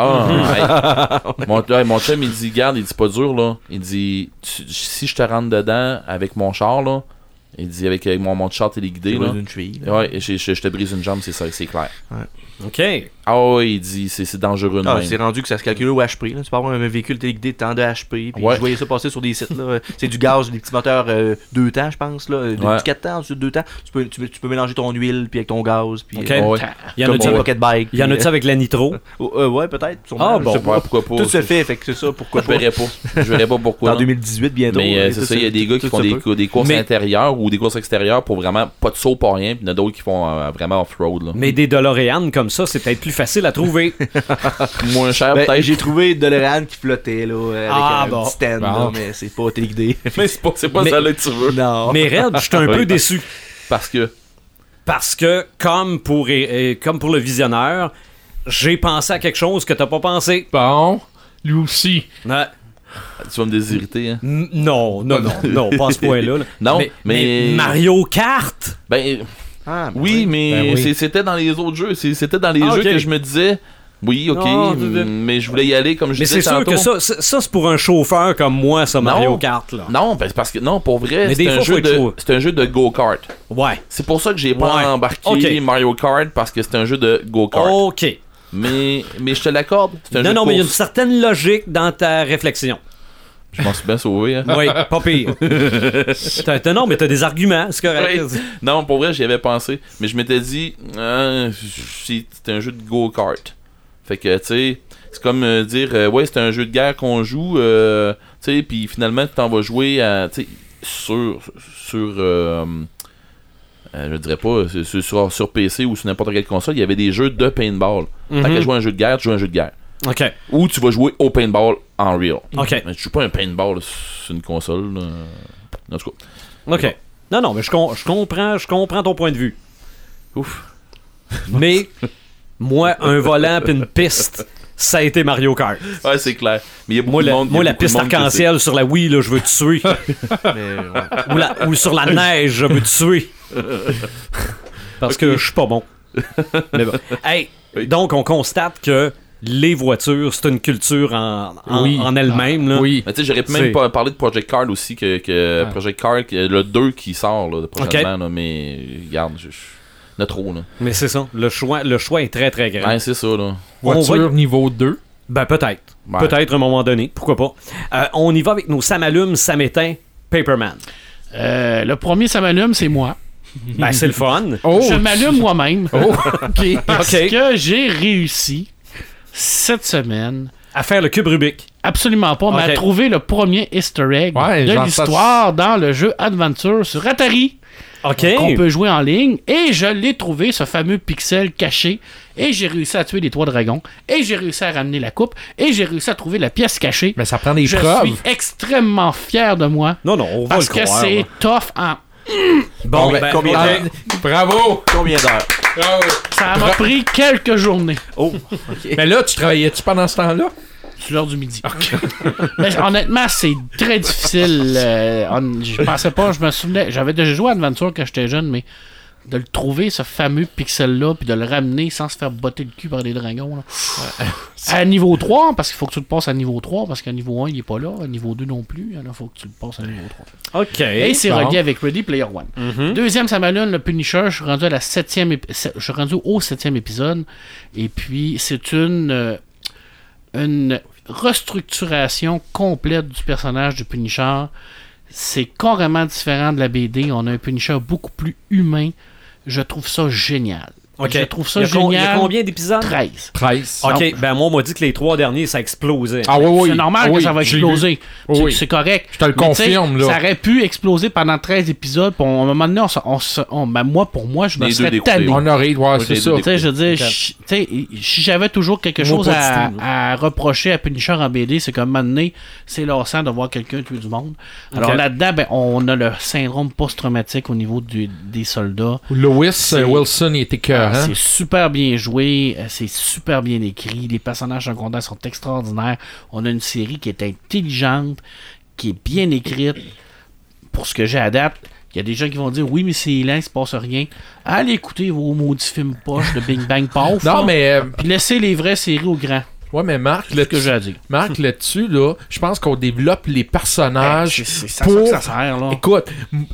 [SPEAKER 4] Ah, mon chum, il dit, garde, il dit, pas dur, là. Il dit, si je te rentre dedans avec mon char, là, il dit, avec mon char téléguidé, là.
[SPEAKER 5] Une cheville. Là.
[SPEAKER 4] Ouais, je te brise une jambe, c'est ça, c'est clair.
[SPEAKER 1] OK.
[SPEAKER 4] Ah ouais, il dit, c'est dangereux de même.
[SPEAKER 5] C'est rendu que ça se calcule au HP. Là. Tu peux avoir un véhicule téléguidé de tant de HP. Puis
[SPEAKER 4] Ouais.
[SPEAKER 5] je voyais ça passer sur des sites. Là. C'est du gaz, des petits moteurs 2 temps, je pense. Là. Du 4 temps, ensuite 2 temps. Tu peux mélanger ton huile puis avec ton gaz. Puis,
[SPEAKER 1] OK.
[SPEAKER 4] Ouais.
[SPEAKER 1] Il y en
[SPEAKER 5] comme
[SPEAKER 1] a-tu
[SPEAKER 5] mon
[SPEAKER 1] avec,
[SPEAKER 5] pocket bike.
[SPEAKER 1] il y en a-tu avec la nitro?
[SPEAKER 5] Ouais, peut-être. sûrement,
[SPEAKER 1] Ah,
[SPEAKER 5] je
[SPEAKER 1] bon.
[SPEAKER 5] sais pas.
[SPEAKER 4] Ouais, pourquoi pas.
[SPEAKER 5] Tout se fait, fait que c'est ça. Pourquoi
[SPEAKER 4] Je
[SPEAKER 5] pas.
[SPEAKER 4] verrais pas pourquoi.
[SPEAKER 5] En
[SPEAKER 4] là.
[SPEAKER 5] 2018, bientôt.
[SPEAKER 4] Mais c'est ça, il y a des gars qui font des courses intérieures ou des courses extérieures pour vraiment pas de saut, pas rien. Puis il y en a d'autres qui font vraiment off-road. Là.
[SPEAKER 1] Mais des DeLorean comme ça, c'est peut-être plus facile à trouver.
[SPEAKER 4] Moins cher,
[SPEAKER 5] Ben,
[SPEAKER 4] peut-être.
[SPEAKER 5] j'ai trouvé DeLorean qui flottait là, avec un
[SPEAKER 1] bon.
[SPEAKER 5] petit stand, là,
[SPEAKER 6] Bon.
[SPEAKER 5] mais c'est pas téléguidé.
[SPEAKER 4] Mais c'est pas
[SPEAKER 1] Mais-
[SPEAKER 4] ça là que tu veux.
[SPEAKER 5] Non.
[SPEAKER 1] Mais Red, je suis un peu déçu.
[SPEAKER 4] Parce que.
[SPEAKER 1] Parce que, comme pour le visionneur, j'ai pensé à quelque chose que t'as pas pensé.
[SPEAKER 6] Bon, lui aussi.
[SPEAKER 1] Ouais.
[SPEAKER 4] Tu vas me désirriter, hein.
[SPEAKER 1] Non, pas à ce point-là. Là.
[SPEAKER 4] Non, mais-
[SPEAKER 1] Mario Kart!
[SPEAKER 4] Ben,
[SPEAKER 5] Ah, ben
[SPEAKER 4] oui, mais
[SPEAKER 6] Ben oui.
[SPEAKER 4] c'était dans les autres jeux. C'était dans les
[SPEAKER 1] Ah,
[SPEAKER 4] jeux
[SPEAKER 1] ok.
[SPEAKER 4] que je me disais, oui, ok,
[SPEAKER 1] Non,
[SPEAKER 4] mais je voulais y aller comme je
[SPEAKER 1] Mais
[SPEAKER 4] disais
[SPEAKER 1] c'est sûr
[SPEAKER 4] tantôt.
[SPEAKER 1] que ça c'est pour un chauffeur comme moi, ça, Mario
[SPEAKER 4] Non.
[SPEAKER 1] Kart. Là.
[SPEAKER 4] Non, ben, c'est parce que, non, pour vrai,
[SPEAKER 1] Mais des fois, faut être chaud.
[SPEAKER 4] c'est un jeu de go-kart.
[SPEAKER 1] Ouais.
[SPEAKER 4] C'est pour ça que j'ai pas
[SPEAKER 1] Ouais.
[SPEAKER 4] embarqué
[SPEAKER 1] Ok.
[SPEAKER 4] Mario Kart, parce que c'est un jeu de go-kart.
[SPEAKER 1] OK.
[SPEAKER 4] Mais je te l'accorde, c'est un jeu de
[SPEAKER 1] Non, mais il y a une
[SPEAKER 4] course.
[SPEAKER 1] certaine logique dans ta réflexion.
[SPEAKER 4] Je m'en suis bien sauvé, hein.
[SPEAKER 1] Oui, pas pire. Non, mais t'as des arguments, c'est correct.
[SPEAKER 4] Ouais. Non, pour vrai, j'y avais pensé. Mais je m'étais dit, c'est un jeu de go-kart. Fait que, tu sais, c'est comme dire, ouais, c'est un jeu de guerre qu'on joue, tu sais, puis finalement, tu t'en vas jouer à, tu sais, je dirais pas, sur PC ou sur n'importe quelle console, il y avait des jeux de paintball. Tant qu'à jouer à un jeu de guerre, tu joues à un jeu de guerre.
[SPEAKER 1] OK.
[SPEAKER 4] Ou tu vas jouer au paintball en real.
[SPEAKER 1] OK.
[SPEAKER 4] Mais tu joues pas un paintball sur une console. En tout cas.
[SPEAKER 1] OK. Non, mais je comprends ton point de vue.
[SPEAKER 4] Ouf.
[SPEAKER 1] Mais, moi, un volant puis une piste, ça a été Mario Kart.
[SPEAKER 4] Ouais, c'est clair. Mais il y a beaucoup
[SPEAKER 1] Moi,
[SPEAKER 4] de monde. il y a
[SPEAKER 1] la
[SPEAKER 4] beaucoup de
[SPEAKER 1] piste
[SPEAKER 4] monde qui
[SPEAKER 1] arc-en-ciel sur la Wii, là, je veux te tuer.
[SPEAKER 5] Mais, ouais.
[SPEAKER 1] ou sur la neige, je veux te tuer. Parce que je suis pas bon. Mais bon. Hey,
[SPEAKER 4] Oui.
[SPEAKER 1] donc on constate que les voitures, c'est une culture
[SPEAKER 6] Oui.
[SPEAKER 1] en elle-même. Là.
[SPEAKER 6] Oui.
[SPEAKER 4] Mais tu sais, j'aurais pu
[SPEAKER 1] C'est-
[SPEAKER 4] même pas parler de Project Card aussi, que Project Card, le 2 qui sort là, prochainement, là, mais regarde, il y en a trop. Là.
[SPEAKER 1] Mais c'est ça, le choix est très très grand.
[SPEAKER 4] Ouais, c'est ça. Là.
[SPEAKER 1] On
[SPEAKER 6] Voiture
[SPEAKER 1] va
[SPEAKER 6] niveau 2.
[SPEAKER 1] Ben peut-être.
[SPEAKER 4] Ouais.
[SPEAKER 1] Peut-être à un moment donné, pourquoi pas. On y va avec nos Samalume, Samétain, Paperman.
[SPEAKER 3] Le premier, ça m'allume, c'est moi.
[SPEAKER 1] Ben c'est le fun.
[SPEAKER 6] Oh,
[SPEAKER 3] Je m'allume moi-même.
[SPEAKER 1] OK.
[SPEAKER 3] Parce
[SPEAKER 1] OK.
[SPEAKER 3] que j'ai réussi cette semaine,
[SPEAKER 1] À faire le cube Rubik.
[SPEAKER 3] absolument pas, mais à
[SPEAKER 1] Ok.
[SPEAKER 3] trouver le premier Easter egg
[SPEAKER 6] Ouais,
[SPEAKER 3] de
[SPEAKER 6] genre
[SPEAKER 3] l'histoire dans le jeu Adventure sur Atari.
[SPEAKER 1] OK.
[SPEAKER 3] Qu'on peut jouer en ligne, et je l'ai trouvé, ce fameux pixel caché, et j'ai réussi à tuer les 3 dragons, et j'ai réussi à ramener la coupe, et j'ai réussi à trouver la pièce cachée.
[SPEAKER 6] mais ça prend des
[SPEAKER 3] Je
[SPEAKER 6] preuves.
[SPEAKER 3] suis extrêmement fier de moi,
[SPEAKER 1] Non, on va
[SPEAKER 3] parce
[SPEAKER 1] le
[SPEAKER 3] que
[SPEAKER 1] croire.
[SPEAKER 3] c'est
[SPEAKER 1] là.
[SPEAKER 3] tough en...
[SPEAKER 1] Bon,
[SPEAKER 6] ben,
[SPEAKER 1] ben,
[SPEAKER 5] combien
[SPEAKER 1] OK.
[SPEAKER 5] d'heures?
[SPEAKER 6] Bravo!
[SPEAKER 5] Combien d'heures?
[SPEAKER 6] Bravo.
[SPEAKER 3] Ça m'a pris quelques journées.
[SPEAKER 5] Oh,
[SPEAKER 6] Mais là, tu travaillais-tu pendant ce temps-là?
[SPEAKER 3] C'est l'heure du midi. Mais honnêtement, c'est très difficile. Je pensais pas, je me souvenais. J'avais déjà joué à Adventure quand j'étais jeune, mais de le trouver, ce fameux pixel-là, puis de le ramener sans se faire botter le cul par des dragons. Là. À niveau 3, parce qu'il faut que tu le passes à niveau 3, parce qu'à niveau 1, il est pas là. À niveau 2 non plus. Alors, il faut que tu le passes à niveau 3.
[SPEAKER 1] OK.
[SPEAKER 3] Et c'est
[SPEAKER 6] bon.
[SPEAKER 3] relié avec Ready Player One. Deuxième, ça m'allume, le Punisher. Je suis rendu je suis rendu au 7e épisode. Et puis, c'est une restructuration complète du personnage du Punisher. C'est carrément différent de la BD. On a un Punisher beaucoup plus humain. Je trouve ça génial.
[SPEAKER 1] OK.
[SPEAKER 3] Je trouve ça
[SPEAKER 1] il y a
[SPEAKER 3] génial.
[SPEAKER 1] combien d'épisodes?
[SPEAKER 3] 13.
[SPEAKER 6] 13.
[SPEAKER 1] OK, ben moi, on m'a dit que les 3 derniers, ça explosait.
[SPEAKER 6] Ah oui.
[SPEAKER 3] C'est normal que ça va exploser.
[SPEAKER 6] Oui.
[SPEAKER 3] C'est correct.
[SPEAKER 6] Je te le
[SPEAKER 3] Mais tu sais,
[SPEAKER 6] confirme, là.
[SPEAKER 3] Ça aurait pu exploser pendant 13 épisodes. Puis à un moment donné, pour moi, je me
[SPEAKER 4] Les
[SPEAKER 3] serais
[SPEAKER 4] deux
[SPEAKER 3] tanné.
[SPEAKER 6] On aurait, ouais, c'est
[SPEAKER 4] j'ai
[SPEAKER 6] ça.
[SPEAKER 4] deux
[SPEAKER 3] Tu sais, je veux dire,
[SPEAKER 1] Ok.
[SPEAKER 3] tu sais, si j'avais toujours quelque
[SPEAKER 1] Moi,
[SPEAKER 3] chose
[SPEAKER 1] pas du tout,
[SPEAKER 3] à reprocher à Punisher en BD, c'est qu'à un moment donné, c'est lassant de voir quelqu'un tuer du monde. Alors
[SPEAKER 1] Ok.
[SPEAKER 3] là-dedans, ben, on a le syndrome post-traumatique au niveau des soldats.
[SPEAKER 6] Lois
[SPEAKER 3] C'est-
[SPEAKER 6] Wilson, il était cœur, hein?
[SPEAKER 3] C'est super bien joué, c'est super bien écrit, les personnages secondaires sont extraordinaires. On a une série qui est intelligente, qui est bien écrite. Pour ce que j'ai à date, il y a des gens qui vont dire oui, mais c'est lent, il se passe rien. Allez écouter vos maudits films poches de Bing Bang Pouf.
[SPEAKER 6] Non, mais...
[SPEAKER 3] Puis laissez les vraies séries au grand.
[SPEAKER 6] ouais, mais Marc,
[SPEAKER 3] C'est ce que j'ai à dire.
[SPEAKER 6] Marc, là-dessus, là, je pense qu'on développe les personnages
[SPEAKER 3] C'est ça
[SPEAKER 6] pour...
[SPEAKER 3] que ça sert, là.
[SPEAKER 6] Écoute,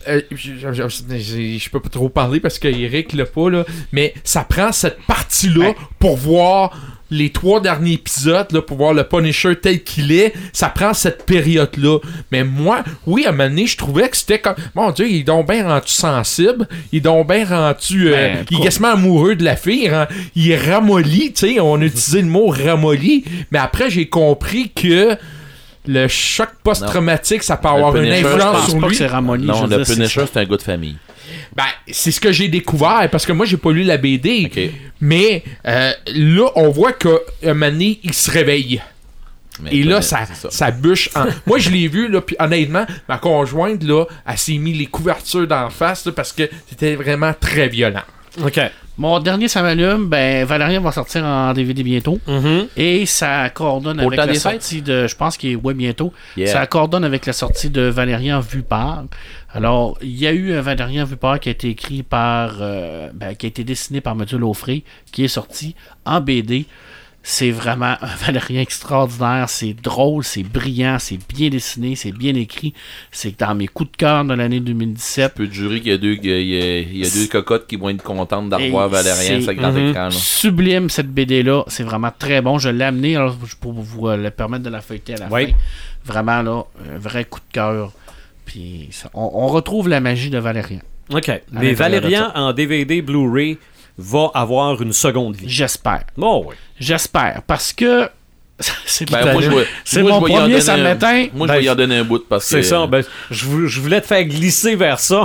[SPEAKER 6] je peux pas trop parler parce que Eric l'a pas, là, mais ça prend cette partie-là pour voir les 3 derniers épisodes, là, pour voir le Punisher tel qu'il est. Ça prend cette période-là. Mais moi, oui, à un moment donné, je trouvais que c'était comme... Mon Dieu, il est donc bien rendu sensible. Il est donc bien rendu... il est quasiment amoureux de la fille. Il est ramolli, tu sais. On a utilisé le mot ramolli. Mais après, j'ai compris que le choc post-traumatique, ça peut avoir une
[SPEAKER 4] Punisher,
[SPEAKER 3] Je
[SPEAKER 6] influence
[SPEAKER 3] pense
[SPEAKER 6] sur
[SPEAKER 3] pas que
[SPEAKER 6] lui.
[SPEAKER 3] c'est Ramoni.
[SPEAKER 4] Non,
[SPEAKER 3] je veux
[SPEAKER 4] le
[SPEAKER 3] dire, c'est
[SPEAKER 4] Punisher,
[SPEAKER 3] ça.
[SPEAKER 4] c'est un gars de famille.
[SPEAKER 6] Ben, c'est ce que j'ai découvert, parce que moi, j'ai pas lu la BD.
[SPEAKER 4] Ok.
[SPEAKER 6] Mais là, on voit qu'à un moment donné, il se réveille.
[SPEAKER 4] Mais
[SPEAKER 6] Et là,
[SPEAKER 4] Punisher,
[SPEAKER 6] ça,
[SPEAKER 4] c'est
[SPEAKER 6] ça bûche. Moi, je l'ai vu, là, puis honnêtement, ma conjointe, là, elle s'est mis les couvertures d'en face, là, parce que c'était vraiment très violent.
[SPEAKER 1] OK.
[SPEAKER 3] Mon dernier, ça m'allume. Ben, Valérien va sortir en DVD bientôt.
[SPEAKER 1] Mhm.
[SPEAKER 3] Et ça coordonne
[SPEAKER 4] Pour le
[SPEAKER 3] avec
[SPEAKER 4] temps
[SPEAKER 3] la
[SPEAKER 4] des fêtes?
[SPEAKER 3] sortie de... Je pense qu'il est bientôt.
[SPEAKER 4] Yeah.
[SPEAKER 3] Ça coordonne avec la sortie de Valérian vu par. Alors, il y a eu un Valérian vu par qui a été écrit par... qui a été dessiné par Mathieu Laufré, qui est sorti en BD. C'est vraiment un Valérien extraordinaire. C'est drôle, c'est brillant, c'est bien dessiné, c'est bien écrit. C'est dans mes coups de cœur de l'année 2017.
[SPEAKER 4] Je peux te jurer qu'il y a deux cocottes qui vont être contentes d'avoir
[SPEAKER 3] Et
[SPEAKER 4] Valérien
[SPEAKER 3] c'est-
[SPEAKER 4] sur le grand écran. là.
[SPEAKER 3] Sublime cette BD-là, c'est vraiment très bon. Je l'ai amené alors, pour vous le permettre de la feuilleter à la
[SPEAKER 1] Oui.
[SPEAKER 3] fin. Vraiment, là, un vrai coup de cœur. Puis on retrouve la magie de Valérian.
[SPEAKER 1] OK.
[SPEAKER 3] À
[SPEAKER 1] Mais
[SPEAKER 3] l'intérieur de
[SPEAKER 1] Valérian en DVD Blu-ray va avoir une seconde vie.
[SPEAKER 3] J'espère.
[SPEAKER 1] Bon, oui.
[SPEAKER 3] J'espère. Parce que c'est
[SPEAKER 4] Ben, moi,
[SPEAKER 3] c'est
[SPEAKER 4] moi,
[SPEAKER 3] mon
[SPEAKER 4] je vais y en
[SPEAKER 3] premier
[SPEAKER 4] donner
[SPEAKER 3] samedi matin.
[SPEAKER 4] Moi,
[SPEAKER 1] Ben,
[SPEAKER 4] je vais y en donner un bout parce que.
[SPEAKER 1] C'est ça. Ben, je voulais te faire glisser vers ça.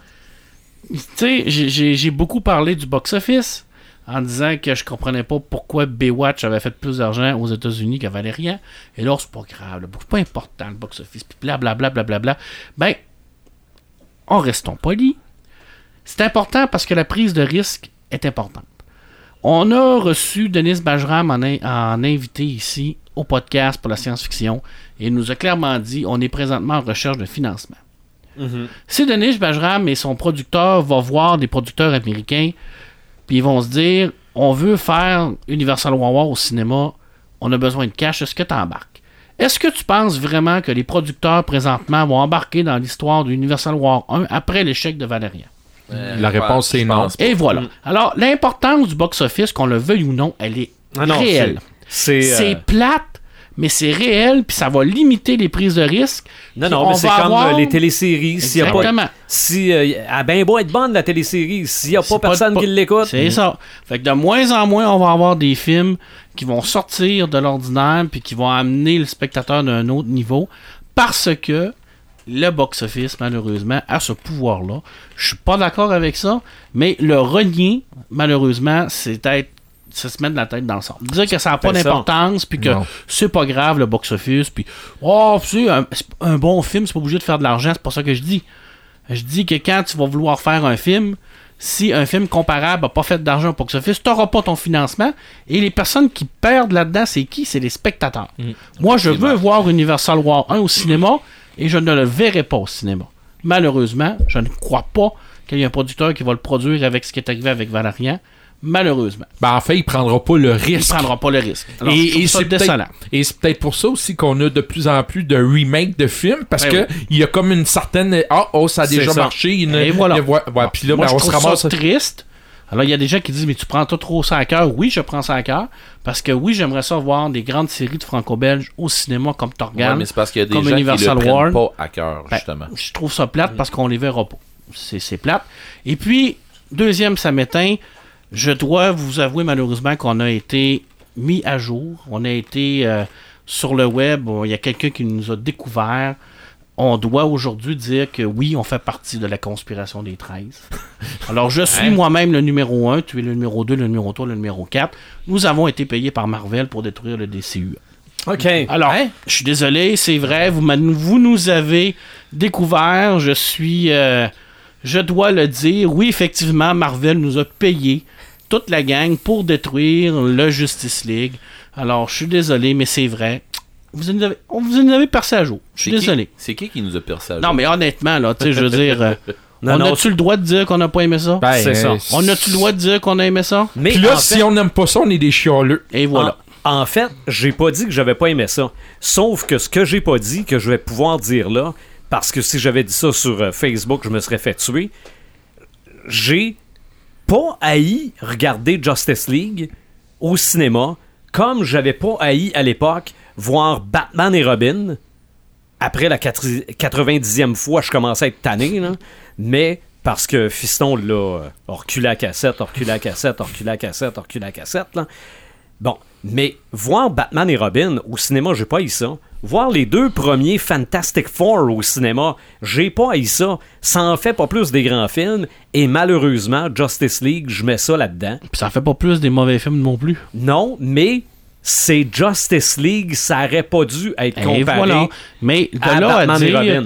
[SPEAKER 3] Tu sais, j'ai beaucoup parlé du box-office en disant que je comprenais pas pourquoi Baywatch avait fait plus d'argent aux États-Unis que Valérian. Et là, c'est pas grave, là, c'est pas important le box-office, puis blablabla, blablabla. Ben, en restons polis. C'est important parce que la prise de risque est importante. On a reçu Denis Bajram en invité ici au podcast pour la science-fiction et il nous a clairement dit on est présentement en recherche de financement. Si Denis Bajram et son producteur vont voir des producteurs américains, puis ils vont se dire on veut faire Universal War au cinéma, on a besoin de cash, est-ce que tu embarques? Est-ce que tu penses vraiment que les producteurs présentement vont embarquer dans l'histoire d'Universal War 1 après l'échec de Valérian?
[SPEAKER 6] La réponse, c'est non.
[SPEAKER 3] Et voilà. Alors, l'importance du box-office, qu'on le veuille ou non, elle est
[SPEAKER 1] Ah non,
[SPEAKER 3] réelle. C'est plate, mais c'est réel, puis ça va limiter les prises de risque.
[SPEAKER 1] Non,
[SPEAKER 3] Puis
[SPEAKER 1] non,
[SPEAKER 3] on
[SPEAKER 1] mais c'est
[SPEAKER 3] va
[SPEAKER 1] comme
[SPEAKER 3] avoir-
[SPEAKER 1] les téléséries. S'il y a pas,
[SPEAKER 3] Exactement.
[SPEAKER 1] si, elle a bien beau être bonne, la télésérie, s'il n'y a
[SPEAKER 3] C'est
[SPEAKER 1] pas personne
[SPEAKER 3] pas-
[SPEAKER 1] qui l'écoute.
[SPEAKER 3] C'est ça. Fait que de moins en moins, on va avoir des films qui vont sortir de l'ordinaire puis qui vont amener le spectateur d'un autre niveau parce que le box-office, malheureusement, a ce pouvoir-là. Je suis pas d'accord avec ça, mais le renier, malheureusement, c'est se mettre la tête dans le sang. Dire que ça n'a pas
[SPEAKER 1] C'est ça.
[SPEAKER 3] d'importance, puis que
[SPEAKER 6] Non.
[SPEAKER 3] c'est pas grave le box-office, puis c'est un bon film, c'est pas obligé de faire de l'argent, c'est pas ça que je dis. Je dis que quand tu vas vouloir faire un film, si un film comparable n'a pas fait d'argent au box-office, tu n'auras pas ton financement. Et les personnes qui perdent là-dedans, c'est qui? C'est les spectateurs. Moi, je veux voir Universal War 1 au cinéma et je ne le verrai pas au cinéma. Malheureusement, je ne crois pas qu'il y ait un producteur qui va le produire avec ce qui est arrivé avec Valérian. Malheureusement.
[SPEAKER 6] Ben, en fait, il prendra pas le
[SPEAKER 3] Il ne
[SPEAKER 6] risque.
[SPEAKER 3] prendra pas le risque. Alors,
[SPEAKER 6] Et-
[SPEAKER 3] je trouve
[SPEAKER 6] et
[SPEAKER 3] ça
[SPEAKER 6] c'est peut-être-
[SPEAKER 3] désolant.
[SPEAKER 6] Et c'est peut-être pour ça aussi qu'on a de plus en plus de remakes de films, parce
[SPEAKER 3] Ben
[SPEAKER 6] que
[SPEAKER 3] oui.
[SPEAKER 6] il y a comme une certaine... ça a
[SPEAKER 1] C'est
[SPEAKER 6] déjà
[SPEAKER 1] ça.
[SPEAKER 6] marché.
[SPEAKER 3] Et voilà.
[SPEAKER 6] Puis là,
[SPEAKER 3] Moi,
[SPEAKER 6] ben,
[SPEAKER 3] je
[SPEAKER 6] on se
[SPEAKER 3] trouve
[SPEAKER 6] ramasse...
[SPEAKER 3] ça triste. Alors, il y a des gens qui disent, mais tu prends tout trop ça à cœur. Oui, je prends ça à cœur. Parce que oui, j'aimerais ça voir des grandes séries de franco-belges au cinéma comme
[SPEAKER 4] Ouais,
[SPEAKER 3] Torgan.
[SPEAKER 4] mais c'est parce qu'il y a des
[SPEAKER 3] comme
[SPEAKER 4] gens
[SPEAKER 3] Universal
[SPEAKER 4] qui le
[SPEAKER 3] War.
[SPEAKER 4] prennent pas à cœur,
[SPEAKER 3] Ben,
[SPEAKER 4] justement.
[SPEAKER 3] je trouve ça plate parce qu'on les verra pas. C'est plate. Et puis, deuxième samedi, Je dois vous avouer malheureusement qu'on a été mis à jour. On a été sur le web. Il y a quelqu'un qui nous a découvert. On doit aujourd'hui dire que oui, on fait partie de la conspiration des 13. Alors, je suis moi-même le numéro 1, tu es le numéro 2, le numéro 3, le numéro 4. Nous avons été payés par Marvel pour détruire le DCU.
[SPEAKER 1] OK.
[SPEAKER 3] Alors, je suis désolé, c'est vrai, vous nous avez découvert. Je dois le dire. Oui, effectivement, Marvel nous a payé toute la gang pour détruire le Justice League. Alors, je suis désolé, mais c'est vrai. Vous nous avez percé à jour. Je suis désolé.
[SPEAKER 4] C'est qui nous a percé à jour?
[SPEAKER 3] Non, mais honnêtement, là, tu sais, je veux dire, on a-tu le droit de dire qu'on n'a pas aimé ça?
[SPEAKER 6] Ben,
[SPEAKER 1] c'est ça.
[SPEAKER 3] On a-tu le droit de dire qu'on a aimé ça?
[SPEAKER 1] Mais
[SPEAKER 6] Puis là,
[SPEAKER 1] en
[SPEAKER 6] si
[SPEAKER 1] fait-
[SPEAKER 6] on n'aime pas ça, on est des chialeux.
[SPEAKER 3] Et voilà.
[SPEAKER 1] En fait, j'ai pas dit que j'avais pas aimé ça. Sauf que ce que j'ai pas dit, que je vais pouvoir dire là, parce que si j'avais dit ça sur Facebook, je me serais fait tuer. J'ai pas haï regarder Justice League au cinéma, comme j'avais pas haï à l'époque voir Batman et Robin. Après la 90e fois, je commençais à être tanné, là. Mais parce que Fiston, là, reculé à cassette, là. Bon, mais voir Batman et Robin au cinéma, j'ai pas haï ça. Voir les 2 premiers Fantastic Four au cinéma, j'ai pas haï ça. Ça en fait pas plus des grands films. Et malheureusement, Justice League, je mets ça là-dedans.
[SPEAKER 3] Puis ça fait pas plus des mauvais films non plus.
[SPEAKER 1] Non, mais c'est Justice League, ça aurait pas dû être
[SPEAKER 3] Et
[SPEAKER 1] comparé.
[SPEAKER 3] voilà. Mais de
[SPEAKER 1] à
[SPEAKER 3] là à
[SPEAKER 1] Batman et Robin.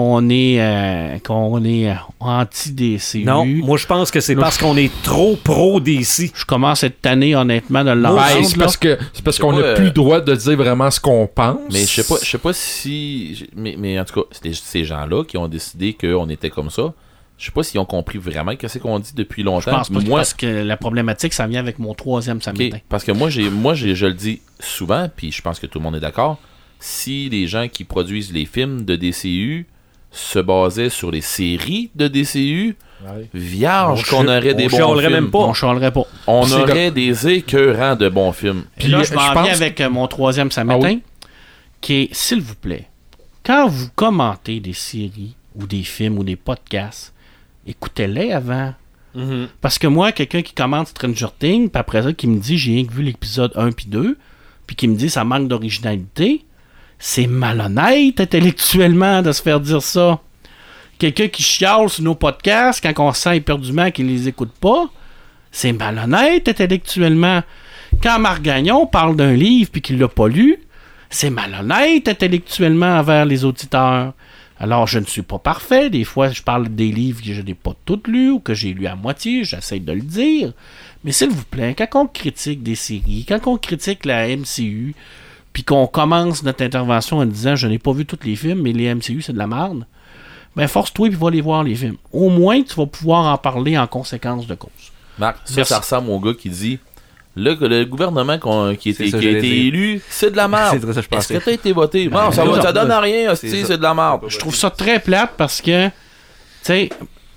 [SPEAKER 3] dire qu'on est anti-DCU,
[SPEAKER 1] Non, moi je pense que c'est parce qu'on est trop pro DC.
[SPEAKER 3] je commence à être tanné honnêtement de
[SPEAKER 6] Ben,
[SPEAKER 3] l'entendre.
[SPEAKER 6] c'est
[SPEAKER 3] là.
[SPEAKER 6] parce qu'on
[SPEAKER 4] pas,
[SPEAKER 6] n'a plus le droit de dire vraiment ce qu'on pense.
[SPEAKER 4] Mais je sais pas si... Mais en tout cas, c'était ces gens-là qui ont décidé qu'on était comme ça. Je sais pas s'ils ont compris vraiment qu'est-ce qu'on dit depuis
[SPEAKER 3] Je
[SPEAKER 4] longtemps.
[SPEAKER 3] pense pas
[SPEAKER 4] Moi,
[SPEAKER 3] parce que la problématique, ça vient avec mon 3e samedi
[SPEAKER 4] ok,
[SPEAKER 3] matin.
[SPEAKER 4] parce que je le dis souvent, puis je pense que tout le monde est d'accord. Si les gens qui produisent les films de DCU se basaient sur les séries de DCU, vierge qu'on aurait des bons
[SPEAKER 1] chialerait
[SPEAKER 4] films.
[SPEAKER 1] même pas.
[SPEAKER 3] On chialerait pas.
[SPEAKER 4] On
[SPEAKER 6] C'est
[SPEAKER 4] aurait des écœurants de bons films.
[SPEAKER 3] Puis là,
[SPEAKER 6] Puis,
[SPEAKER 3] je m'en
[SPEAKER 6] je
[SPEAKER 3] viens
[SPEAKER 6] pense-
[SPEAKER 3] avec mon 3e samedi matin, qui est, s'il vous plaît, quand vous commentez des séries ou des films ou des podcasts, écoutez-les avant. Parce que moi, quelqu'un qui commente Stranger Things, puis après ça, qui me dit j'ai rien que vu l'épisode 1 puis 2, puis qui me dit ça manque d'originalité, c'est malhonnête intellectuellement de se faire dire ça. Quelqu'un qui chiale sur nos podcasts quand on sent éperdument qu'il les écoute pas, c'est malhonnête intellectuellement. Quand Marc Gagnon parle d'un livre puis qu'il l'a pas lu, c'est malhonnête intellectuellement envers les auditeurs. Alors, je ne suis pas parfait. Des fois, je parle des livres que je n'ai pas toutes lus ou que j'ai lus à moitié. J'essaie de le dire. Mais s'il vous plaît, quand on critique des séries, quand on critique la MCU, puis qu'on commence notre intervention en disant « Je n'ai pas vu tous les films, mais les MCU, c'est de la merde », ben force-toi et va les voir, les films. Au moins, tu vas pouvoir en parler en conséquence de cause.
[SPEAKER 4] Marc,
[SPEAKER 3] Merci.
[SPEAKER 4] ça ressemble au gars qui dit le gouvernement qui a
[SPEAKER 5] C'est
[SPEAKER 4] été
[SPEAKER 5] ça, j'allais dire.
[SPEAKER 4] élu, c'est de la merde.
[SPEAKER 5] C'est ça, je
[SPEAKER 4] Est-ce
[SPEAKER 5] pensais.
[SPEAKER 4] que t'as été voté? Non,
[SPEAKER 3] c'est ça.
[SPEAKER 4] ça donne à rien, hostie,
[SPEAKER 5] C'est ça.
[SPEAKER 4] c'est de la merde.
[SPEAKER 3] Je trouve ça très plate parce que, tu sais,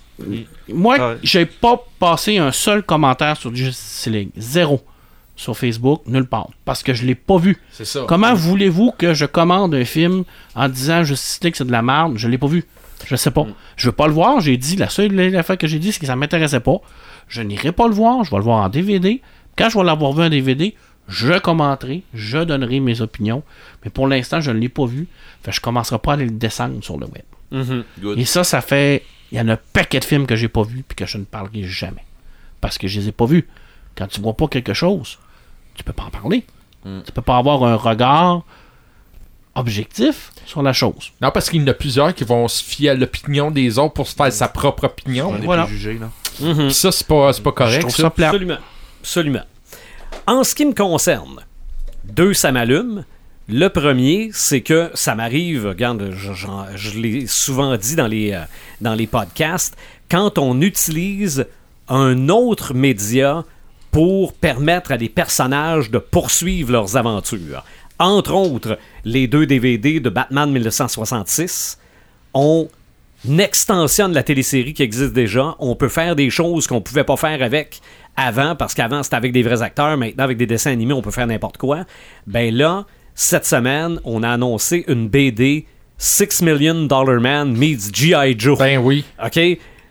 [SPEAKER 3] moi,
[SPEAKER 5] Ouais.
[SPEAKER 3] j'ai pas passé un seul commentaire sur Justice League. 0. Sur Facebook, nulle part. Parce que je l'ai pas vu.
[SPEAKER 6] C'est ça.
[SPEAKER 3] Comment voulez-vous que je commande un film en disant Justice League, c'est de la merde? Je l'ai pas vu. Je sais pas. Je veux pas le voir. J'ai dit, la seule affaire que j'ai dit, c'est que ça m'intéressait pas. Je n'irai pas le voir. Je vais le voir en DVD. Quand je vais l'avoir vu en DVD, je commenterai, je donnerai mes opinions. Mais pour l'instant, je ne l'ai pas vu. Fait que je commencerai pas à aller le descendre sur le web.
[SPEAKER 4] Good.
[SPEAKER 3] Et ça fait... Il y en a un paquet de films que j'ai pas vus puis que je ne parlerai jamais. Parce que je les ai pas vus. Quand tu vois pas quelque chose, tu peux pas en parler. Tu peux pas avoir un regard objectif sur la chose.
[SPEAKER 6] Non, parce qu'il y en a plusieurs qui vont se fier à l'opinion des autres pour se faire sa propre opinion.
[SPEAKER 5] On est
[SPEAKER 3] Voilà.
[SPEAKER 5] préjugés, là.
[SPEAKER 6] Puis ça, c'est pas
[SPEAKER 3] Je
[SPEAKER 6] correct.
[SPEAKER 3] trouve ça plate.
[SPEAKER 1] Absolument. Absolument. En ce qui me concerne, 2, ça m'allume. Le premier, c'est que ça m'arrive, regarde, je l'ai souvent dit dans les podcasts, quand on utilise un autre média pour permettre à des personnages de poursuivre leurs aventures. Entre autres, les 2 DVD de Batman 1966, on extensionne la télésérie qui existe déjà. On peut faire des choses qu'on pouvait pas faire avec avant, parce qu'avant, c'était avec des vrais acteurs. Maintenant, avec des dessins animés, on peut faire n'importe quoi. Ben là, cette semaine, on a annoncé une BD $6 Million Man meets G.I. Joe.
[SPEAKER 6] Ben oui.
[SPEAKER 1] OK?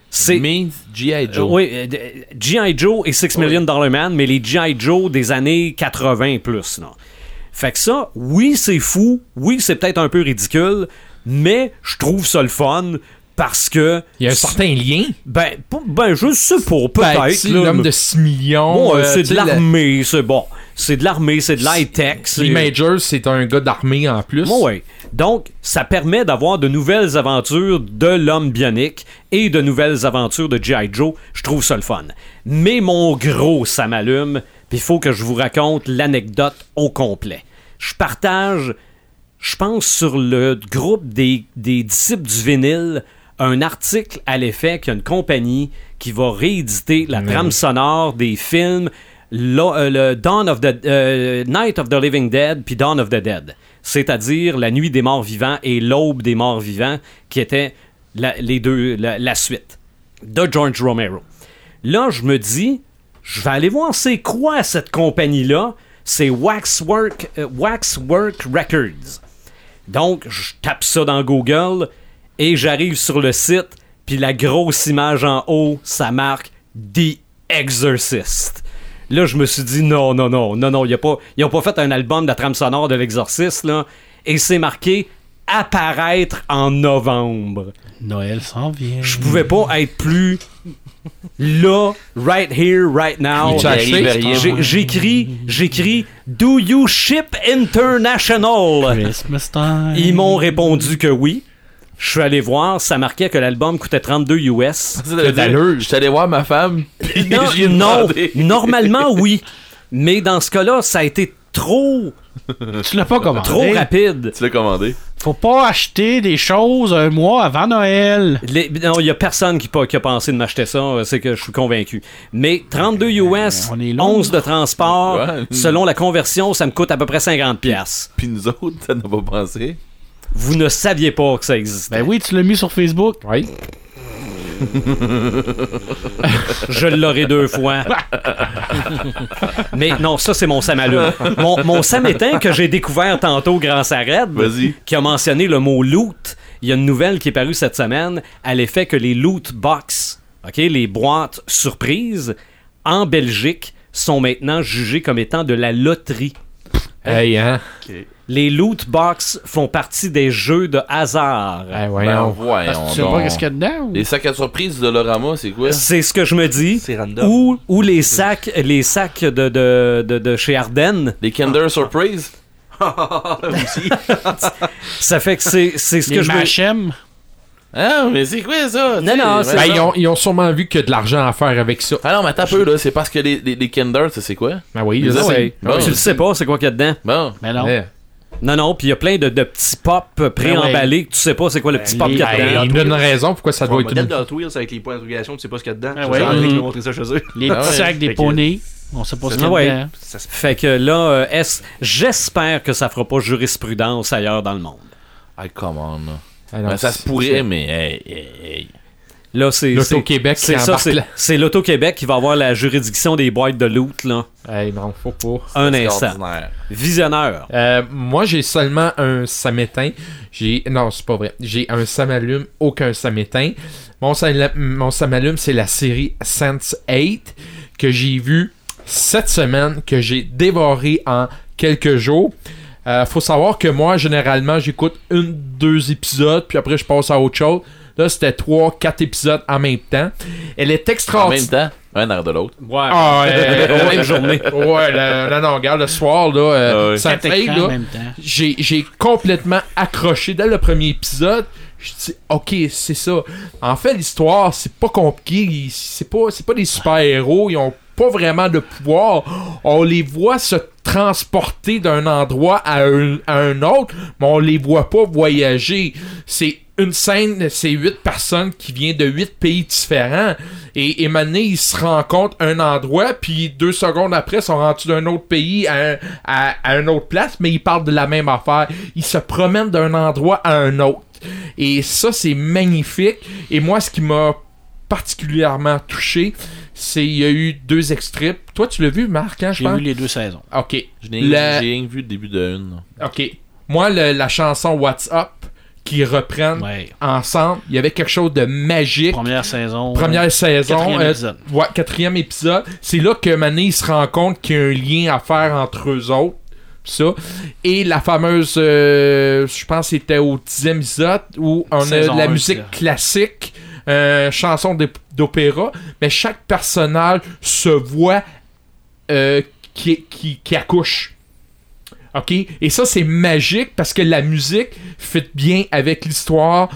[SPEAKER 4] Mais G.I. Joe.
[SPEAKER 1] Oui, G.I. Joe et $6 Million Man, mais les G.I. Joe des années 80 plus. Là. Fait que ça, oui, c'est fou, oui, c'est peut-être un peu ridicule, mais je trouve ça le fun parce que...
[SPEAKER 6] Il y a un certain lien.
[SPEAKER 1] Ben, je sais pas, peut-être.
[SPEAKER 6] Ben, c'est l'homme de 6 millions.
[SPEAKER 1] Bon, c'est de l'armée, c'est bon. C'est de l'armée, c'est de l'high-tech.
[SPEAKER 6] Lee Majors, c'est un gars d'armée en plus.
[SPEAKER 1] Oui. Donc, ça permet d'avoir de nouvelles aventures de l'homme bionique et de nouvelles aventures de G.I. Joe. Je trouve ça le fun. Mais mon gros, ça m'allume. Puis il faut que je vous raconte l'anecdote au complet. Je partage, je pense, sur le groupe des disciples du vinyle, un article à l'effet qu'il y a une compagnie qui va rééditer la trame sonore des films le Dawn of the Night of the Living Dead puis Dawn of the Dead, c'est-à-dire La Nuit des Morts Vivants et L'Aube des Morts Vivants, qui étaient la suite de George Romero. Là, je me dis, je vais aller voir c'est quoi cette compagnie-là. C'est Waxwork Records. Donc, je tape ça dans Google et j'arrive sur le site, puis la grosse image en haut, ça marque The Exorcist. Là, je me suis dit, non, ils ont pas fait un album de la trame sonore de l'Exorciste, là, et c'est marqué apparaître en novembre.
[SPEAKER 3] Noël s'en vient.
[SPEAKER 1] Je pouvais pas être plus là, right here, right now. J'écris Do you ship international?
[SPEAKER 3] Christmas time.
[SPEAKER 1] Ils m'ont répondu que oui. Je suis allé voir, ça marquait que l'album coûtait 32 US.
[SPEAKER 4] Je suis allé voir ma femme.
[SPEAKER 1] Non, normalement oui. Mais dans ce cas-là, ça a été trop...
[SPEAKER 3] Tu l'as pas commandé.
[SPEAKER 1] Trop rapide.
[SPEAKER 4] Tu l'as commandé.
[SPEAKER 3] Faut pas acheter des choses un mois avant Noël.
[SPEAKER 1] Non, il y a personne qui a pensé de m'acheter ça, c'est que je suis convaincu. Mais 32 US, 11 de transport, selon la conversion, ça me coûte à peu près 50$.
[SPEAKER 4] Puis nous autres, ça n'a pas pensé.
[SPEAKER 1] Vous ne saviez pas que ça existait.
[SPEAKER 3] Ben oui, tu l'as mis sur Facebook.
[SPEAKER 6] Oui.
[SPEAKER 1] Je l'aurai 2 fois. Mais non, ça c'est mon Samalume. Mon Samétain que j'ai découvert tantôt grâce à Red, qui a mentionné le mot loot. Il y a une nouvelle qui est parue cette semaine à l'effet que les loot box, les boîtes surprises, en Belgique, sont maintenant jugées comme étant de la loterie.
[SPEAKER 6] Hey, hein?
[SPEAKER 5] Okay.
[SPEAKER 1] Les loot box font partie des jeux de hasard.
[SPEAKER 4] Voyons
[SPEAKER 3] Tu sais pas qu'est-ce qu'il y a dedans?
[SPEAKER 4] Les sacs à surprise de Dolorama, c'est quoi?
[SPEAKER 1] C'est ce que je me dis.
[SPEAKER 5] C'est random.
[SPEAKER 1] Ou les sacs de chez Ardennes.
[SPEAKER 4] Les Kinder Surprise?
[SPEAKER 5] Aussi.
[SPEAKER 1] Ça fait que c'est ce que je me
[SPEAKER 3] dis.
[SPEAKER 4] Ah, mais c'est quoi ça?
[SPEAKER 1] Non, c'est
[SPEAKER 6] ben, ils ont sûrement vu qu'il y a de l'argent à faire avec ça.
[SPEAKER 4] Ah non, mais attends un peu, là. C'est parce que les Kinder, ça c'est quoi?
[SPEAKER 6] Ben oui,
[SPEAKER 1] tu
[SPEAKER 6] sais.
[SPEAKER 1] le sais pas, c'est quoi qu'il y a dedans?
[SPEAKER 4] Bon.
[SPEAKER 3] Mais non.
[SPEAKER 1] Non, puis il y a plein de petits pop pré-emballés que tu sais pas c'est quoi le petit pop qu'il y a dedans.
[SPEAKER 6] Il me donne raison pourquoi ça doit
[SPEAKER 5] Le
[SPEAKER 6] être
[SPEAKER 5] modèle de Hot Wheels avec les points d'interrogation, tu sais pas ce qu'il y a dedans.
[SPEAKER 3] Ouais.
[SPEAKER 5] André qui m'a montré ça chez eux.
[SPEAKER 3] Les petits sacs des poneys. On sait pas ce qu'il y a dedans.
[SPEAKER 1] Fait que là, j'espère que ça fera pas jurisprudence ailleurs dans le monde.
[SPEAKER 4] Hey, come on, là.
[SPEAKER 6] Alors,
[SPEAKER 4] ben, ça se pourrait, mais hey.
[SPEAKER 1] Là, c'est
[SPEAKER 6] l'Auto-Québec
[SPEAKER 1] c'est ça, c'est l'Auto-Québec qui va avoir la juridiction des boîtes de loot, là.
[SPEAKER 6] Hey, non, faut pas.
[SPEAKER 1] Un instant. Visionnaire.
[SPEAKER 6] Moi, j'ai seulement un Samétain. Non, c'est pas vrai. J'ai un Samalume, aucun Samétain. Mon Samalume, c'est la série Sense8 que j'ai vu cette semaine, que j'ai dévoré en quelques jours. Faut savoir que moi, généralement, j'écoute 1-2 épisodes, puis après, je passe à autre chose. Là, c'était 3-4 épisodes en même temps. Elle est extraordinaire.
[SPEAKER 4] En même temps? Un air de l'autre.
[SPEAKER 1] Ouais. La même journée.
[SPEAKER 6] Ouais, non, regarde, le soir, là, ça fait, là, j'ai complètement accroché dès le premier épisode. Je dis, ok, c'est ça. En fait, l'histoire, c'est pas compliqué. C'est pas des super-héros. Ils ont pas vraiment de pouvoir. On les voit se transporter d'un endroit à un autre, mais on les voit pas voyager. C'est une scène, c'est 8 personnes qui viennent de 8 pays différents. Et maintenant, ils se rencontrent à un endroit, puis 2 secondes après, ils sont rendus d'un autre pays à une autre place, mais ils parlent de la même affaire. Ils se promènent d'un endroit à un autre. Et ça, c'est magnifique. Et moi, ce qui m'a particulièrement touché, c'est il y a eu 2 extraits. Toi, tu l'as vu, Marc, hein, je pense?
[SPEAKER 3] J'ai vu les 2 saisons.
[SPEAKER 6] OK.
[SPEAKER 4] J'ai rien vu le début de une.
[SPEAKER 6] OK. Moi, la chanson What's Up, qui reprennent
[SPEAKER 3] Ouais.
[SPEAKER 6] ensemble. Il y avait quelque chose de magique.
[SPEAKER 3] Première saison.
[SPEAKER 6] Saison.
[SPEAKER 3] 4e épisode.
[SPEAKER 6] Ouais, 4e épisode. C'est là que Mané se rend compte qu'il y a un lien à faire entre eux autres. Ça. Et la fameuse, je pense que c'était au 10e épisode, où on
[SPEAKER 3] Saison
[SPEAKER 6] a la
[SPEAKER 3] 1,
[SPEAKER 6] musique
[SPEAKER 3] c'est
[SPEAKER 6] classique, chanson d'opéra, mais chaque personnage se voit qui accouche. OK? Et ça, c'est magique parce que la musique fit bien avec l'histoire.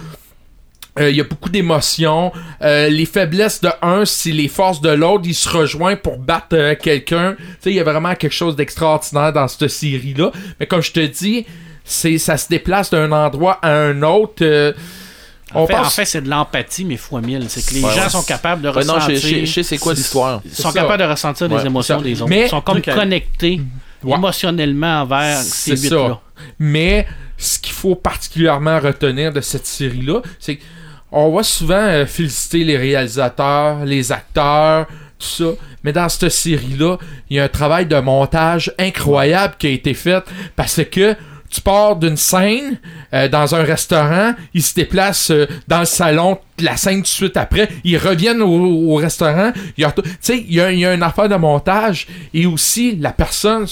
[SPEAKER 6] Il y a beaucoup d'émotions. Les faiblesses de un, c'est les forces de l'autre. Ils se rejoignent pour battre quelqu'un. Tu sais, il y a vraiment quelque chose d'extraordinaire dans cette série-là. Mais comme je te dis, ça se déplace d'un endroit à un autre.
[SPEAKER 3] En fait, c'est de l'empathie, mais fois 1000. C'est que les gens sont capables de ressentir.
[SPEAKER 4] Non, je sais c'est quoi l'histoire.
[SPEAKER 3] Ils sont capables de ressentir les émotions des autres.
[SPEAKER 6] Mais-
[SPEAKER 3] Ils sont comme connectés émotionnellement envers ces
[SPEAKER 6] C'est
[SPEAKER 3] 8-là.
[SPEAKER 6] ça. Mais ce qu'il faut particulièrement retenir de cette série-là, c'est qu'on va souvent féliciter les réalisateurs, les acteurs, tout ça. Mais dans cette série-là, il y a un travail de montage incroyable qui a été fait parce que tu pars d'une scène dans un restaurant, ils se déplacent dans le salon, la scène tout de suite après, ils reviennent au restaurant, tu sais, il y a une affaire de montage et aussi la personne,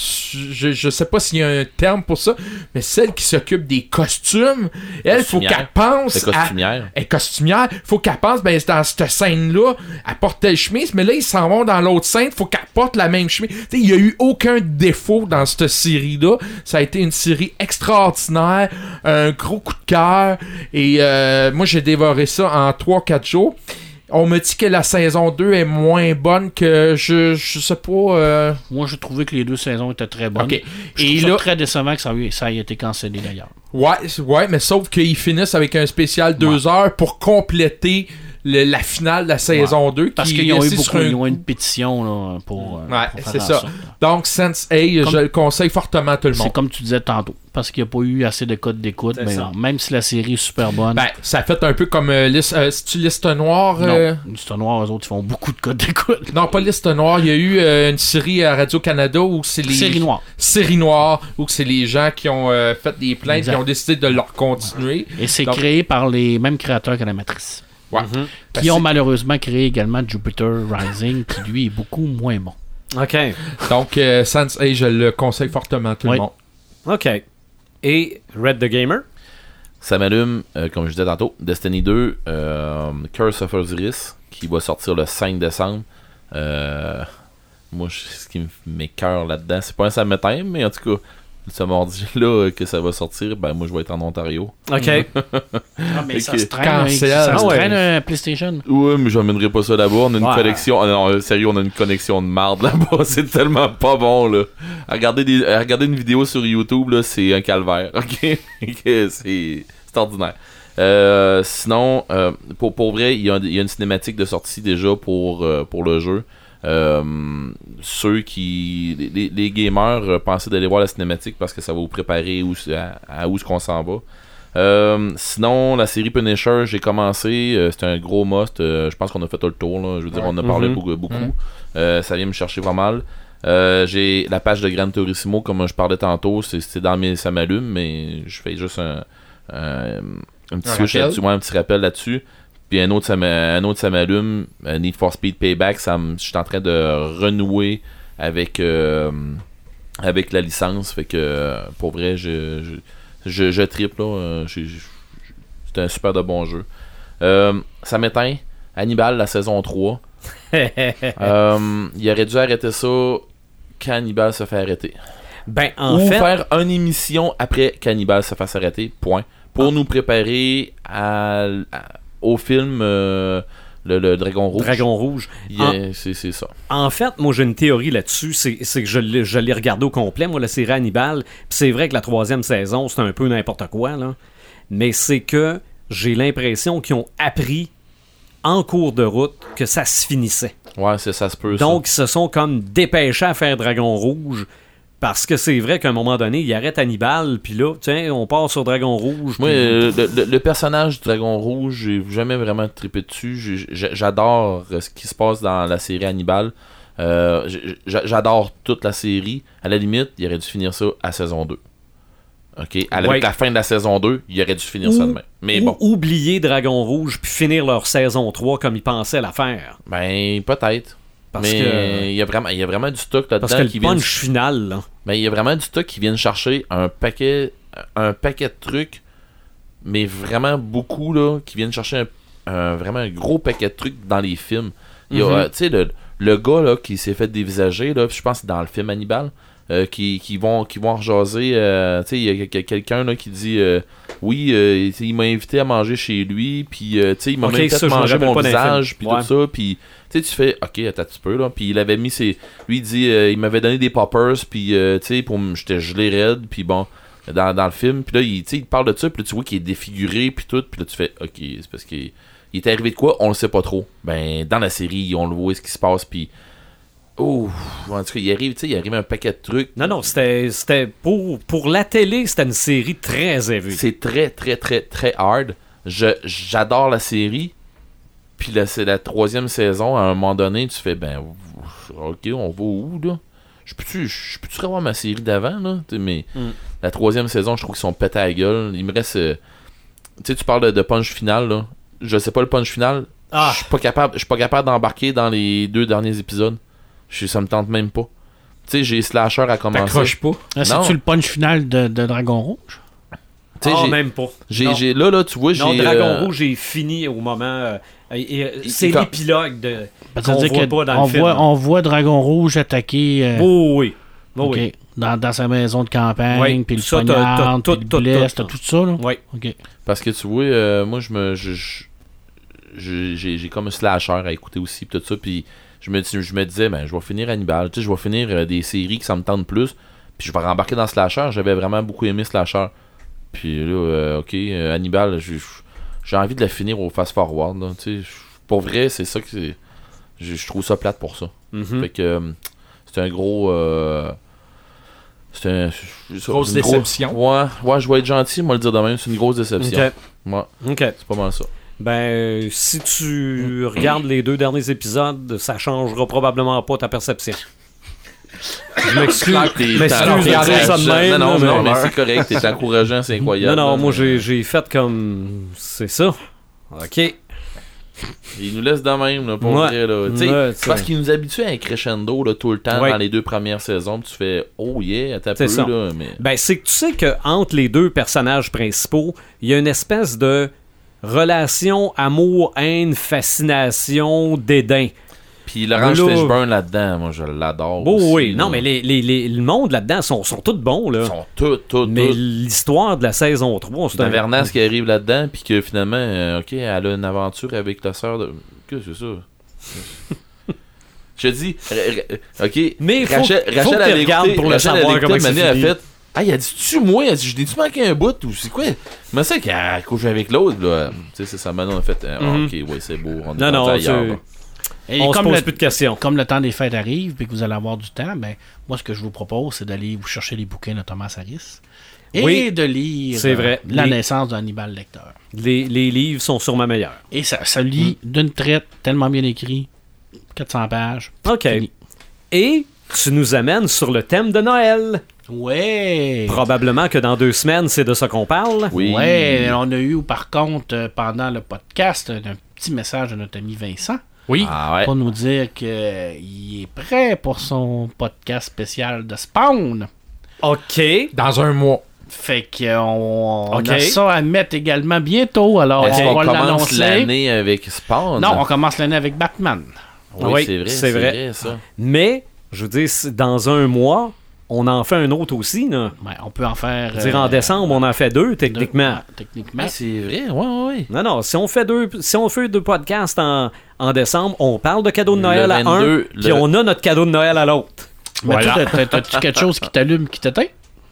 [SPEAKER 6] je sais pas s'il y a un terme pour ça, mais celle qui s'occupe des costumes, elle, faut qu'elle pense
[SPEAKER 4] C'est costumière.
[SPEAKER 6] elle est costumière, faut qu'elle pense, ben dans cette scène-là, elle porte telle chemise, mais là, ils s'en vont dans l'autre scène, faut qu'elle porte la même chemise. Tu sais, il y a eu aucun défaut dans cette série-là. Ça a été une série extraordinaire, un gros coup de cœur, et moi, j'ai dévoré ça en 3-4 jours. On me dit que la saison 2 est moins bonne que je sais pas.
[SPEAKER 3] Moi, j'ai trouvé que les 2 saisons étaient très bonnes.
[SPEAKER 6] Ok.
[SPEAKER 3] Je
[SPEAKER 6] Et
[SPEAKER 3] trouve
[SPEAKER 6] là-
[SPEAKER 3] ça très décevant que ça ait été cancellé d'ailleurs.
[SPEAKER 6] Ouais, mais sauf qu'ils finissent avec un spécial 2 heures pour compléter la finale de la saison 2.
[SPEAKER 3] Parce qu'ils ont eu ils ont eu une pétition là, pour
[SPEAKER 6] Ouais,
[SPEAKER 3] pour faire
[SPEAKER 6] c'est
[SPEAKER 3] en
[SPEAKER 6] ça.
[SPEAKER 3] sorte.
[SPEAKER 6] Donc, Sense8,
[SPEAKER 3] Comme-
[SPEAKER 6] je le conseille fortement à tout le
[SPEAKER 3] C'est
[SPEAKER 6] monde.
[SPEAKER 3] comme tu disais tantôt. Parce qu'il n'y a pas eu assez de codes d'écoute.
[SPEAKER 1] C'est
[SPEAKER 3] Mais
[SPEAKER 1] ça.
[SPEAKER 3] non, même si la série est super bonne.
[SPEAKER 6] Ben, ça fait un peu comme c'est-tu Liste Noire?
[SPEAKER 3] non, l'histoire noire, eux autres, ils font beaucoup de codes d'écoute.
[SPEAKER 6] Non, pas Liste Noire. Il y a eu une série à Radio-Canada où c'est les...
[SPEAKER 3] Série noire.
[SPEAKER 6] Série Noire, où c'est les gens qui ont fait des plaintes
[SPEAKER 3] Exact.
[SPEAKER 6] qui ont décidé de leur continuer.
[SPEAKER 3] Et c'est
[SPEAKER 6] Donc-
[SPEAKER 3] créé par les mêmes créateurs que la Matrice.
[SPEAKER 6] Ouais.
[SPEAKER 3] Qui
[SPEAKER 6] Ben,
[SPEAKER 3] ont malheureusement créé également Jupiter Rising, qui lui est beaucoup moins bon.
[SPEAKER 1] OK.
[SPEAKER 6] Donc, Sense8, je le conseille fortement à tout
[SPEAKER 3] Oui.
[SPEAKER 6] le monde.
[SPEAKER 1] OK. Et Red the Gamer?
[SPEAKER 4] Ça m'allume, comme je disais tantôt, Destiny 2, Curse of Osiris, qui va sortir le 5 décembre. Moi, ce qui m'écoeure là-dedans, c'est pas un samedi, mais en tout cas, ce mardi-là que ça va sortir, ben moi je vais être en Ontario.
[SPEAKER 1] OK.
[SPEAKER 3] Ah, mais ça
[SPEAKER 4] Ok.
[SPEAKER 3] se traîne,
[SPEAKER 6] Cancel.
[SPEAKER 3] ça se
[SPEAKER 1] Ah ouais.
[SPEAKER 3] traîne un PlayStation.
[SPEAKER 4] Ouais, mais j'emmènerai pas ça là-bas. On a une
[SPEAKER 1] Ouais.
[SPEAKER 4] connexion. Non, sérieux, on a une connexion de marde là-bas. C'est tellement pas bon, là. À regarder une vidéo sur YouTube, là, c'est un calvaire. Ok? c'est ordinaire. Sinon, pour vrai, il y a une cinématique de sortie déjà pour le jeu. Ceux qui les gamers pensaient d'aller voir la cinématique parce que ça va vous préparer à où est-ce qu'on s'en va. Sinon, la série Punisher, j'ai commencé, c'était un gros must. Je pense qu'on a fait tout le tour, là. Je veux dire, on a parlé beaucoup. Ça vient me chercher pas mal. J'ai la page de Gran Turismo, comme je parlais tantôt, c'est dans mes ça m'allume, mais je fais juste un petit switch
[SPEAKER 6] rappel?
[SPEAKER 4] là-dessus, ouais, un petit rappel là-dessus. Puis un autre ça m'allume, Need for Speed Payback, je suis en train de renouer avec la licence, fait que pour vrai je triple là, c'est un super de bon jeu. Ça m'éteint, Hannibal la saison 3. Il aurait dû arrêter ça quand Hannibal se fait arrêter.
[SPEAKER 1] Ben, en
[SPEAKER 4] Ou
[SPEAKER 1] fait...
[SPEAKER 4] faire une émission après qu'Hannibal se fasse arrêter, point. Pour nous préparer au film le Dragon Rouge.
[SPEAKER 1] Dragon Rouge.
[SPEAKER 4] C'est ça.
[SPEAKER 1] En fait, moi, j'ai une théorie là-dessus. C'est que je l'ai regardé au complet, moi, la série Hannibal. Puis c'est vrai que la 3e saison, c'est un peu n'importe quoi, là. Mais c'est que j'ai l'impression qu'ils ont appris en cours de route que ça se finissait.
[SPEAKER 4] Ouais, ça se peut.
[SPEAKER 1] Donc, ils se sont comme dépêchés à faire Dragon Rouge. Parce que c'est vrai qu'à un moment donné, ils arrêtent Hannibal, puis là, tiens, on part sur Dragon Rouge.
[SPEAKER 4] Moi,
[SPEAKER 1] puis-
[SPEAKER 4] le personnage du Dragon Rouge, j'ai jamais vraiment trippé dessus. J'adore ce qui se passe dans la série Hannibal. J'adore toute la série. À la limite, il aurait dû finir ça à saison 2. OK? Avec la fin de la saison 2, il aurait dû finir ça de même. Mais bon.
[SPEAKER 1] Oublier Dragon Rouge puis finir leur saison 3 comme ils pensaient la faire.
[SPEAKER 4] Ben, peut-être.
[SPEAKER 1] Parce
[SPEAKER 4] mais
[SPEAKER 1] que...
[SPEAKER 4] il y a vraiment du stock là-dedans.
[SPEAKER 1] Parce que
[SPEAKER 4] qui
[SPEAKER 1] le punch final, là.
[SPEAKER 4] Ben, il y a vraiment du stock qui viennent chercher un paquet de trucs, mais vraiment beaucoup, là, qui viennent chercher vraiment un gros paquet de trucs dans les films. Il y a, tu sais, le gars, là, qui s'est fait dévisager, là, je pense que c'est dans le film Hannibal, qui vont rejaser, tu sais, il y a quelqu'un, là, qui dit, oui, il m'a invité à manger chez lui, puis, tu sais, il m'a même fait manger mon visage, puis tout ça, puis... Tu sais, tu fais, ok, attends un petit peu, là. Puis il avait mis ses. Lui, il dit, il m'avait donné des poppers, puis, tu sais, j'étais gelé raide, puis bon, dans le film. Puis là, il parle de ça, puis là, tu vois qu'il est défiguré, puis tout. Puis là, tu fais, ok, c'est parce qu'il est arrivé de quoi, on le sait pas trop. Ben, dans la série, on le voit ce qui se passe, puis. Oh, en tout cas, il arrive un paquet de trucs.
[SPEAKER 1] Non, c'était pour la télé, c'était une série très élevée.
[SPEAKER 4] C'est très, très, très, très hard. J'adore la série. Puis là, c'est la 3e saison, à un moment donné, tu fais, ben, ok, on va où, là? Je peux-tu revoir ma série d'avant, là? Mais la 3e saison, je trouve qu'ils sont pétés à la gueule. Il me reste... tu sais, tu parles de punch final, là. Je sais pas le punch final. Je suis pas capable d'embarquer dans les 2 derniers épisodes. Ça me tente même pas. Tu sais, j'ai Slasher à commencer.
[SPEAKER 6] T'accroches pas.
[SPEAKER 3] C'est-tu le punch final de Dragon Rouge?
[SPEAKER 1] Même pas.
[SPEAKER 4] Là, tu vois,
[SPEAKER 1] non, Dragon Rouge est fini au moment... c'est l'épilogue de qu'on voit pas dans le film.
[SPEAKER 3] On voit Dragon Rouge attaquer...
[SPEAKER 1] oui.
[SPEAKER 3] Okay. Dans sa maison de campagne, puis le
[SPEAKER 1] ça,
[SPEAKER 3] poignard, puis le blesse, t'as tout ça, là?
[SPEAKER 1] Oui.
[SPEAKER 3] OK.
[SPEAKER 4] Parce que tu vois, moi, j'ai comme un slasher à écouter aussi, puis tout ça, puis je me disais, ben, je vais finir Hannibal, tu sais, je vais finir des séries qui ça me tente plus, puis je vais rembarquer dans Slasher. J'avais vraiment beaucoup aimé Slasher. Puis là, ok, Hannibal, j'ai envie de la finir au fast-forward. Là, pour vrai, c'est ça que je trouve ça plate pour ça. Fait que c'est un gros...
[SPEAKER 6] grosse déception.
[SPEAKER 4] Ouais, je vais être gentil, moi le dire de même, c'est une grosse déception.
[SPEAKER 1] Ok.
[SPEAKER 4] C'est pas mal ça.
[SPEAKER 1] Ben, si tu regardes les 2 derniers épisodes, ça changera probablement pas ta perception. Je m'excuse de dire ça de même.
[SPEAKER 4] Non, mais c'est correct, t'es encourageant, c'est incroyable.
[SPEAKER 1] Non, moi j'ai fait comme... C'est ça. OK.
[SPEAKER 4] Il nous laisse de même, là, pour vrai, là. Parce qu'il nous habitue à un crescendo, là, tout le temps, dans les 2 premières saisons, puis tu fais, oh yeah, t'as peu, là. Mais...
[SPEAKER 1] Ben, c'est que tu sais qu'entre les 2 personnages principaux, il y a une espèce de relation amour, haine, fascination, dédain.
[SPEAKER 4] Puis Laurence Fishburne là-dedans, moi je l'adore.
[SPEAKER 1] Bon, oui, non, mais le monde là-dedans sont tous bons, là.
[SPEAKER 4] Ils sont tous.
[SPEAKER 1] Mais l'histoire de la saison 3, c'est
[SPEAKER 4] Tavernas qui arrive là-dedans, puis que finalement, ok, elle a une aventure avec la sœur de. Qu'est-ce que c'est ça? Je dis, ok,
[SPEAKER 1] mais
[SPEAKER 4] Rachel
[SPEAKER 1] faut que tu regardes pour le savoir comment c'est fini.
[SPEAKER 4] Elle a dit-tu moi? Elle a dit, je n'ai-tu manqué un bout? Ou c'est quoi? Mais c'est qu'elle a couché avec l'autre, là. Tu sais, c'est ça, maintenant on a fait, ok, ouais, c'est beau, on est ailleurs.
[SPEAKER 3] Et
[SPEAKER 1] on se pose plus de questions.
[SPEAKER 3] Comme le temps des fêtes arrive et que vous allez avoir du temps, ben moi ce que je vous propose, c'est d'aller vous chercher les bouquins de Thomas Harris et de lire La naissance d'Hannibal Lecter.
[SPEAKER 1] Les livres sont sûrement meilleurs.
[SPEAKER 3] Et ça lit d'une traite, tellement bien écrit, 400 pages.
[SPEAKER 1] OK. Fini. Et tu nous amènes sur le thème de Noël.
[SPEAKER 3] Ouais.
[SPEAKER 1] Probablement que dans 2 semaines, c'est de ça qu'on parle.
[SPEAKER 4] Oui.
[SPEAKER 3] Ouais, on a eu par contre pendant le podcast un petit message de notre ami Vincent.
[SPEAKER 6] Oui.
[SPEAKER 3] Pour nous dire qu'il est prêt pour son podcast spécial de Spawn.
[SPEAKER 1] OK.
[SPEAKER 6] Dans 1 mois.
[SPEAKER 3] Fait qu'on a ça à mettre également bientôt. Alors, on va
[SPEAKER 4] commence l'année avec Spawn.
[SPEAKER 3] Non, on commence l'année avec Batman.
[SPEAKER 4] Oui, c'est vrai, ça.
[SPEAKER 1] Mais, je veux dire, dans 1 mois, on en fait un autre aussi, là.
[SPEAKER 3] Ouais, on peut en faire...
[SPEAKER 1] en décembre, on en fait 2, techniquement.
[SPEAKER 3] Techniquement.
[SPEAKER 4] Ah, c'est vrai, ouais.
[SPEAKER 1] Non, si on fait 2 podcasts en décembre, on parle de cadeau de Noël à un, puis on a notre cadeau de Noël à l'autre.
[SPEAKER 3] Mais voilà. T'as-tu quelque chose qui t'allume, qui t'éteint?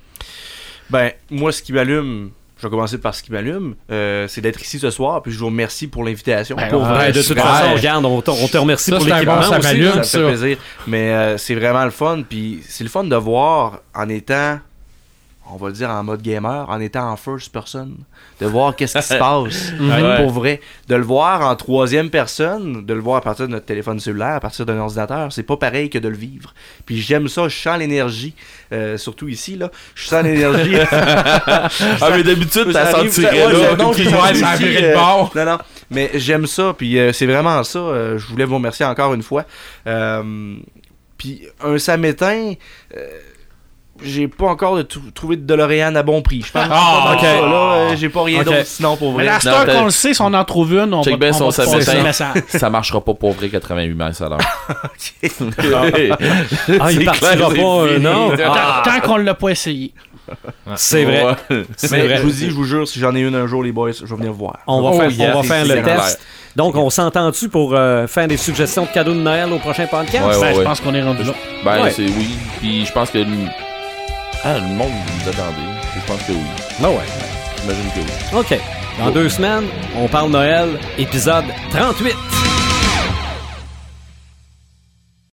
[SPEAKER 5] Ben, moi, ce qui m'allume... Je vais commencer par ce qui m'allume, c'est d'être ici ce soir, puis je vous remercie pour l'invitation.
[SPEAKER 1] Pour vrai, de toute façon, regarde, on te remercie pour l'équipement
[SPEAKER 5] ça
[SPEAKER 1] aussi.
[SPEAKER 5] Ça me fait plaisir. Mais c'est vraiment le fun, puis c'est le fun de voir en étant... on va le dire en mode gamer, en étant en first person, de voir qu'est-ce qui se passe.
[SPEAKER 4] Ouais.
[SPEAKER 5] Pour vrai. De le voir en troisième personne, de le voir à partir de notre téléphone cellulaire, à partir d'un ordinateur, c'est pas pareil que de le vivre. Puis j'aime ça, je sens l'énergie, surtout ici, là. Je sens l'énergie.
[SPEAKER 4] Mais d'habitude, t'as senti là.
[SPEAKER 5] Non, j'ai
[SPEAKER 6] Ouais,
[SPEAKER 5] senti
[SPEAKER 6] ça a
[SPEAKER 5] ici,
[SPEAKER 6] viré de bord.
[SPEAKER 5] non, mais j'aime ça, puis c'est vraiment ça. Je voulais vous remercier encore une fois. Puis un samétain, j'ai pas encore trouvé de DeLorean à bon prix. Je pense que
[SPEAKER 6] ok.
[SPEAKER 5] ça, là, j'ai pas rien d'autre sinon pour
[SPEAKER 3] Mais
[SPEAKER 5] vrai.
[SPEAKER 3] la star qu'on le sait, si on en trouve une, on
[SPEAKER 4] Check
[SPEAKER 3] va
[SPEAKER 4] bien son
[SPEAKER 3] te passer
[SPEAKER 4] samétain.
[SPEAKER 3] le message.
[SPEAKER 4] Ça marchera pas pour vrai 88 miles à l'heure.
[SPEAKER 1] Ah, il partira pas, non? Ah,
[SPEAKER 3] Tant qu'on l'a pas essayé.
[SPEAKER 1] c'est vrai.
[SPEAKER 4] Ouais.
[SPEAKER 1] C'est
[SPEAKER 5] Mais
[SPEAKER 1] vrai.
[SPEAKER 5] je vous dis, je vous jure, si j'en ai une un jour, les boys, je vais venir vous voir.
[SPEAKER 1] On va
[SPEAKER 6] Oh,
[SPEAKER 1] faire,
[SPEAKER 6] yes,
[SPEAKER 1] on va faire le
[SPEAKER 5] c'est clair.
[SPEAKER 1] test. Donc, on s'entend-tu pour faire des suggestions de cadeaux de Noël au prochain podcast?
[SPEAKER 4] Ouais,
[SPEAKER 3] Ben, je
[SPEAKER 4] ouais.
[SPEAKER 3] pense qu'on est rendu là.
[SPEAKER 4] Ben,
[SPEAKER 1] Ouais.
[SPEAKER 4] c'est oui. Puis je pense que le monde nous attendait. Je pense que oui.
[SPEAKER 1] Ben ouais.
[SPEAKER 4] J'imagine que oui.
[SPEAKER 1] OK. Dans 2 semaines, on parle Noël, épisode 38.